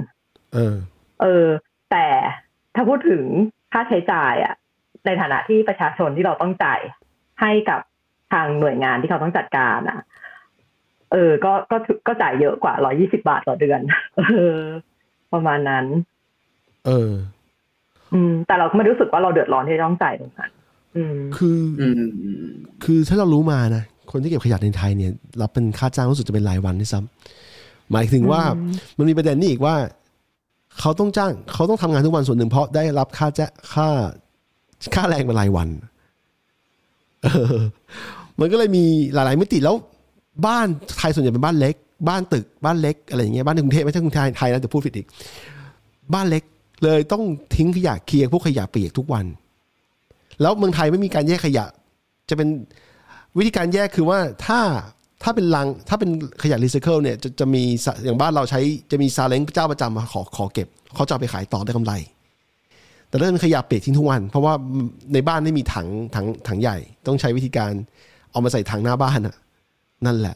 แต่ถ้าพูดถึงค่าใช้จ่ายในฐานะที่ประชาชนที่เราต้องจ่ายให้กับทางหน่วยงานที่เขาต้องจัดการก็จ่ายเยอะกว่า120 บาทต่อเดือนประมาณนั้นแต่เราก็ไม่รู้สึกว่าเราเดือดร้อนที่ต้องจ่ายตรงนั้นคือถ้าเรารู้มานะคนที่เก็บขยะในไทยเนี่ยรับเป็นค่าจ้างรู้สึกจะเป็นรายวันด้วยซ้ำหมายถึงว่ามันมีประเด็นนี้อีกว่าเขาต้องทำงานทุกวันส่วนหนึ่งเพราะได้รับค่าแรงเป็นรายวันมันก็เลยมีหลายๆมิติแล้วบ้านไทยส่วนใหญ่เป็นบ้านเล็กบ้านตึกบ้านเล็กอะไรอย่างเงี้ยบ้านในกรุงเทพไม่ใช่กรุงเทพไทยนะจะพูดผิดอีกบ้านเล็กเลยต้องทิ้งขยะเคลียร์พวกขยะเปียกทุกวันแล้วเมืองไทยไม่มีการแยกขยะจะเป็นวิธีการแยกคือว่าถ้าเป็นขยะรีไซเคิลเนี่ยจะมีอย่างบ้านเราจะมีซาเล้งเจ้าประจำมาขอเก็บเขาจะเอาไปขายต่อได้กำไรแต่ถ้าเป็นขยะเปียกทิ้งทุกวันเพราะว่าในบ้านไม่มีถังใหญ่ต้องใช้วิธีการเอามาใส่ถังหน้าบ้านนั่นแหละ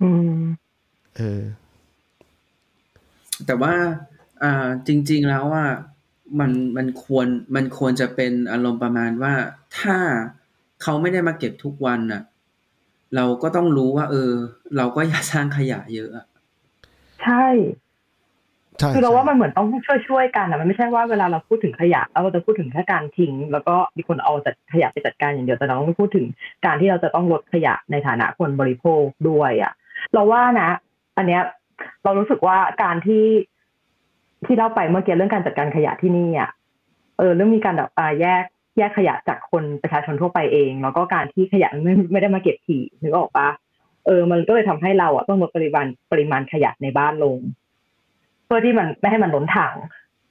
แต่ว่าจริงๆแล้วว่ามันควรจะเป็นอารมณ์ประมาณว่าถ้าเขาไม่ได้มาเก็บทุกวันเราก็ต้องรู้ว่าเราก็อย่าสร้างขยะเยอะใช่คือเราว่ามันเหมือนต้องช่วยกันมันไม่ใช่ว่าเวลาเราพูดถึงขยะเราจะพูดถึงแค่การทิ้งแล้วก็มีคนเอาขยะไปจัดการอย่างเดียวแต่เราต้องพูดถึงการที่เราจะต้องลดขยะในฐานะคนบริโภคด้วยเราว่านะอันเนี้ยเรารู้สึกว่าการที่เล่าไปเมื่อกี้เรื่องการจัดการขยะที่นี่เรื่องมีการแบบแยกขยะจากคนประชาชนทั่วไปเองแล้วก็การที่ขยะไม่ได้มาเก็บถี่นึกออกปะมันก็เลยทำให้เราต้องลดปริมาณขยะในบ้านลงเพื่อที่มันไม่ให้มันล้นถัง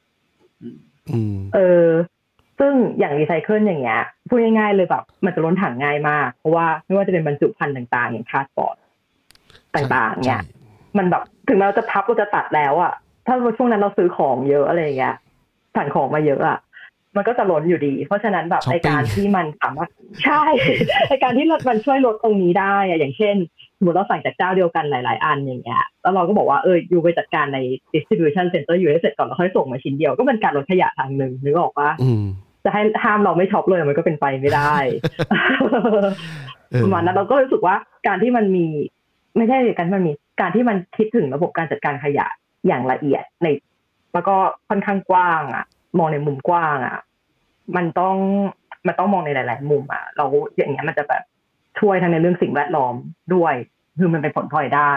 ซึ่งอย่างรีไซเคิลอย่างเงี้ยพูดง่ายๆเลยแบบมันจะล้นถังง่ายมากเพราะว่าไม่ว่าจะเป็นบรรจุภัณฑ์ต่างๆอย่างคาร์ดบอร์ดต่างๆเนี่ยมันแบบถึงเราจะพับเราจะตัดแล้วถ้าช่วงนั้นเราซื้อของเยอะอะไรอย่างเงี้ยสั่งของมาเยอะมันก็จะล้นอยู่ดีเพราะฉะนั้นแบบในการที่มันสามารถใช่ในการที่มันช่วยลดตรงนี้ได้อย่างเช่นสมมติเราสั่งจากเจ้าเดียวกันหลายๆอันอย่างเงี้ยแล้วเราก็บอกว่าอยู่ไปจัดการใน distribution center อยู่ให้เสร็จก่อนแล้วค่อยส่งมาชิ้นเดียวก็เป็นการลดขยะทางนึงนึกออกปะจะให้ห้ามเราไม่ช็อปเลยมันก็เป็นไปไม่ได้ประมาณนั้นเราก็รู้สึกว่าการที่มันมีไม่ใช่การที่มันมีการที่มันคิดถึงระบบการจัดการขยะอย่างละเอียดในแล้วก็ค่อนข้างกว้างอ่ะมองในมุมกว้างอ่ะมันต้องมองในหลายๆมุมอ่ะเราอย่างเงี้ยมันจะแบบช่วยทั้งในเรื่องสิ่งแวดล้อมด้วยคือมันเป็นผลพลอยได้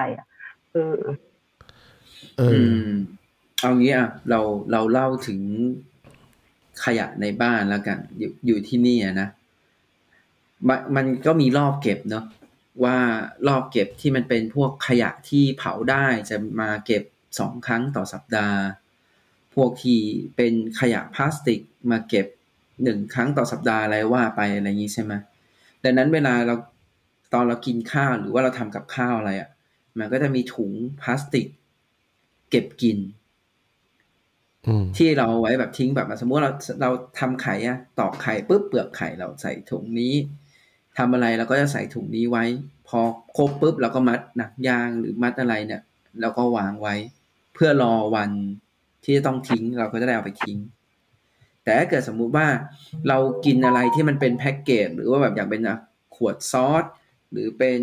เอางี้อ่ะเราเล่าถึงขยะในบ้านแล้วกันอยู่ที่นี่นะมันก็มีรอบเก็บเนาะว่ารอบเก็บที่มันเป็นพวกขยะที่เผาได้จะมาเก็บ2 ครั้งต่อสัปดาห์พวกที่เป็นขยะพลาสติกมาเก็บ1 ครั้งต่อสัปดาห์อะไรว่าไปอะไรอย่างนี้ใช่ไหมดังนั้นเวลาตอนเรากินข้าวหรือว่าเราทำกับข้าวอะไรอ่ะมันก็จะมีถุงพลาสติกเก็บกินที่เราไว้แบบทิ้งแบบสมมติเราทำไข่อะตอกไข่ปุ๊บเปลือกไข่เราใส่ถุงนี้ทำอะไรเราก็จะใส่ถุงนี้ไว้พอครบปุ๊บเราก็มัดหนังยางหรือมัดอะไรเนี่ยเราก็วางไว้เพื่อรอวันที่จะต้องทิ้งเราก็จะได้เอาไปทิ้งแต่ถ้าเกิดสมมุติว่าเรากินอะไรที่มันเป็นแพ็กเกจหรือว่าแบบอย่างเป็นขวดซอสหรือเป็น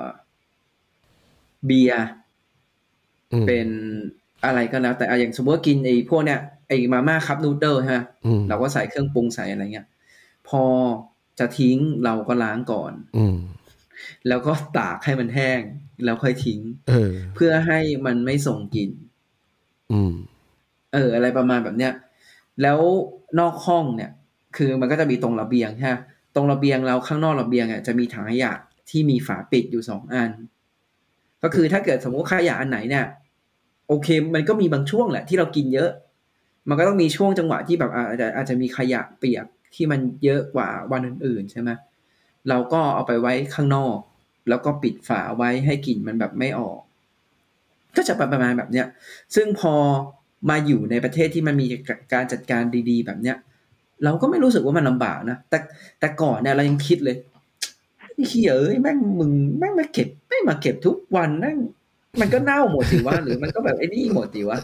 เบียร์เป็นอะไรก็แล้วแต่อย่างสมมติว่ากินไอ้พวกเนี้ยไอ้มาม่าคัพนูเดิลใช่ไหมเราก็ใส่เครื่องปรุงใส่อะไรเงี้ยพอจะทิ้งเราก็ล้างก่อนแล้วก็ตากให้มันแห้งแล้วค่อยทิ้งเพื่อให้มันไม่ส่งกลิ่นอะไรประมาณแบบเนี้ยแล้วนอกห้องเนี่ยคือมันก็จะมีตรงระเบียงใช่ไหมตรงระเบียงเราข้างนอกระเบียงจะมีถังขยะที่มีฝาปิดอยู่2 อันก็คือถ้าเกิดสมมติขยะอันไหนเนี่ยโอเคมันก็มีบางช่วงแหละที่เรากินเยอะมันก็ต้องมีช่วงจังหวะที่แบบอาจจะมีขยะเปียกที่มันเยอะกว่าวันอื่นๆใช่ไหมเราก็เอาไปไว้ข้างนอกแล้วก็ปิดฝาไว้ให้กลิ่นมันแบบไม่ออกก็จะประมาณแบบเนี้ยซึ่งพอมาอยู่ในประเทศที่มันมีการจัดการดีๆแบบเนี้ยเราก็ไม่รู้สึกว่ามันลำบากนะแต่ก่อนเนี่ยเรายังคิดเลยเหี้ยเอ้ยแม่งมึงแม่งมาเก็บทุกวันแม่งมันก็เน่าหมดสิวะหรือมันก็แบบไอ้นี่หมดสิวะ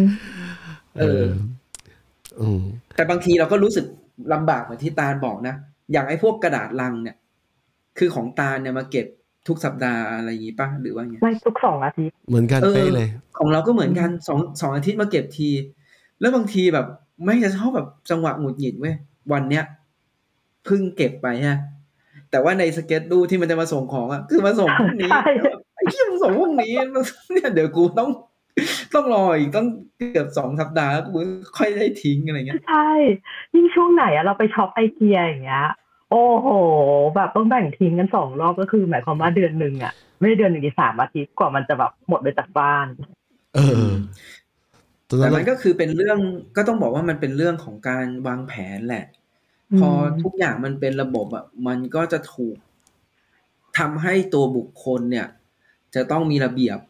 แต่บางทีเราก็รู้สึกลำบากเหมือนที่ตาลบอกนะอย่างไอ้พวกกระดาษลังเนี่ยคือของตาลเนี่ยมาเก็บทุกสัปดาห์อะไรอย่างงี้ป่ะหรือว่าไงไม่ทุก2 อาทิตย์เหมือนกันเป๊ะเลยของเราก็เหมือนกัน2 อาทิตย์มาเก็บทีแล้วบางทีแบบไม่จะชอบแบบจังหวะหงุดหงิดเว้ยวันเนี้ยเพิ่งเก็บไปฮะแต่ว่าในสเก็ตดูที่มันจะมาส่งของอ่ะคือมาส่งพรุ่งนี้ไอ้ที่มันส่งพรุ่งนี้เนี่ยเดี๋ยวกูต้องรออีกต้องเกือบ2 สัปดาห์แล้วกูค่อยได้ทิ้งอะไรเงี้ยใช่ยิ่งช่วงไหนเราไปช็อปไอเกียอย่างเงี้ยโอ้โหแบบต้องแบ่งทิ้งกัน2 รอบก็คือหมายความว่าเดือนนึงอ่ะไม่ได้เดือนนึงอีก3 อาทิตย์กว่ามันจะแบบหมดไปจากบ้านแต่มันก็คือเป็นเรื่องก็ต้องบอกว่ามันเป็นเรื่องของการวางแผนแหละพอทุกอย่างมันเป็นระบบอ่ะมันก็จะถูกทำให้ตัวบุคคลเนี่ยจะต้องมีระเบียบ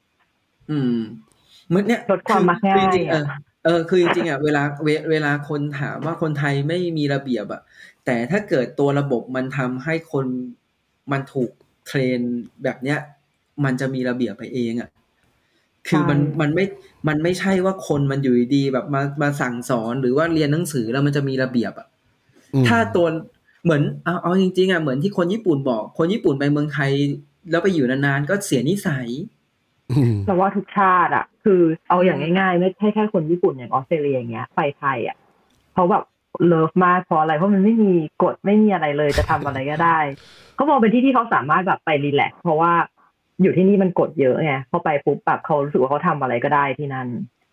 เหมือนเนี่ยลดความมักง่ายคือจริงๆอ่ะเวลาคนถามว่าคนไทยไม่มีระเบียบอ่ะแต่ถ้าเกิดตัวระบบมันทำให้คนมันถูกเทรนแบบเนี้ยมันจะมีระเบียบไปเองอ่ะคือมันไม่ใช่ว่าคนมันอยู่ดีแบบมาสั่งสอนหรือว่าเรียนหนังสือแล้วมันจะมีระเบียบอ่ะถ้าตัวเหมือนเอาจริงๆอ่ะเหมือนที่คนญี่ปุ่นบอกคนญี่ปุ่นไปเมืองไทยแล้วไปอยู่นานๆก็เสียนิสัยแต่ว่าทุกชาติอ่ะคือเอาอย่างง่ายๆไม่ใช่แค่คนญี่ปุ่นอย่างออสเตรเลียอย่างเงี้ยไปไทยอ่ะเขาแบบเลิฟมากเพราะอะไรเพราะมันไม่มีกฎไม่มีอะไรเลยจะทำอะไรก็ได้เขามองเป็นที่เขาสามารถแบบไปรีแลกซ์เพราะว่าอยู่ที่นี่มันกฎเยอะไงพอไปปุ๊บแบบเขารู้สึกว่าเขาทำอะไรก็ได้ที่นั่น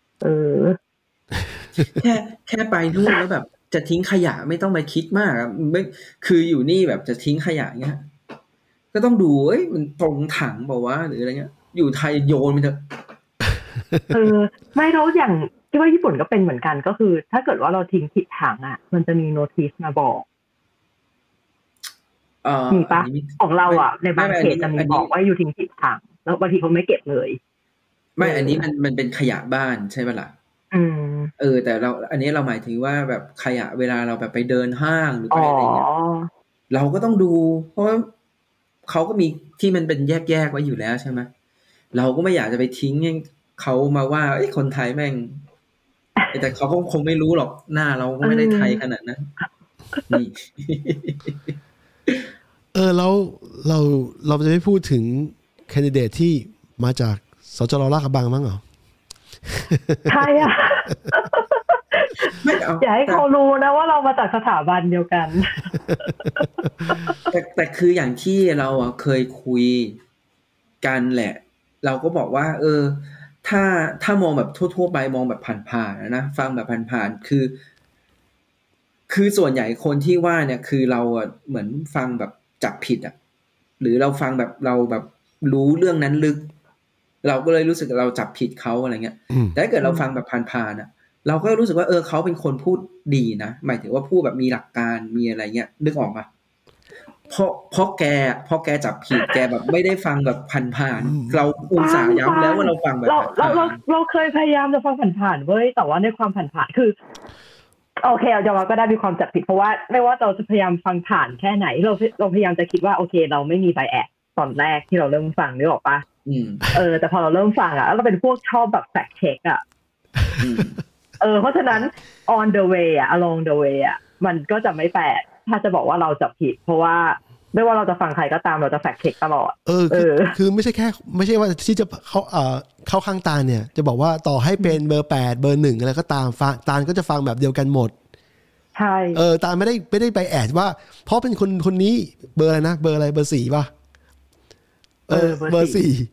แค่ไปนู่นแล้วแบบจะทิ้งขยะไม่ต้องไปคิดมากไม่คืออยู่นี่แบบจะทิ้งขยะเงี้ยก็ต้องดูมันตรงถังบอกว่าหรืออะไรเงี้ยอยู่ไทยโยนไปเถอะไม่รู้อย่างที่ว่าญี่ปุ่นก็เป็นเหมือนกันก็คือถ้าเกิดว่าเราทิ้งผิดถังอ่ะมันจะมีโน้ติสมาบอกมีปะของเราอ่ะในบางเขตจะมีบอกว่าอยู่ทิ้งผิดถังแล้วบางทีเขาไม่เก็บเลยไม่อันนี้มันเป็นขยะบ้านใช่ป่ะล่ะแต่เราอันนี้เราหมายถึงว่าแบบขยะเวลาเราแบบไปเดินห้างหรือไปอะไรเงี้ยเราก็ต้องดูเพราะเขาก็มีที่มันเป็นแยกไว้อยู่แล้วใช่ไหมเราก็ไม่อยากจะไปทิ้งให้เขามาว่าคนไทยแม่งแต่เขาคงไม่รู้หรอกหน้าเราก็ไม่ได้ไทยขนาดนั้นนี่แล้วเราจะไม่พูดถึงแคนดิเดตที่มาจากสจร.ลาดกระบังมั้งเหรอใช่อ่ะอย่าให้เขารู้นะว่าเรามาจากสถาบันเดียวกันแต่คืออย่างที่เราเคยคุยกันแหละเราก็บอกว่าถ้ามองแบบทั่วๆไปมองแบบผ่านๆนะฟังแบบผ่านๆคือส่วนใหญ่คนที่ว่าเนี่ยคือเราเหมือนฟังแบบจับผิดหรือเราฟังแบบเราแบบรู้เรื่องนั้นลึกเราก็เลยรู้สึกเราจับผิดเขาอะไรเงี้ยแต่ถ้าเกิดเราฟังแบบผ่านๆเราก็รู้สึกว่าเขาเป็นคนพูดดีนะหมายถึงว่าพูดแบบมีหลักการมีอะไรเงี้ยนึกออกปะเพราะแกจับผิดแกแบบไม่ได้ฟังแบบผ่านๆเราอุตส่าห์ย้ำแล้วว่าเราฟังแบบเราเคยพยายามจะฟังผ่านๆเว้ยแต่ว่าในความผ่านๆคือโอเคเอาจะว่าก็ได้มีความจับผิดเพราะว่าไม่ว่าเราจะพยายามฟังผ่านแค่ไหนเราพยายามจะคิดว่าโอเคเราไม่มีไบแอสตอนแรกที่เราเริ่มฟังนึกออกปะแต่พอเราเริ่มฟังเราเป็นพวกชอบแบบแฟกต์เช็คเพราะฉะนั้น on the way along the way มันก็จะไม่แปลกถ้าจะบอกว่าเราจับผิดเพราะว่าไม่ว่าเราจะฟังใครก็ตามเราจะแฟกต์เช็คตลอดคือไม่ใช่ว่าที่จะเข้าข้างตาเนี่ยจะบอกว่าต่อให้เป็นเบอร์8เบอร์1อะไรก็ตามตาก็จะฟังแบบเดียวกันหมดใช่ตาไม่ได้ไปแอดว่าเพราะเป็นคนนี้เบอร์อะไรนะเบอร์อะไรเบอร์4ป่ะเบอร์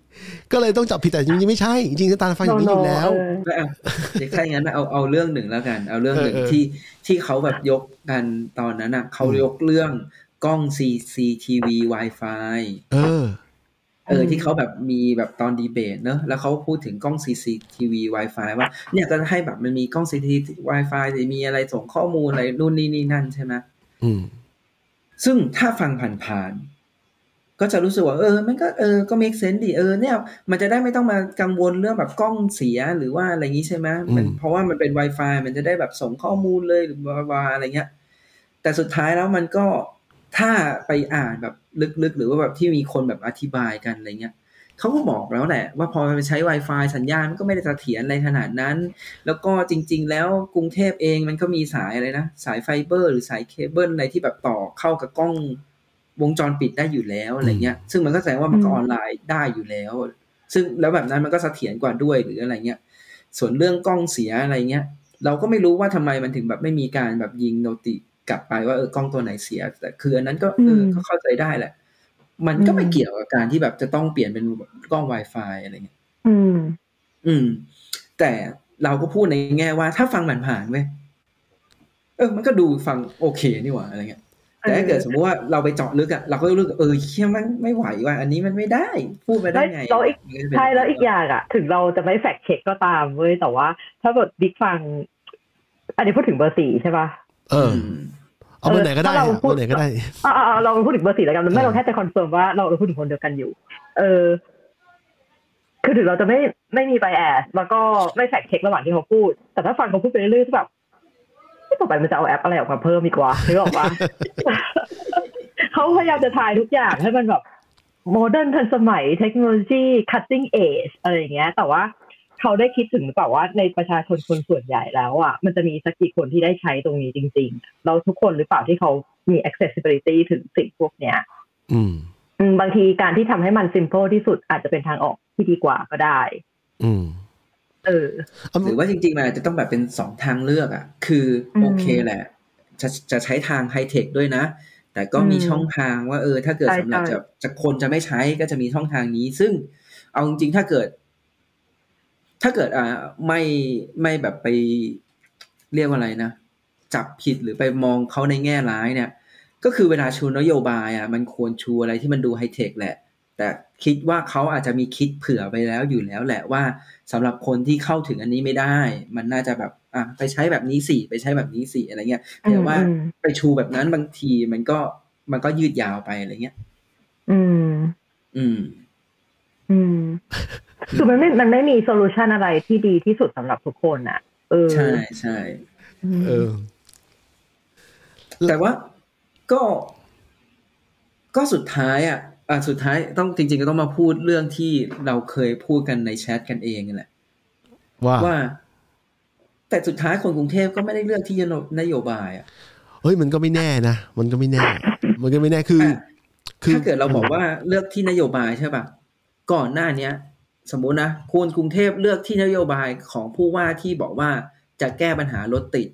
4ก็เลยต้องจับผิดแต่จริงๆไม่ใช่จริงๆตาฟังอย่างนี้อยู่แล้วถ้าอย่างนั้นเอาเรื่องหนึ่งแล้วกันเอาเรื่องหนึ่งที่เขาแบบยกกันตอนนั้นเขายกเรื่องกล้อง CCTV Wi-Fi ที่เขาแบบมีแบบตอนดีเบตเนอะแล้วเขาพูดถึงกล้อง CCTV Wi-Fi ว่าเนี่ยจะให้แบบมันมีกล้อง CCTV Wi-Fi จะมีอะไรส่งข้อมูลอะไรนู่นนี่นั่นใช่ไหมซึ่งถ้าฟังผ่านๆก็จะรู้สึกว่ามันก็ make sense ดิเนี่ยมันจะได้ไม่ต้องมากังวลเรื่องแบบกล้องเสียหรือว่าอะไรอย่างนี้ใช่ไหมมันเพราะว่ามันเป็น Wi-Fi มันจะได้แบบส่งข้อมูลเลยหรือบลาอะไรเงี้ยแต่สุดท้ายแล้วมันก็ถ้าไปอ่านแบบลึกๆหรือว่าแบบที่มีคนแบบอธิบายกันอะไรเงี้ยเขาก็บอกแล้วแหละว่าพอมันใช้ Wi-Fi สัญญาณมันก็ไม่ได้เสถียรอะไรขนาดนั้นแล้วก็จริงๆแล้วกรุงเทพเองมันก็มีสายอะไรนะสายไฟเบอร์หรือสายเคเบิลอะไรที่แบบต่อเข้ากับกล้องวงจรปิดได้อยู่แล้วอะไรเงี้ยซึ่งมันก็แสดงว่ามันก็ออนไลน์ได้อยู่แล้วซึ่งแล้วแบบนั้นมันก็เสถียรกว่าด้วยหรืออะไรเงี้ยส่วนเรื่องกล้องเสียอะไรเงี้ยเราก็ไม่รู้ว่าทำไมมันถึงแบบไม่มีการแบบยิงโนติกลับไปว่ากล้องตัวไหนเสียแต่คืออันนั้นก็ก็เข้าใจได้แหละมันก็ไม่เกี่ยวกับการที่แบบจะต้องเปลี่ยนเป็นกล้อง Wi-Fi อะไรเงี้ยแต่เราก็พูดในแง่ว่าถ้าฟังผ่านๆเว้ยมันก็ดูฟังโอเคนี่หว่าอะไรเงี้ยแต่ถ้าเกิดสมมติว่าเราไปเจาะลึกเราก็รู้สึกเชี่ยมันไม่ไหวว่ะอันนี้มันไม่ได้พูดมาได้ไงใช่แล้วอีกอย่างถึงเราจะไม่แฟกเช็คก็ตามเว้ยแต่ว่าถ้าเกิดบิ๊กฟังอันนี้พูดถึงเบอร์4ใช่ป่ะเอาเบอร์ไหนก็ได้เบอร์ไหนก็ได้เราพูดถึงเบอร์4แล้วกันไม่เราแค่จะคอนเฟิร์มว่าเราพูดถึงคนเดียวกันอยู่คือถึงเราจะไม่มีไบแอสแล้วก็ไม่แฟกเช็คระหว่างที่เขาพูดแต่ถ้าฟังเขาพูดไปเรื่อยๆแบบต่อไปมันจะเอาแอปอะไรออกมาเพิ่มอีกวะนึกออกปะ เขาพยายามจะทายทุกอย่างให้มันแบบโมเดิร์นทันสมัยเทคโนโลยี cutting edge อะไรอย่างเงี้ยแต่ว่าเขาได้คิดถึงหรือเปล่าว่าในประชาชนคนส่วนใหญ่แล้วมันจะมีสักกี่คนที่ได้ใช้ตรงนี้จริงๆเราทุกคนหรือเปล่าที่เขามี accessibility ถึงสิ่งพวกเนี้ยบางทีการที่ทำให้มัน simple ที่สุดอาจจะเป็นทางออกที่ดีกว่าก็ได้หรือว่าจริงๆมันอาจจะต้องแบบเป็น2ทางเลือกคือโอเคแหละจะใช้ทางไฮเทคด้วยนะแต่ก็มีช่องทางว่าถ้าเกิดสำหรับจะคนจะไม่ใช้ก็จะมีช่องทางนี้ซึ่งเอาจริงๆถ้าเกิดไม่แบบไปเรียกว่าอะไรนะจับผิดหรือไปมองเขาในแง่ร้ายเนี่ยก็คือเวลาชูนโยบายมันควรชูอะไรที่มันดูไฮเทคแหละแต่คิดว่าเขาอาจจะมีคิดเผื่อไปแล้วอยู่แล้วแหละว่าสำหรับคนที่เข้าถึงอันนี้ไม่ได้มันน่าจะแบบไปใช้แบบนี้สิไปใช้แบบนี้สิอะไรเงี้ยแต่ว่าไปชูแบบนั้นบางทีมันก็ยืดยาวไปอะไรเงี้ยคือมันไม่มีโซลูชันอะไรที่ดีที่สุดสำหรับทุกคนใช่ใช่แต่ว่าก็สุดท้ายสุดท้ายต้องจริงๆก็ต้องมาพูดเรื่องที่เราเคยพูดกันในแชทกันเองนั่นแหละว่าแต่สุดท้ายคนกรุงเทพก็ไม่ได้เลือกที่จะนโยบายเฮ้ยมันก็ไม่แน่นะมันก็ไม่แน่คือถ้าเกิดเราบอกว่าเลือกที่นโยบายใช่ป่ะก่อนหน้านี้สมมุตินะคนกรุงเทพเลือกที่นโยบายของผู้ว่าที่บอกว่าจะแก้ปัญหารถติด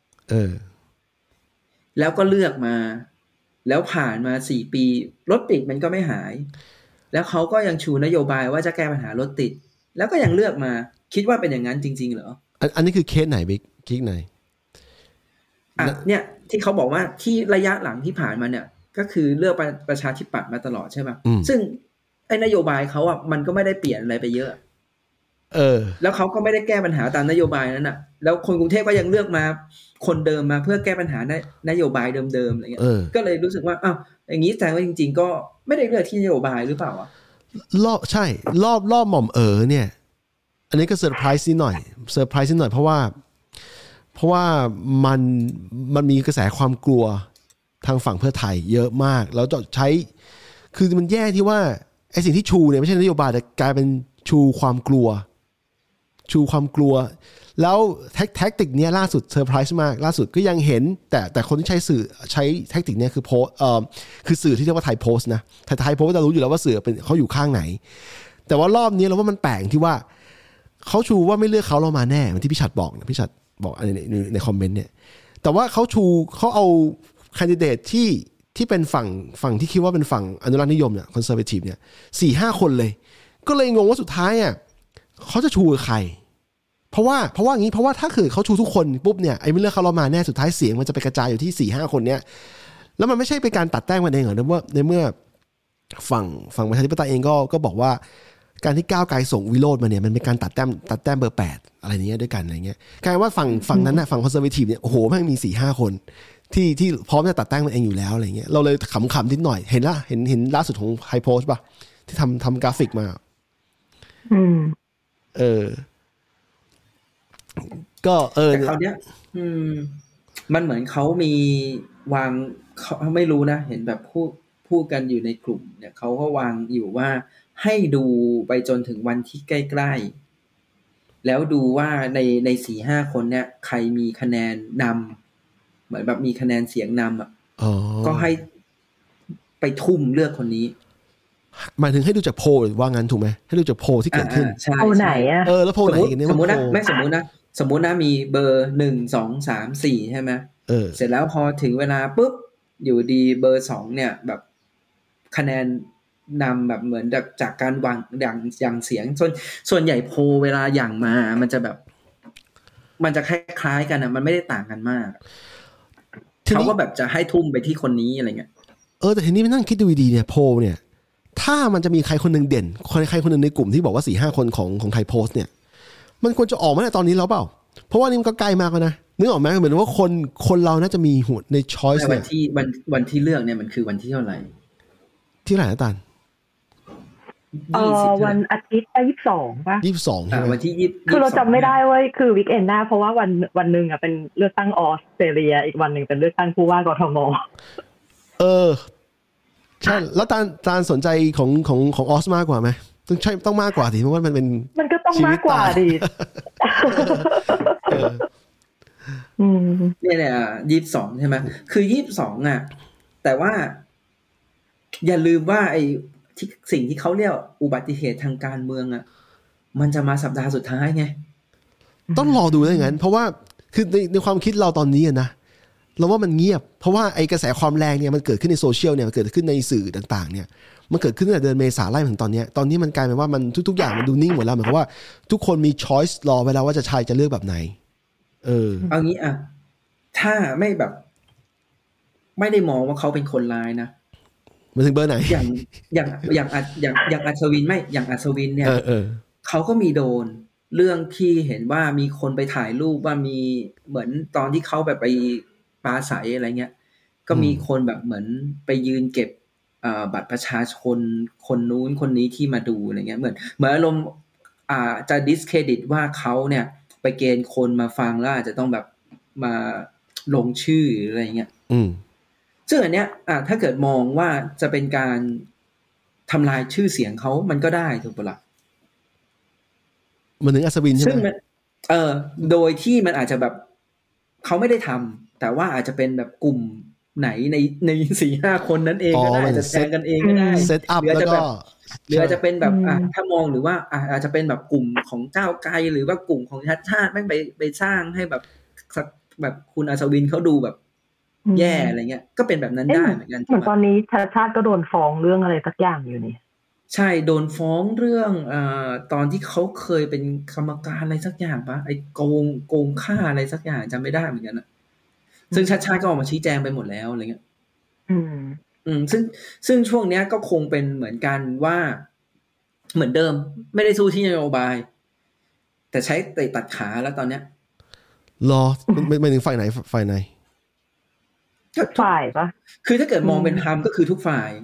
แล้วก็เลือกมาแล้วผ่านมา4 ปีรถติดมันก็ไม่หายแล้วเขาก็ยังชูนโยบายว่าจะแก้ปัญหารถติดแล้วก็ยังเลือกมาคิดว่าเป็นอย่างนั้นจริงๆเหรออันนี้คือเคสไหนบิ๊กคิดไหนเนี่ยที่เขาบอกว่าที่ระยะหลังที่ผ่านมาเนี่ยก็คือเลือกประชาธิปัตย์มาตลอดใช่ป่ะซึ่งไอ้นโยบายเขาอ่ะมันก็ไม่ได้เปลี่ยนอะไรไปเยอะแล้วเขาก็ไม่ได้แก้ปัญหาตามนโยบายนั้นน่ะแล้วคนกรุงเทพก็ยังเลือกมาคนเดิมมาเพื่อแก้ปัญหานโยบายเดิมๆอะไรเงี้ยก็เลยรู้สึกว่าอ้าวอย่างนี้แสดงว่าจริงๆก็ไม่ได้เลือกที่นโยบายหรือเปล่าอ่ะใช่รอบหม่อมเนี่ยอันนี้ก็เซอร์ไพรส์นิดหน่อยเพราะว่ามันมีกระแสความกลัวทางฝั่งเพื่อไทยเยอะมากแล้วจะใช้คือมันแย่ที่ว่าไอ้สิ่งที่ชูเนี่ยไม่ใช่นโยบายแต่กลายเป็นชูความกลัวแล้วแท็กติกเนี้ยล่าสุดเซอร์ไพรส์มากล่าสุดก็ยังเห็นแต่คนที่ใช้แท็กติกเนี้ยคือคือสื่อที่เรียกว่าไทยโพสต์นะไทยโพสต์จะรู้อยู่แล้วว่าสื่อเป็นเขาอยู่ข้างไหนแต่ว่ารอบนี้เราว่ามันแปลกที่ว่าเขาชูว่าไม่เลือกเขาเรามาแน่เหมือนที่พี่ชัดบอกนะพี่ชัดบอกในคอมเมนต์เนี่ยแต่ว่าเขาเอาแคนดิเดตที่เป็นฝั่งที่คิดว่าเป็นฝั่งอนุรักษ์นิยมเนี่ยคอนเซอร์เวทีฟเนี่ย 4-5 คนเลยก็เลยงงว่าสุดท้ายอ่ะเขาจะชูใครเพราะว่าอย่างนี้เพราะว่าถ้าคือเขาชูทุกคนปุ๊บเนี่ยไอ้ไม่เลือกเขาเรามาแน่สุดท้ายเสียงมันจะไปกระจายอยู่ที่ 4-5 คนเนี่ยแล้วมันไม่ใช่เป็นการตัดแต้มกันเองเหรอในเมื่อฝั่งประชาธิปไตยเองก็บอกว่าการที่ก้าวไกลส่งวิโรจน์มาเนี่ยมันเป็นการตัดแต้มเบอร์8อะไรอย่างเงี้ยด้วยกันอะไรเงี้ยกลายว่าฝั่งนั้นน่ะฝั่งคอนเซอร์เวทีฟเนี่ยโอ้โหแม่งมี 4-5 คนที่พร้อมจะตัดแต้มมันเองอยู่แล้วอะไรเงี้ยเราเลยขำนิดหน่อยเห็นล่าสุดของไฮโพสต์ป่ะที่ทำกราฟิกมาก็แต่คราวเนี้ยมันเหมือนเขามีวางเขาไม่รู้นะเห็นแบบพูดกันอยู่ในกลุ่มเนี่ยเขาก็วางอยู่ว่าให้ดูไปจนถึงวันที่ใกล้ๆแล้วดูว่าใน 4-5 คนเนี่ยใครมีคะแนนนำเหมือนแบบมีคะแนนเสียงนำอ่ะก็ให้ไปทุ่มเลือกคนนี้หมายถึงให้ดูจากโพลว่างั้นถูกไหมให้ดูจากโพลที่เกิดขึ้นโพลไหนอ่ะแล้วโพลไหนกันเนี่ยสมมตินะไม่สมมตินะมีเบอร์1 2 3 4ใช่ไหมเสร็จแล้วพอถึงเวลาปุ๊บอยู่ดีเบอร์2เนี่ยแบบคะแนนนำแบบเหมือนจากการวางอย่างเสียงส่วนใหญ่โพลเวลาอย่างมามันจะแบบมันจะคล้ายๆกันอ่ะมันไม่ได้ต่างกันมากเขาก็แบบจะให้ทุ่มไปที่คนนี้อะไรเงี้ยแต่ทีนี้มันนั่งคิดดูดีเนี่ยโพลเนี่ยถ้ามันจะมีใครคนนึงเด่นใครคนนึงในกลุ่มที่บอกว่า 4-5 คนของไทยโพสต์เนี่ยมันควรจะออกมาในตอนนี้แล้วเปล่าเพราะว่านี่มันก็ไกลมากแล้วนะนึกออกไหมเหมือนว่าคนเราน่าจะมีหัวในช้อยส์เนี่ยวันที่เลือกเนี่ยมันคือวันที่เท่าไหร่ที่ไหนนะตันวันอาทิตย์22ป่ะ 22ใช่ไหมวันที่20 คือเราจำไม่ได้เว้ยคือวีคเอนด์หน้าเพราะว่าวันนึงอ่ะเป็นเลือกตั้งออสเตรเลียอีกวันนึงเป็นเลือกตั้งผู้ว่ากทมใช่แล้วตาลสนใจของออสมากกว่าไหมต้องมากกว่าดิเพราะว่ามันก็ต้องมากกว่าดิเนี่ยแหละ22ใช่ไหมคือ22อ่ะแต่ว่าอย่าลืมว่าไอ้สิ่งที่เขาเรียกอุบัติเหตุทางการเมืองอ่ะมันจะมาสัปดาห์สุดท้ายไงต้องรอดูได้งั้นเพราะว่าคือในความคิดเราตอนนี้นะเราว่ามันเงียบเพราะว่าไอ้กระแสความแรงเนี่ยมันเกิดขึ้นในโซเชียลเนี่ยมันเกิดขึ้นในสื่อต่างๆเนี่ยมันเกิดขึ้นตั้งแต่เดือนเมษาไล่ถึงตอนนี้มันกลายเป็นว่ามันทุกๆอย่างมันดูนิ่งหมดแล้วเหมือนกับว่าทุกคนมีช้อยส์รอไว้แล้วว่าจะเลือกแบบไหนเอางี้อ่ะถ้าไม่แบบไม่ได้มองว่าเขาเป็นคนร้ายนะมันถึงเบอร์ไหนอย่างอัศวินไม่อย่างอัศวินเนี่ยเขาก็มีโดนเรื่องที่เห็นว่ามีคนไปถ่ายรูปว่ามีเหมือนตอนที่เขาแบบไปปราศัยอะไรเงี้ยก็มีคนแบบเหมือนไปยืนเก็บบัตรประชาชนคนนู้นคนนี้ที่มาดูอะไรเงี้ยเหมือนอารมณ์จะดิสเครดิตว่าเขาเนี่ยไปเกณฑ์คนมาฟังแล้วอาจจะต้องแบบมาลงชื่ออะไรเงี้ยซึ่งอันเนี้ยถ้าเกิดมองว่าจะเป็นการทำลายชื่อเสียงเขามันก็ได้ถูกปะล่ะมันถึงอัศวินใช่ไหมโดยที่มันอาจจะแบบเขาไม่ได้ทำแต่ว่าอาจจะเป็นแบบกลุ่มไหนใน 4-5 คนนั้นเองก็ได้จะแทงกันเองก็ได้เซตอัพแล้วก็หรืออาจจะเป็นแบบถ้ามองหรือว่าอาจจะเป็นแบบกลุ่มของก้าวไกลหรือว่ากลุ่มของชาติแม่งไปสร้างให้แบบคุณอัศวินเขาดูแบบแย่อะไรเงี้ยก็เป็นแบบนั้นได้เหมือนกันเหมือนตอนนี้ชาติก็โดนฟ้องเรื่องอะไรสักอย่างอยู่นี่ใช่โดนฟ้องเรื่องตอนที่เขาเคยเป็นกรรมการอะไรสักอย่างปะไอ้โกงค่าอะไรสักอย่างจำไม่ได้เหมือนกันนะซึ่งชาติก็ออกมาชี้แจงไปหมดแล้วอะไรเงี้ยซึ่งช่วงเนี้ยก็คงเป็นเหมือนกันว่าเหมือนเดิมไม่ได้สู้ที่นโยบายแต่ใช้เตะตัดขาแล้วตอนเนี้ยรอไม่ถึงฝ่ายไหนทุกฝ่ายปะคือถ้าเกิดมองเป็นธรรมก็คือทุกฝ่าย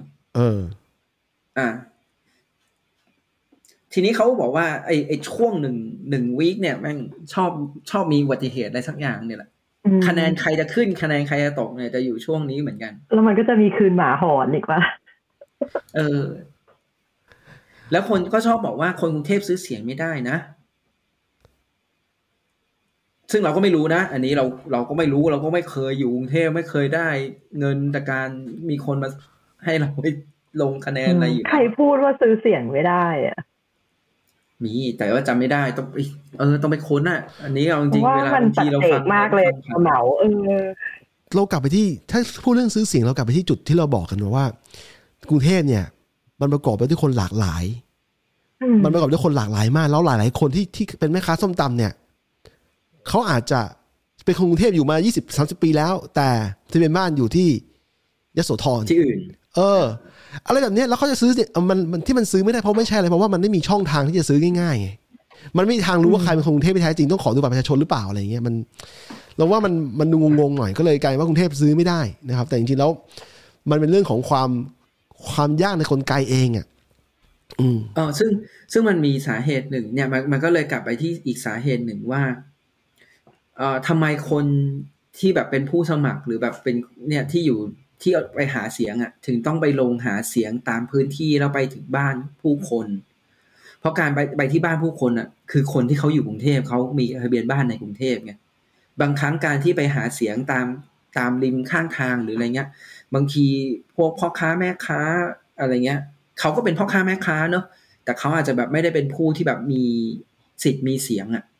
ทีนี้เขาบอกว่าไอ้ช่วงหนึ่งวีคเนี่ยแม่งชอบมีอุบัติเหตุอะไรสักอย่างเนี่ยแหละคะแนนใครจะขึ้นคะแนนใครจะตกเนี่ยจะอยู่ช่วงนี้เหมือนกันแล้วมันก็จะมีคืนหมาหอนอีกว่าแล้วคนก็ชอบบอกว่าคนกรุงเทพซื้อเสียงไม่ได้นะซึ่งเราก็ไม่รู้นะอันนี้เราก็ไม่รู้เราก็ไม่เคยอยู่กรุงเทพไม่เคยได้เงินจากการมีคนมาให้เราไปลงคะแนนอะไรอยู่ใครพูดว่าซื้อเสียงไม่ได้อะมีแต่ว่าจำไม่ได้ต้องไปค้นอ่ะอันนี้เอาจริงเวลาบางทีเราฟังมากเลยเหมาเรากลับไปที่ถ้าพูดเรื่องซื้อเสียงเรากลับไปที่จุดที่เราบอกกันว่ากรุงเทพเนี่ยมันประกอบไปด้วยคนหลากหลายมันประกอบด้วยคนหลากหลายมากแล้วหลายๆคนที่เป็นแม่ค้าส้มตำเนี่ยเขาอาจจะเป็นคนกรุงเทพอยู่มา 20-30 ปีแล้วแต่ทะเบียนบ้านอยู่ที่ยโสธรที่อื่นอะไรแบบนี้แล้วเขาจะซื้อมันที่มันซื้อไม่ได้เพราะไม่ใช่อะไรเพราะว่ามันไม่มีช่องทางที่จะซื้อง่ายๆไงมันไม่มีทางรู้ว่าใครเป็นคนกรุงเทพแท้จริงต้องขอดูบัตรประชาชนหรือเปล่าอะไรอย่างเงี้ยเราว่ามันดูงงๆหน่อยก็เลยกลายว่ากรุงเทพซื้อไม่ได้นะครับแต่จริงๆแล้วมันเป็นเรื่องของความยากในกลไกเองอ่ะซึ่งมันมีสาเหตุหนึ่งเนี่ยมันก็เลยกลับไปที่อีกสาเหตุหนึ่งว่าทำไมคนที่แบบเป็นผู้สมัครหรือแบบเป็นเนี่ยที่อยู่ที่ไปหาเสียงอ่ะถึงต้องไปลงหาเสียงตามพื้นที่แล้วไปถึงบ้านผู้คนเพราะการไปที่บ้านผู้คนอ่ะคือคนที่เขาอยู่กรุงเทพเขามีทะเบียนบ้านในกรุงเทพไงบางครั้งการที่ไปหาเสียงตามริมข้างทางหรืออะไรเงี้ยบางทีพวกพ่อค้าแม่ค้าอะไรเงี้ยเขาก็เป็นพ่อค้าแม่ค้าเนอะแต่เขาอาจจะแบบไม่ได้เป็นผู้ที่แบบมีสิทธิ์มีเสียงอ่ะ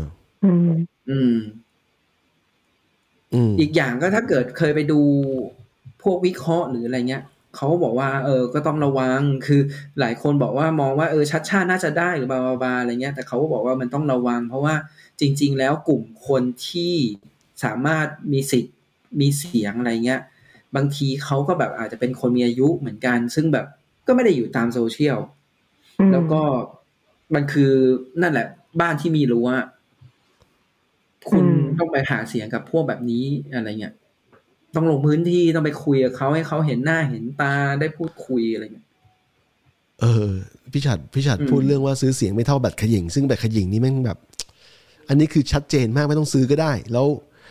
อีกอย่างก็ถ้าเกิดเคยไปดูพวกวิเคราะห์หรืออะไรเงี้ยเขาบอกว่าก็ต้องระวังคือหลายคนบอกว่ามองว่าชัดชาติน่าจะได้หรือบาอะไรเงี้ยแต่เขาก็บอกว่ามันต้องระวังเพราะว่าจริงๆแล้วกลุ่มคนที่สามารถมีสิทธิ์มีเสียงอะไรเงี้ยบางทีเขาก็แบบอาจจะเป็นคนมีอายุเหมือนกันซึ่งแบบก็ไม่ได้อยู่ตามโซเชียลแล้วก็มันคือนั่นแหละบ้านที่มีรั้วคุณต้องไปหาเสียงกับพวกแบบนี้อะไรเงี้ยต้องลงพื้นที่ต้องไปคุยกับเขาให้เขาเห็นหน้าเห็นตาได้พูดคุยอะไรเงี้ยพี่ฉัดพูดเรื่องว่าซื้อเสียงไม่เท่าบัตรเขย่งซึ่งบัตรเขย่งนี่แม่งแบบอันนี้คือชัดเจนมากไม่ต้องซื้อก็ได้แล้ว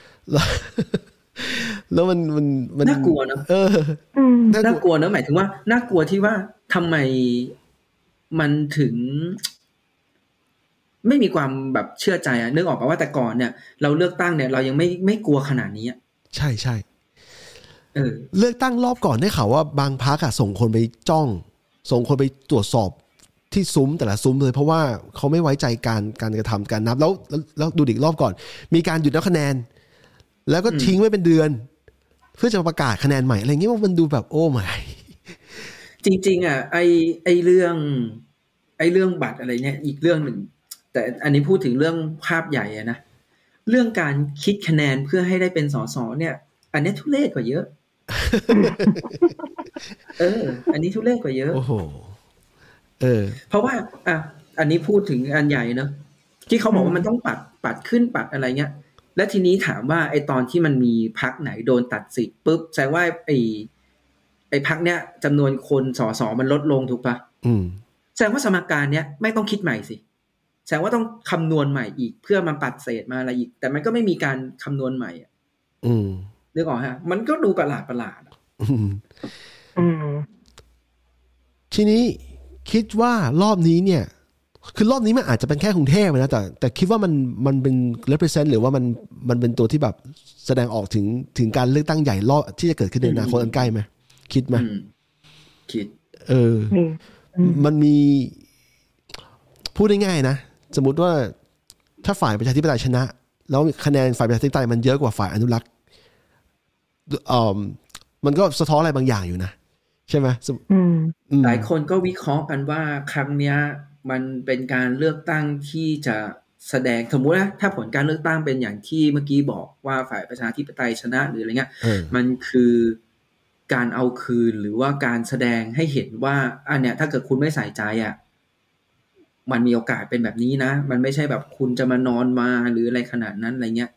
มันน่ากลัวเนอะน่ากลัวเนอะหมายถึงว่าน่ากลัวที่ว่าทำไมมันถึงไม่มีความแบบเชื่อใจอ่ะนึกออกป่ะว่าแต่ก่อนเนี่ยเราเลือกตั้งเนี่ยเรายังไม่กลัวขนาดนี้ใช่ใช่เลือกตั้งรอบก่อนได้ข่าวว่าบางพรรคอะส่งคนไปจ้องส่งคนไปตรวจสอบที่ซุ้มแต่ละซุ้มเลยเพราะว่าเขาไม่ไว้ใจการกระทำการนับแล้วดูอีกรอบก่อนมีการหยุดนับคะแนนแล้วก็ทิ้งไว้เป็นเดือนเพื่อจะประกาศคะแนนใหม่อะไรเงี้ยมันดูแบบโอ้ไม่จริงๆอ่ะไอเรื่องบัตรอะไรเนี่ยอีกเรื่องหนึ่งแต่อันนี้พูดถึงเรื่องภาพใหญ่อะนะเรื่องการคิดคะแนนเพื่อให้ได้เป็นสสเนี่ยอันนี้ทุเรศกว่าเยอะอันนี้ทุเรศกว่าเยอะโอ้โหเพราะว่าอันนี้พูดถึงอันใหญ่เนอะที่เขาบอกว่ามันต้องปัดขึ้นปัดอะไรเงี้ยและทีนี้ถามว่าไอตอนที่มันมีพรรคไหนโดนตัดสิทธิ์ปุ๊บแสดงว่าไอพรรคเนี้ยจำนวนคนสสมันลดลงถูกปะแสดงว่าสมการเนี้ยไม่ต้องคิดใหม่สิแสดงว่าต้องคำนวณใหม่อีกเพื่อมาปัดเศษมาอะไรอีกแต่มันก็ไม่มีการคำนวณใหม่นึกออกฮะมันก็ดูประหลาดทีนี้คิดว่ารอบนี้เนี่ยคือรอบนี้มันอาจจะเป็นแค่กรุงเทพนะแต่คิดว่ามันเป็น represent หรือว่ามันเป็นตัวที่แบบแสดงออกถึงการเลือกตั้งใหญ่รอบที่จะเกิดขึ้นในอนาคตอันใกล้ไหมคิดไหมคิดมันมีพูดง่ายๆนะสมมุติว่าถ้าฝ่ายประชาธิปไตยชนะแล้วคะแนนฝ่ายประชาธิปไตยมันเยอะกว่าฝ่ายอนุรักษ์มันก็สะท้อนอะไรบางอย่างอยู่นะใช่ไหมหลายคนก็วิเคราะห์กันว่าครั้งเนี้ยมันเป็นการเลือกตั้งที่จะแสดงสมมุตินะถ้าผลการเลือกตั้งเป็นอย่างที่เมื่อกี้บอกว่าฝ่ายประชาธิปไตยชนะหรืออะไรเงี้ยมันคือการเอาคืนหรือว่าการแสดงให้เห็นว่าอันเนี้ยถ้าเกิดคุณไม่ใส่ใจอ่ะมันมีโอกาสเป็นแบบนี้นะมันไม่ใช่แบบคุณจะมานอนมาหรืออะไรขนาดนั้นอะไรเงี้ย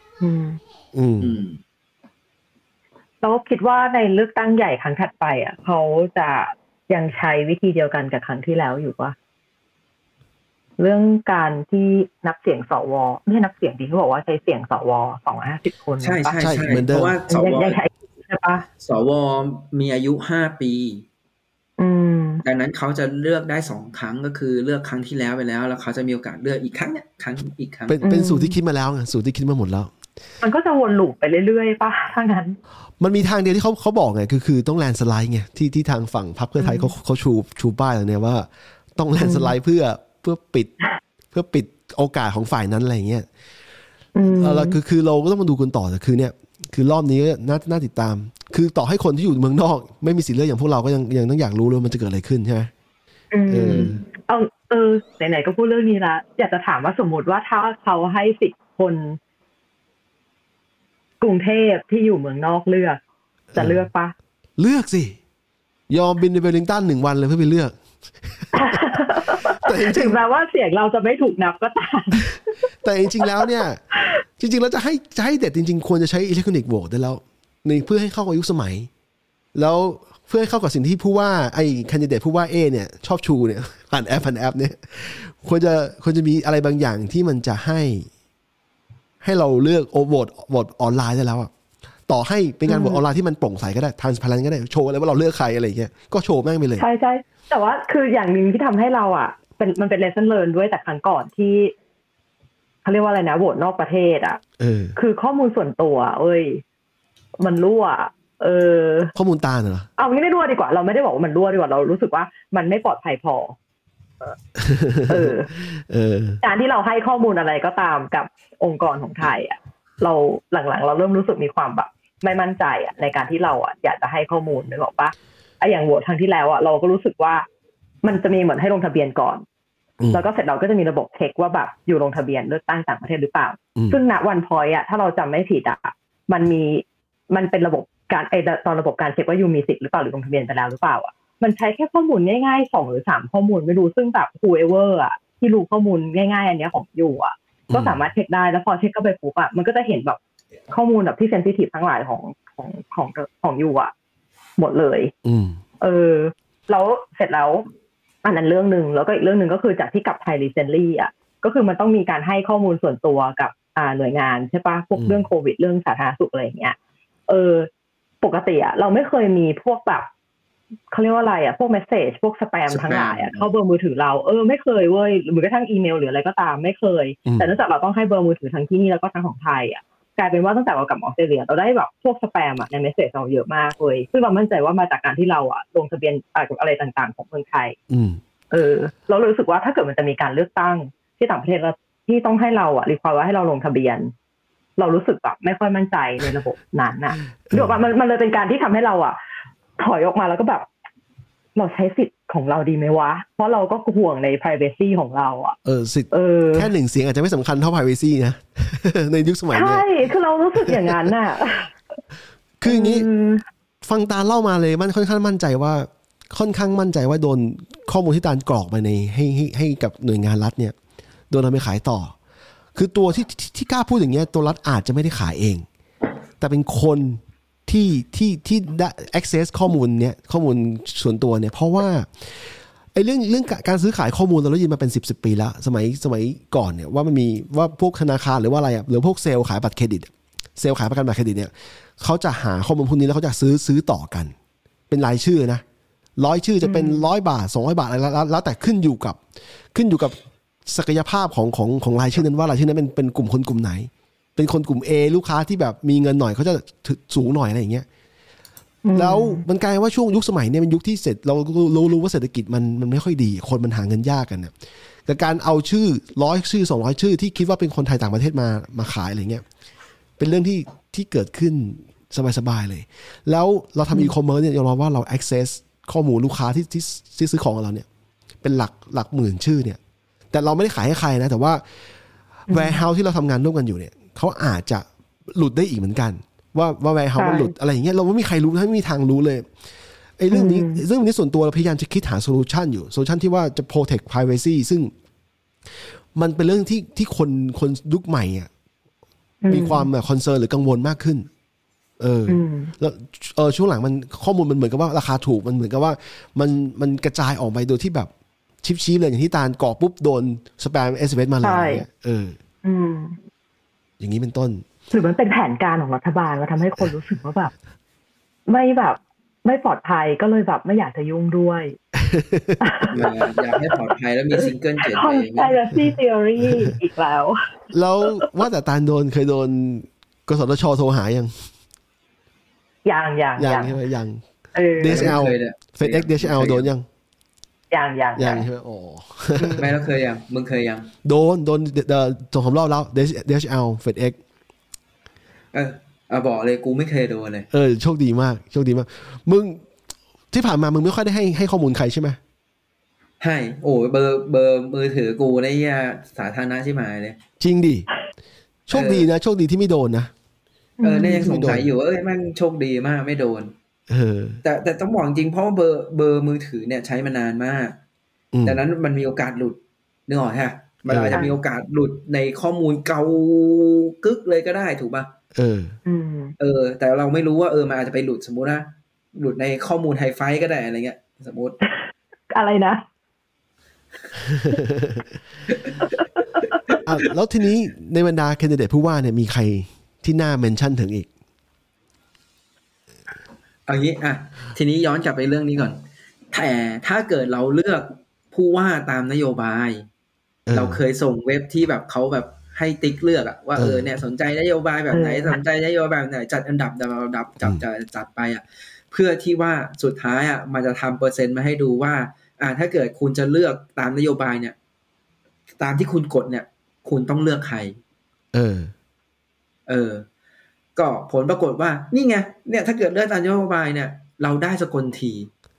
เราคิดว่าในเลือกตั้งใหญ่ครั้งถัดไปอ่ะเขาจะยังใช้วิธีเดียวกันกับครั้งที่แล้วอยู่ป่ะเรื่องการที่นับเสียงสวไม่ใช่นับเสียงดิเขาบอกว่าใช้เสียงสว250คนใช่เพราะว่าสวยังใช้ใช่ป่ะสวมีอายุ5ปีดังนั้นเขาจะเลือกได้2ครั้งก็คือเลือกครั้งที่แล้วไปแล้วเขาจะมีโอกาสเลือกอีกครั้งเนี่ยครั้งอีกครั้งเป็นสูตรที่คิดมาแล้วไงสูตรที่คิดมาหมดแล้วมันก็จะวนลูปไปเรื่อยๆป่ะถ้างั้นมันมีทางเดียวที่เขาบอกไงคือต้องแลนด์สไลด์ไงที่ทางฝั่งพรรคเพื่อไทยเขาชูป้ายตรงนี้ว่าต้องแลนด์สไลด์เพื่อปิดโอกาสของฝ่ายนั้นอะไรเงี้ยแล้วคือเราก็ต้องมาดูกันต่อแต่คือเนี่ยคือรอบนี้น่าติดตามคือต่อให้คนที่อยู่เมืองนอกไม่มีสิทธิ์เลือกอย่างพวกเราก็ยังต้องอยากรู้เลยมันจะเกิดอะไรขึ้นใช่ไหมไหนๆก็พูดเรื่องนี้ละอยากจะถามว่าสมมติว่าถ้าเขาให้10 คนกรุงเทพที่อยู่เมืองนอกเลือกจะเลือกปะเลือกสิยอมบินไปเวลลิงตัน1 วันเลยเพื่อไปเลือกแต่ถึงแม้ว่าเสียงเราจะไม่ถูกนับก็ตามแต่จริงๆแล้วเนี่ยจริงๆแล้วจะให้เด็ดจริงๆควรจะใช้อิเล็กทรอนิกส์โหวตได้แล้วในเพื่อให้เข้ากับยุคสมัยแล้วเพื่อให้เข้ากับสิ่งที่ผู้ว่าไอ้แคนดิเดตผู้ว่าเนี่ยชอบชูเนี่ยผ่านแอปเนี่ยควรจะมีอะไรบางอย่างที่มันจะให้เราเลือกโหวตออนไลน์ได้แล้วอ่ะต่อให้เป็นการโหวตออนไลน์ที่มันโปร่งใสก็ได้ทรานสพาเรนต์ก็ได้โชว์อะไรว่าเราเลือกใครอะไรอย่างเงี้ยก็โชว์แม่งไปเลยใช่ๆแต่ว่าคืออย่างนึงที่ทำให้เราอ่ะมันเป็น lesson learn ด้วยแต่ครั้งก่อนที่เขาเรียกว่าอะไรนะโหวตนอกประเทศอ่ะคือข้อมูลส่วนตัวมันรั่วข้อมูลตาเหรอเอางี้ไม่รั่วดีกว่าเราไม่ได้บอกว่ามันรั่วดีกว่าเรารู้สึกว่ามันไม่ปลอดภัยพอการที่เราให้ข้อมูลอะไรก็ตามกับองค์กรของไทยอ่ะเราหลังๆเราเริ่มรู้สึกมีความแบบไม่มั่นใจอ่ะในการที่เราอ่ะอยากจะให้ข้อมูลนึกออกปะอย่างโหวตครั้งที่แล้วอ่ะเราก็รู้สึกว่ามันจะมีเหมือนให้ลงทะเบียนก่อนแล้วก็เสร็จเราก็จะมีระบบเช็คว่าแบบอยู่ลงทะเบียนเลือกตั้งต่างประเทศหรือเปล่าซึ่งณวันพอยต์อ่ะถ้าเราจำไม่ผิดอ่ะมันเป็นระบบการตอนระบบการเช็คว่าอยู่มีสิทธิ์หรือเปล่าหรือลงทะเบียนไปแล้วหรือเปล่าอ่ะมันใช้แค่ข้อมูลง่ายๆ2 หรือ 3ข้อมูลไม่รู้ซึ่งแบบ whoever อ่ะที่รู้ข้อมูลง่ายๆอันเนี้ยของอยู่อ่ะก็สามารถเช็คได้แล้วพอเช็คเข้าไปปุ๊บอ่ะมันก็จะเห็นแบบข้อมูลแบบที่เซนซิทีฟทั้งหลายของอยู่อ่ะหมดเลยแล้วเสร็จแล้วอันนั้นเรื่องนึงแล้วก็อีกเรื่องนึงก็คือจากที่กลับไทย recently อ่ะก็คือมันต้องมีการให้ข้อมูลส่วนตัวกับหน่วยงานใช่ปะพวกเรื่องโควิดเรื่องสาธารณสุขอะไรอย่างเงี้ยปกติอ่ะเราไม่เคยมีพวกแบบเขาเรียกว่าอะไรอ่ะพวกเมสเสจพวกสแปมทั้งหลายอ่ะเข้าเบอร์มือถือเราไม่เคยเว้ยหรือกระทั่งอีเมลหรืออะไรก็ตามไม่เคยแต่เนื่องจากเราต้องให้เบอร์มือถือทั้งที่นี่แล้วก็ทั้งของไทยอ่ะกลายเป็นว่าตั้งแต่เรากลับออสเตรเลียเราได้แบบพวกสแปมอ่ะในเมสเสจเราเยอะมากเลยซึ่งเรามั่นใจว่ามาจากการที่เราอ่ะลงทะเบียนอะไรต่างๆของเมืองไทยเรารู้สึกว่าถ้าเกิดมันจะมีการเลือกตั้งที่ต่างประเทศแล้วที่ต้องให้เราอ่ะรีควายว่าให้เราลงทะเบียนเรารู้สึกแบบไม่ค่อยมั่นใจในระบบนั้นน่ะเดี๋ยวมันเลยเป็นการที่ทำให้เราอ่ะถอยออกมาแล้วก็แบบเราใช้สิทธิ์ของเราดีไหมวะเพราะเราก็ห่วงใน privacy ของเราอ่ะสิทธิ์แค่1 เสียงอาจจะไม่สำคัญเท่า privacy นะ ในยุคสมัยนี้ใช่คือเรารู้สึกอย่างนั้นน่ะคืออย่างนี้ฟังตาเล่ามาเลยมันค่อนข้างมั่นใจว่าโดนข้อมูลที่ตาลกรอกมาในให้กับหน่วยงานรัฐเนี่ยโดนเอาไปขายต่อคือตัวที่กล้าพูดอย่างเงี้ยตัวรัฐอาจจะไม่ได้ขายเองแต่เป็นคนที่ได้ access ข้อมูลเนี้ยข้อมูลส่วนตัวเนี่ยเพราะว่าไอ้เรื่องการซื้อขายข้อมูลเราได้ยินมาเป็น10 ปีแล้วสมัยก่อนเนี่ยว่ามันมีว่าพวกธนาคารหรือว่าอะไรหรือพวกเซลล์ขายบัตรเครดิตเซลล์ขายประกันบัตรเครดิตเนี่ยเขาจะหาข้อมูลพวกนี้แล้วเขาจะซื้อต่อกันเป็นรายชื่อนะ 100ชื่อจะเป็น100 บาท200 บาทอะไรแล้วแต่ขึ้นอยู่กับศักยภาพของรายชื่อนั้นว่ารายชื่อนั้นเป็นกลุ่มคนกลุ่มไหนเป็นคนกลุ่ม A ลูกค้าที่แบบมีเงินหน่อยเขาจะสูงหน่อยอะไรอย่างเงี้ยแล้วมันกลายว่าช่วงยุคสมัยเนี่ยเป็นยุคที่เสร็จเรารู้ว่าเศรษฐกิจมันไม่ค่อยดีคนมันหาเงินยากกันเนี่ยแต่การเอาชื่อ100ชื่อ200ชื่อที่คิดว่าเป็นคนไทยต่างประเทศมาขายอะไรเงี้ยเป็นเรื่องที่เกิดขึ้นสบายๆเลยแล้วเราทำอีคอมเมิร์ซเนี่ยยอมรับว่าเรา access ข้อมูลลูกค้าที่ซื้อของกับเราเนี่ยเป็นหลักหมื่นชื่อเนี่ยแต่เราไม่ได้ขายให้ใครนะแต่ว่า warehouse ที่เราทำงานร่วมกันอยู่เนี่ยเขาอาจจะหลุดได้อีกเหมือนกันว่า warehouse มันหลุดอะไรอย่างเงี้ยเราไม่มีใครรู้ไม่มีทางรู้เลยไอ้เรื่องนี้ส่วนตัวเราพยายามจะคิดหาโซลูชันอยู่โซลูชันที่ว่าจะ protect privacy ซึ่งมันเป็นเรื่องที่คนยุคใหม่อ่ะมีความแบบคอนเซิร์นหรือกังวลมากขึ้นแล้วช่วงหลังมันข้อมูลมันเหมือนกับว่าราคาถูกมันเหมือนกับว่ามันกระจายออกไปโดยที่แบบชิปเลยอย่างที่ตาลก่อปุ๊บโดนสแปม SMS มาเลยอย่างนี้เป็นต้นหรือมันเป็นแผนการของรัฐบาลว่าทำให้คนรู้สึกว่าแบบไม่ปลอดภัยก็เลยแบบไม่อยากจะยุ่งด้วยอยากให้ปลอดภัยแล้วมีซิงเกิลเจ็ดไป conspiracy theory อีกแล้วว่าแต่ตาลเคยโดนกสทช.โทรหายังใช่ไหมยังDSL FedEx DHL โดนยังยังใช่ไหมโอ้ไม่แล้วเคยยังมึงเคยยังโดน2-3 รอบแล้ว DHL FedEx บอกเลยกูไม่เคยโดนเลยโชคดีมากมึงที่ผ่านมามึงไม่ค่อยได้ให้ข้อมูลใครใช่ไหมให้โอ้เบอร์มือถือกูได้สาธารณะใช่ไหมเลยจริงดิโชคดีนะโชคดีที่ไม่โดนนะเนี่ยยังสงสัยอยู่ว่ามันโชคดีมากไม่โดนแต่ต้องบอกจริงเพราะว่าเบอร์มือถือเนี่ยใช้มานานมากแต่นั้นมันมีโอกาสหลุดนึกออกฮะมันอาจจะมีโอกาสหลุดในข้อมูลเก่ากึกเลยก็ได้ถูกป่ะแต่เราไม่รู้ว่ามันอาจจะไปหลุดสมมุตินะหลุดในข้อมูลไฮไฟก็ได้อะไรเงี้ยสมมติอะไรนะแล้วทีนี้ในบรรดาแคนดิเดตผู้ว่าเนี่ยมีใครที่น่าเมนชั่นถึงอีกเอางี้ทีนี้ย้อนกลับไปเรื่องนี้ก่อนแต่ถ้าเกิดเราเลือกผู้ว่าตามนโยบายเราเคยส่งเว็บที่แบบเขาแบบให้ติ๊กเลือกว่าเนี่ยสนใจนโยบายแบบไหนสนใจนโยบายแบบไหนจัดอันดับจัดไปเพื่อที่ว่าสุดท้ายมันจะทำเปอร์เซ็นต์มาให้ดูว่าถ้าเกิดคุณจะเลือกตามนโยบายเนี่ยตามที่คุณกดเนี่ยคุณต้องเลือกใครก็ผลปรากฏว่านี่ไงเนี่ยถ้าเกิดเลือกตามนโยบายเนี่ยเราได้สกลที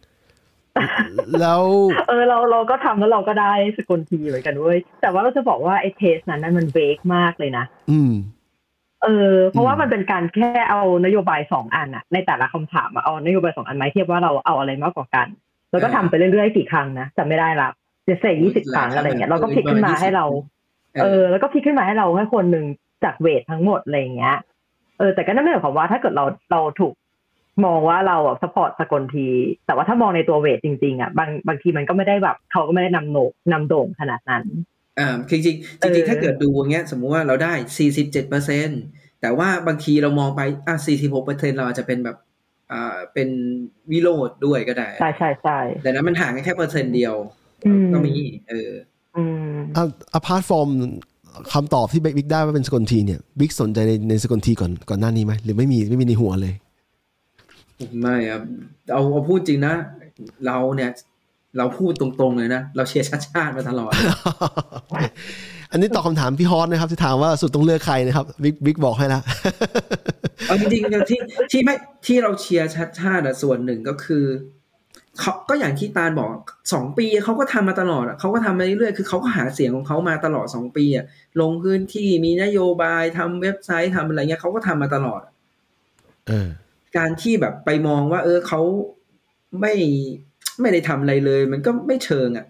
แล้วเราก็ทำแล้วเราก็ได้สกลทีเหมือนกันเว้ยแต่ว่าเราจะบอกว่าไอ้เทสนั้นมันเวกมากเลยนะเพราะว่ามันเป็นการแค่เอานโยบาย2อันในแต่ละคำถามเอานโยบาย2อันมาเทียบว่าเราเอาอะไรมากกว่ากันแล้วก็ทำไปเรื่อยๆกี่ครั้งนะจำไม่ได้ละจะใส่20 ครั้งอะไรเงี้ยเราก็พลิกขึ้นมาให้เราแล้วก็พลิกขึ้นมาให้เราให้คนนึงจากเวททั้งหมดอะไรเงี้ยแต่ก็นั่นหมายความว่าถ้าเกิดเราถูกมองว่าเราซัพพอร์ตสกลทีแต่ว่าถ้ามองในตัวเวทจริงๆบางทีมันก็ไม่ได้แบบเขาก็ไม่ได้นำโด่งขนาดนั้นจริงถ้าเกิดดูอย่างเงี้ยสมมุติว่าเราได้ 47% แต่ว่าบางทีเรามองไป46% เราอาจจะเป็นแบบเป็นวิโรจน์ด้วยก็ได้ใช่ๆแต่นั้นมันห่างกันแค่เปอร์เซ็นต์เดียวก็มี apart from คำตอบที่บิ๊กได้ว่าเป็นสกลทีเนี่ยบิ๊กสนใจในสกลทีก่อนหน้านี้ไหมหรือไม่มีในหัวเลยไม่ครับเอาพูดจริงนะเราพูดตรงๆเลยนะเราเชียร์ชาติมาตลอดอันนี้ตอบคำถามพี่ฮอตนะครับที่ถามว่าสุดต้องเลือกใครนะครับบิ๊กบอกให้แล้วจริงๆที่เราเชียร์ชาติส่วนหนึ่งก็คือเขาก็อย่างที่ตาลบอก2ปีเขาก็ทำมาตลอดเขาก็ทำมาเรื่อยๆคือเขาก็หาเสียงของเขามาตลอด2ปีลงพื้นที่มีนโยบายทำเว็บไซต์ทำอะไรเงี้ยเขาก็ทำมาตลอดการที่แบบไปมองว่าเขาไม่ได้ทำอะไรเลยมันก็ไม่เชิง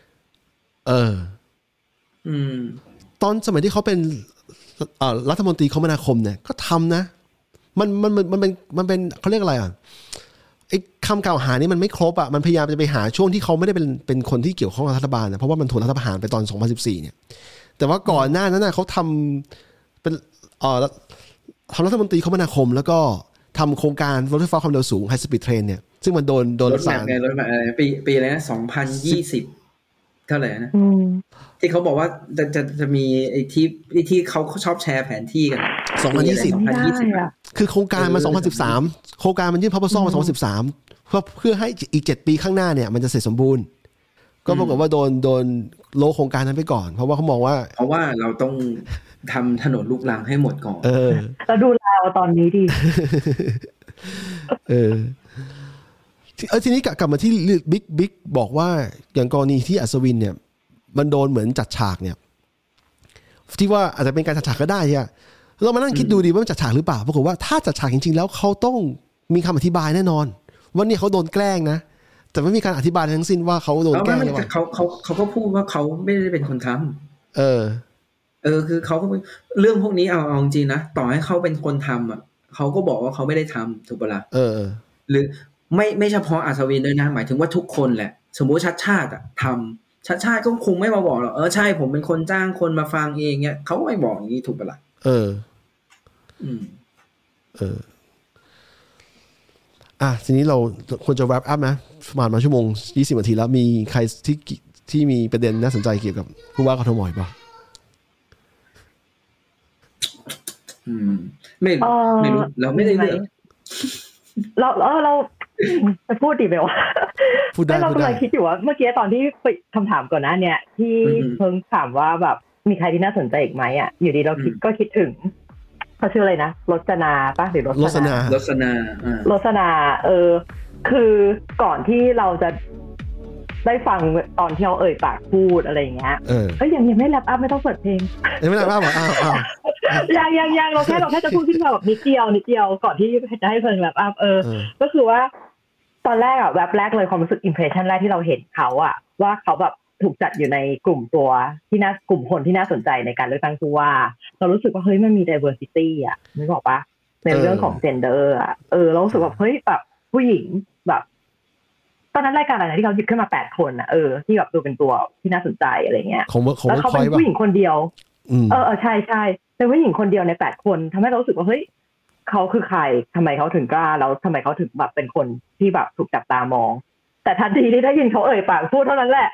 ตอนสมัยที่เขาเป็นรัฐมนตรีคมนาคมเนี่ยก็ทำนะมันเป็นเขาเรียกอะไรไอ้คำกล่าวหานี่มันไม่ครบมันพยายามจะไปหาช่วงที่เขาไม่ได้เป็นคนที่เกี่ยวข้องกับรัฐบาลนะเพราะว่ามันถูกรัฐประหารไปตอน2014เนี่ยแต่ว่าก่อนหน้านั้นเขาทำเป็นทำรัฐมนตรีคมนาคมแล้วก็ทำโครงการรถไฟฟ้าความเร็วสูง High Speed Train เนี่ยซึ่งมันโดนศาลรถแมพปีอะไรนะ2020เท่าไหร่นะที่เขาบอกว่าจะมีไอ้ที่เขาชอบแชร์แผนที่กัน 2020คือโครงการมา2013โครงการมันยื่นproposalมา2013เพื่อให้อีก7ปีข้างหน้าเนี่ยมันจะเสร็จสมบูรณ์ก็ปรากฏว่าโดนโลโครงการนั้นไปก่อนเพราะว่าเขามองว่าเราต้องทำถนนลูกรังให้หมดก่อนแล้วดูลาวตอนนี้ดิทีนี้กลับมาที่บิ๊กบอกว่าอย่างกรณีที่อัศวินเนี่ยมันโดนเหมือนจัดฉากเนี่ยที่ว่าอาจจะเป็นการจัดฉากก็ได้ใช่เรามานั่งคิดดูดีว่ามันจัดฉากหรือเปล่าปรากฏว่าถ้าจัดฉากจริงๆแล้วเขาต้องมีคำอธิบายแน่นอนว่านี่เขาโดนแกล้งนะแต่ไม่มีการอธิบายทั้งสิ้นว่าเขาโดนแกล้งหรือเปล่าเขาก็พูดว่าเขาไม่ได้เป็นคนทำคือเขาก็เรื่องพวกนี้เอาจริงนะต่อให้เขาเป็นคนทำอ่ะเขาก็บอกว่าเขาไม่ได้ทำถูกปะล่ะหรือไม่เฉพาะอัศวินด้วยนะหมายถึงว่าทุกคนแหละสมมติชัดชาติทำชัดชาติก็คงไม่มาบอกหรอกใช่ผมเป็นคนจ้างคนมาฟังเองเนี่ยเขาไม่บอกอย่างนี้ถูกปะล่ะทีนี้เราควรจะ wrap up นะประมาณชั่วโมง20นาทีแล้วมีใครที่มีประเด็นน่าสนใจเกี่ยวกับผู้ว่ากทมบ่ไม่รู้เราไม่ได้เลือกเราจะพูดดีไหมวะเรากำลังคิดอยู่ว่าเมื่อกี้ตอนที่คำถามก่อนหน้าเนี่ยที่เพิ่งถามว่าแบบมีใครที่น่าสนใจอีกไหมอ่ะอยู่ดีเราคิดถึงเขาชื่ออะไรนะรสนาป่ะหรือรสนาคือก่อนที่เราจะได้ฟังตอนที่เขาปากพูดอะไรอย่างเงี้ยยังไม่แรปอัพไม่ต้องเปิดเพลงไม่แรปอัพหรอยังเราแค่จะพูดขึ้นมาแบบนิดเดียวก่อนที่จะให้เพลงแรปอัพก็คือว่าตอนแรกแวบแรกเลยความรู้สึกอิมเพรสชั่นแรกที่เราเห็นเขาว่าเขาแบบถูกจัดอยู่ในกลุ่มกลุ่มคนที่น่าสนใจในการเลือกตั้งผู้ว่าเรารู้สึกว่าเฮ้ยมันมี diversity นึกออกปะในเรื่องของ gender เรารู้สึกว่าเฮ้ยแบบผู้หญิงแบบตอนนั้นรายการอะไรที่เขาหยิบขึ้นมา8คนที่แบบดูเป็นตัวที่น่าสนใจอะไรเงี้ยแล้วเขาเป็นผู้หญิงคนเดียวใช่เป็นผู้หญิงคนเดียวใน8คนทำให้เรารู้สึกว่าเฮ้ยเขาคือใครทำไมเขาถึงกล้าแล้วทำไมเขาถึงแบบเป็นคนที่แบบถูกจับตามองแต่ทันทีที่ได้ยินเขาปากพูดเท่านั้นแหละ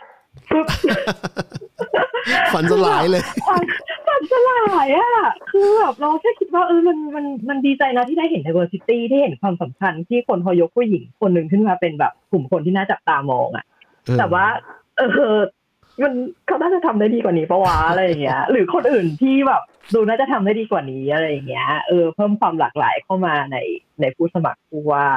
ฝันสลายเลยฝันสลายคือแบบเราแค่คิดว่ามันดีใจนะที่ได้เห็น diversity ที่เห็นความสำคัญที่คนเขายกผู้หญิงคนหนึ่งขึ้นมาเป็นแบบกลุ่มคนที่น่าจับตามองแต่ว่ามันเขาน่าจะทำได้ดีกว่านี้ปะวะอะไรอย่างเงี้ยหรือคนอื่นที่แบบดูน่าจะทำได้ดีกว่านี้อะไรอย่างเงี้ยเพิ่มความหลากหลายเข้ามาในผู้สมัครผู้ว่า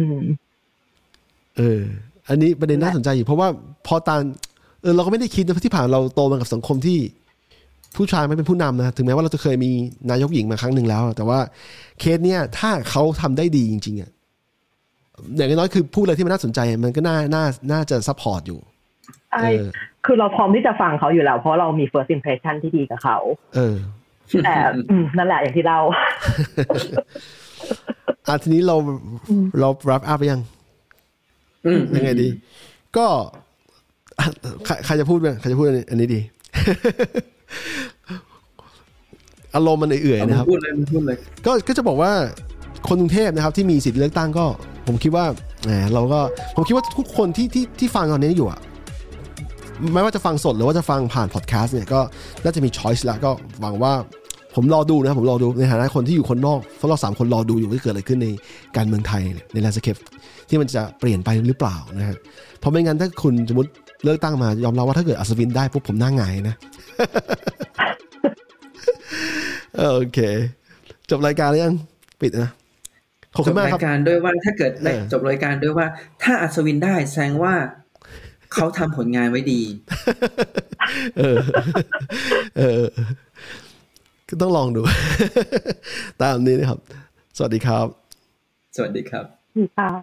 อันนี้ประเด็นน่าสนใจอยู่เพราะว่าพอตอนเราก็ไม่ได้คิดนะที่ผ่านเราโตมากับสังคมที่ผู้ชายไม่เป็นผู้นำนะถึงแม้ว่าเราจะเคยมีนายกหญิงมาครั้งหนึ่งแล้วแต่ว่าเคสเนี้ยถ้าเขาทำได้ดีจริงๆอย่างน้อยคือพูดอะไรที่มันน่าสนใจมันก็น่าจะซัพพอร์ตอยู่คือเราพร้อมที่จะฟังเขาอยู่แล้วเพราะเรามี first impression ที่ดีกับเขาแต่นั่นแหละอย่างที่เราทีนี้เรา wrap up ไปยังยังไงดีก็ใครจะพูดบ้างใครจะพูดอันนี้ดี อารมณ์มันเอื่อยๆนะครับพูดเลยก็จะบอกว่าคนกรุงเทพนะครับที่มีสิทธิเลือกตั้งก็ผมคิดว่าผมคิดว่าทุกคนที่ฟังตอนนี้อยู่ไม่ว่าจะฟังสดหรือว่าจะฟังผ่านพอดแคสต์เนี่ยก็น่าจะมีช้อยส์แล้วก็หวังว่าผมรอดูนะผมรอดูในฐานะคนที่อยู่คนนอกเพราะเรา3คนรอดูอยู่ว่าเกิดอะไรขึ้นในการเมืองไทยในแลนด์สเคปที่มันจะเปลี่ยนไปหรือเปล่านะฮะเพราะไม่งั้นถ้าคุณสมมติเลือกตั้งมายอมรับว่าถ้าเกิดอัศวินได้ปุ๊บผมหน้าหงายนะ โอเคจบรายการแล้วยังปิดนะขอบคุณมากครับจบรายการด้วยว่าถ้าเกิดจบรายการด้วยว่าถ้าอัศวินได้แสดงว่าเขาทำผลงานไว้ดีก็ต้องลองดูตามนี้นะครับสวัสดีครับสวัสดีครับ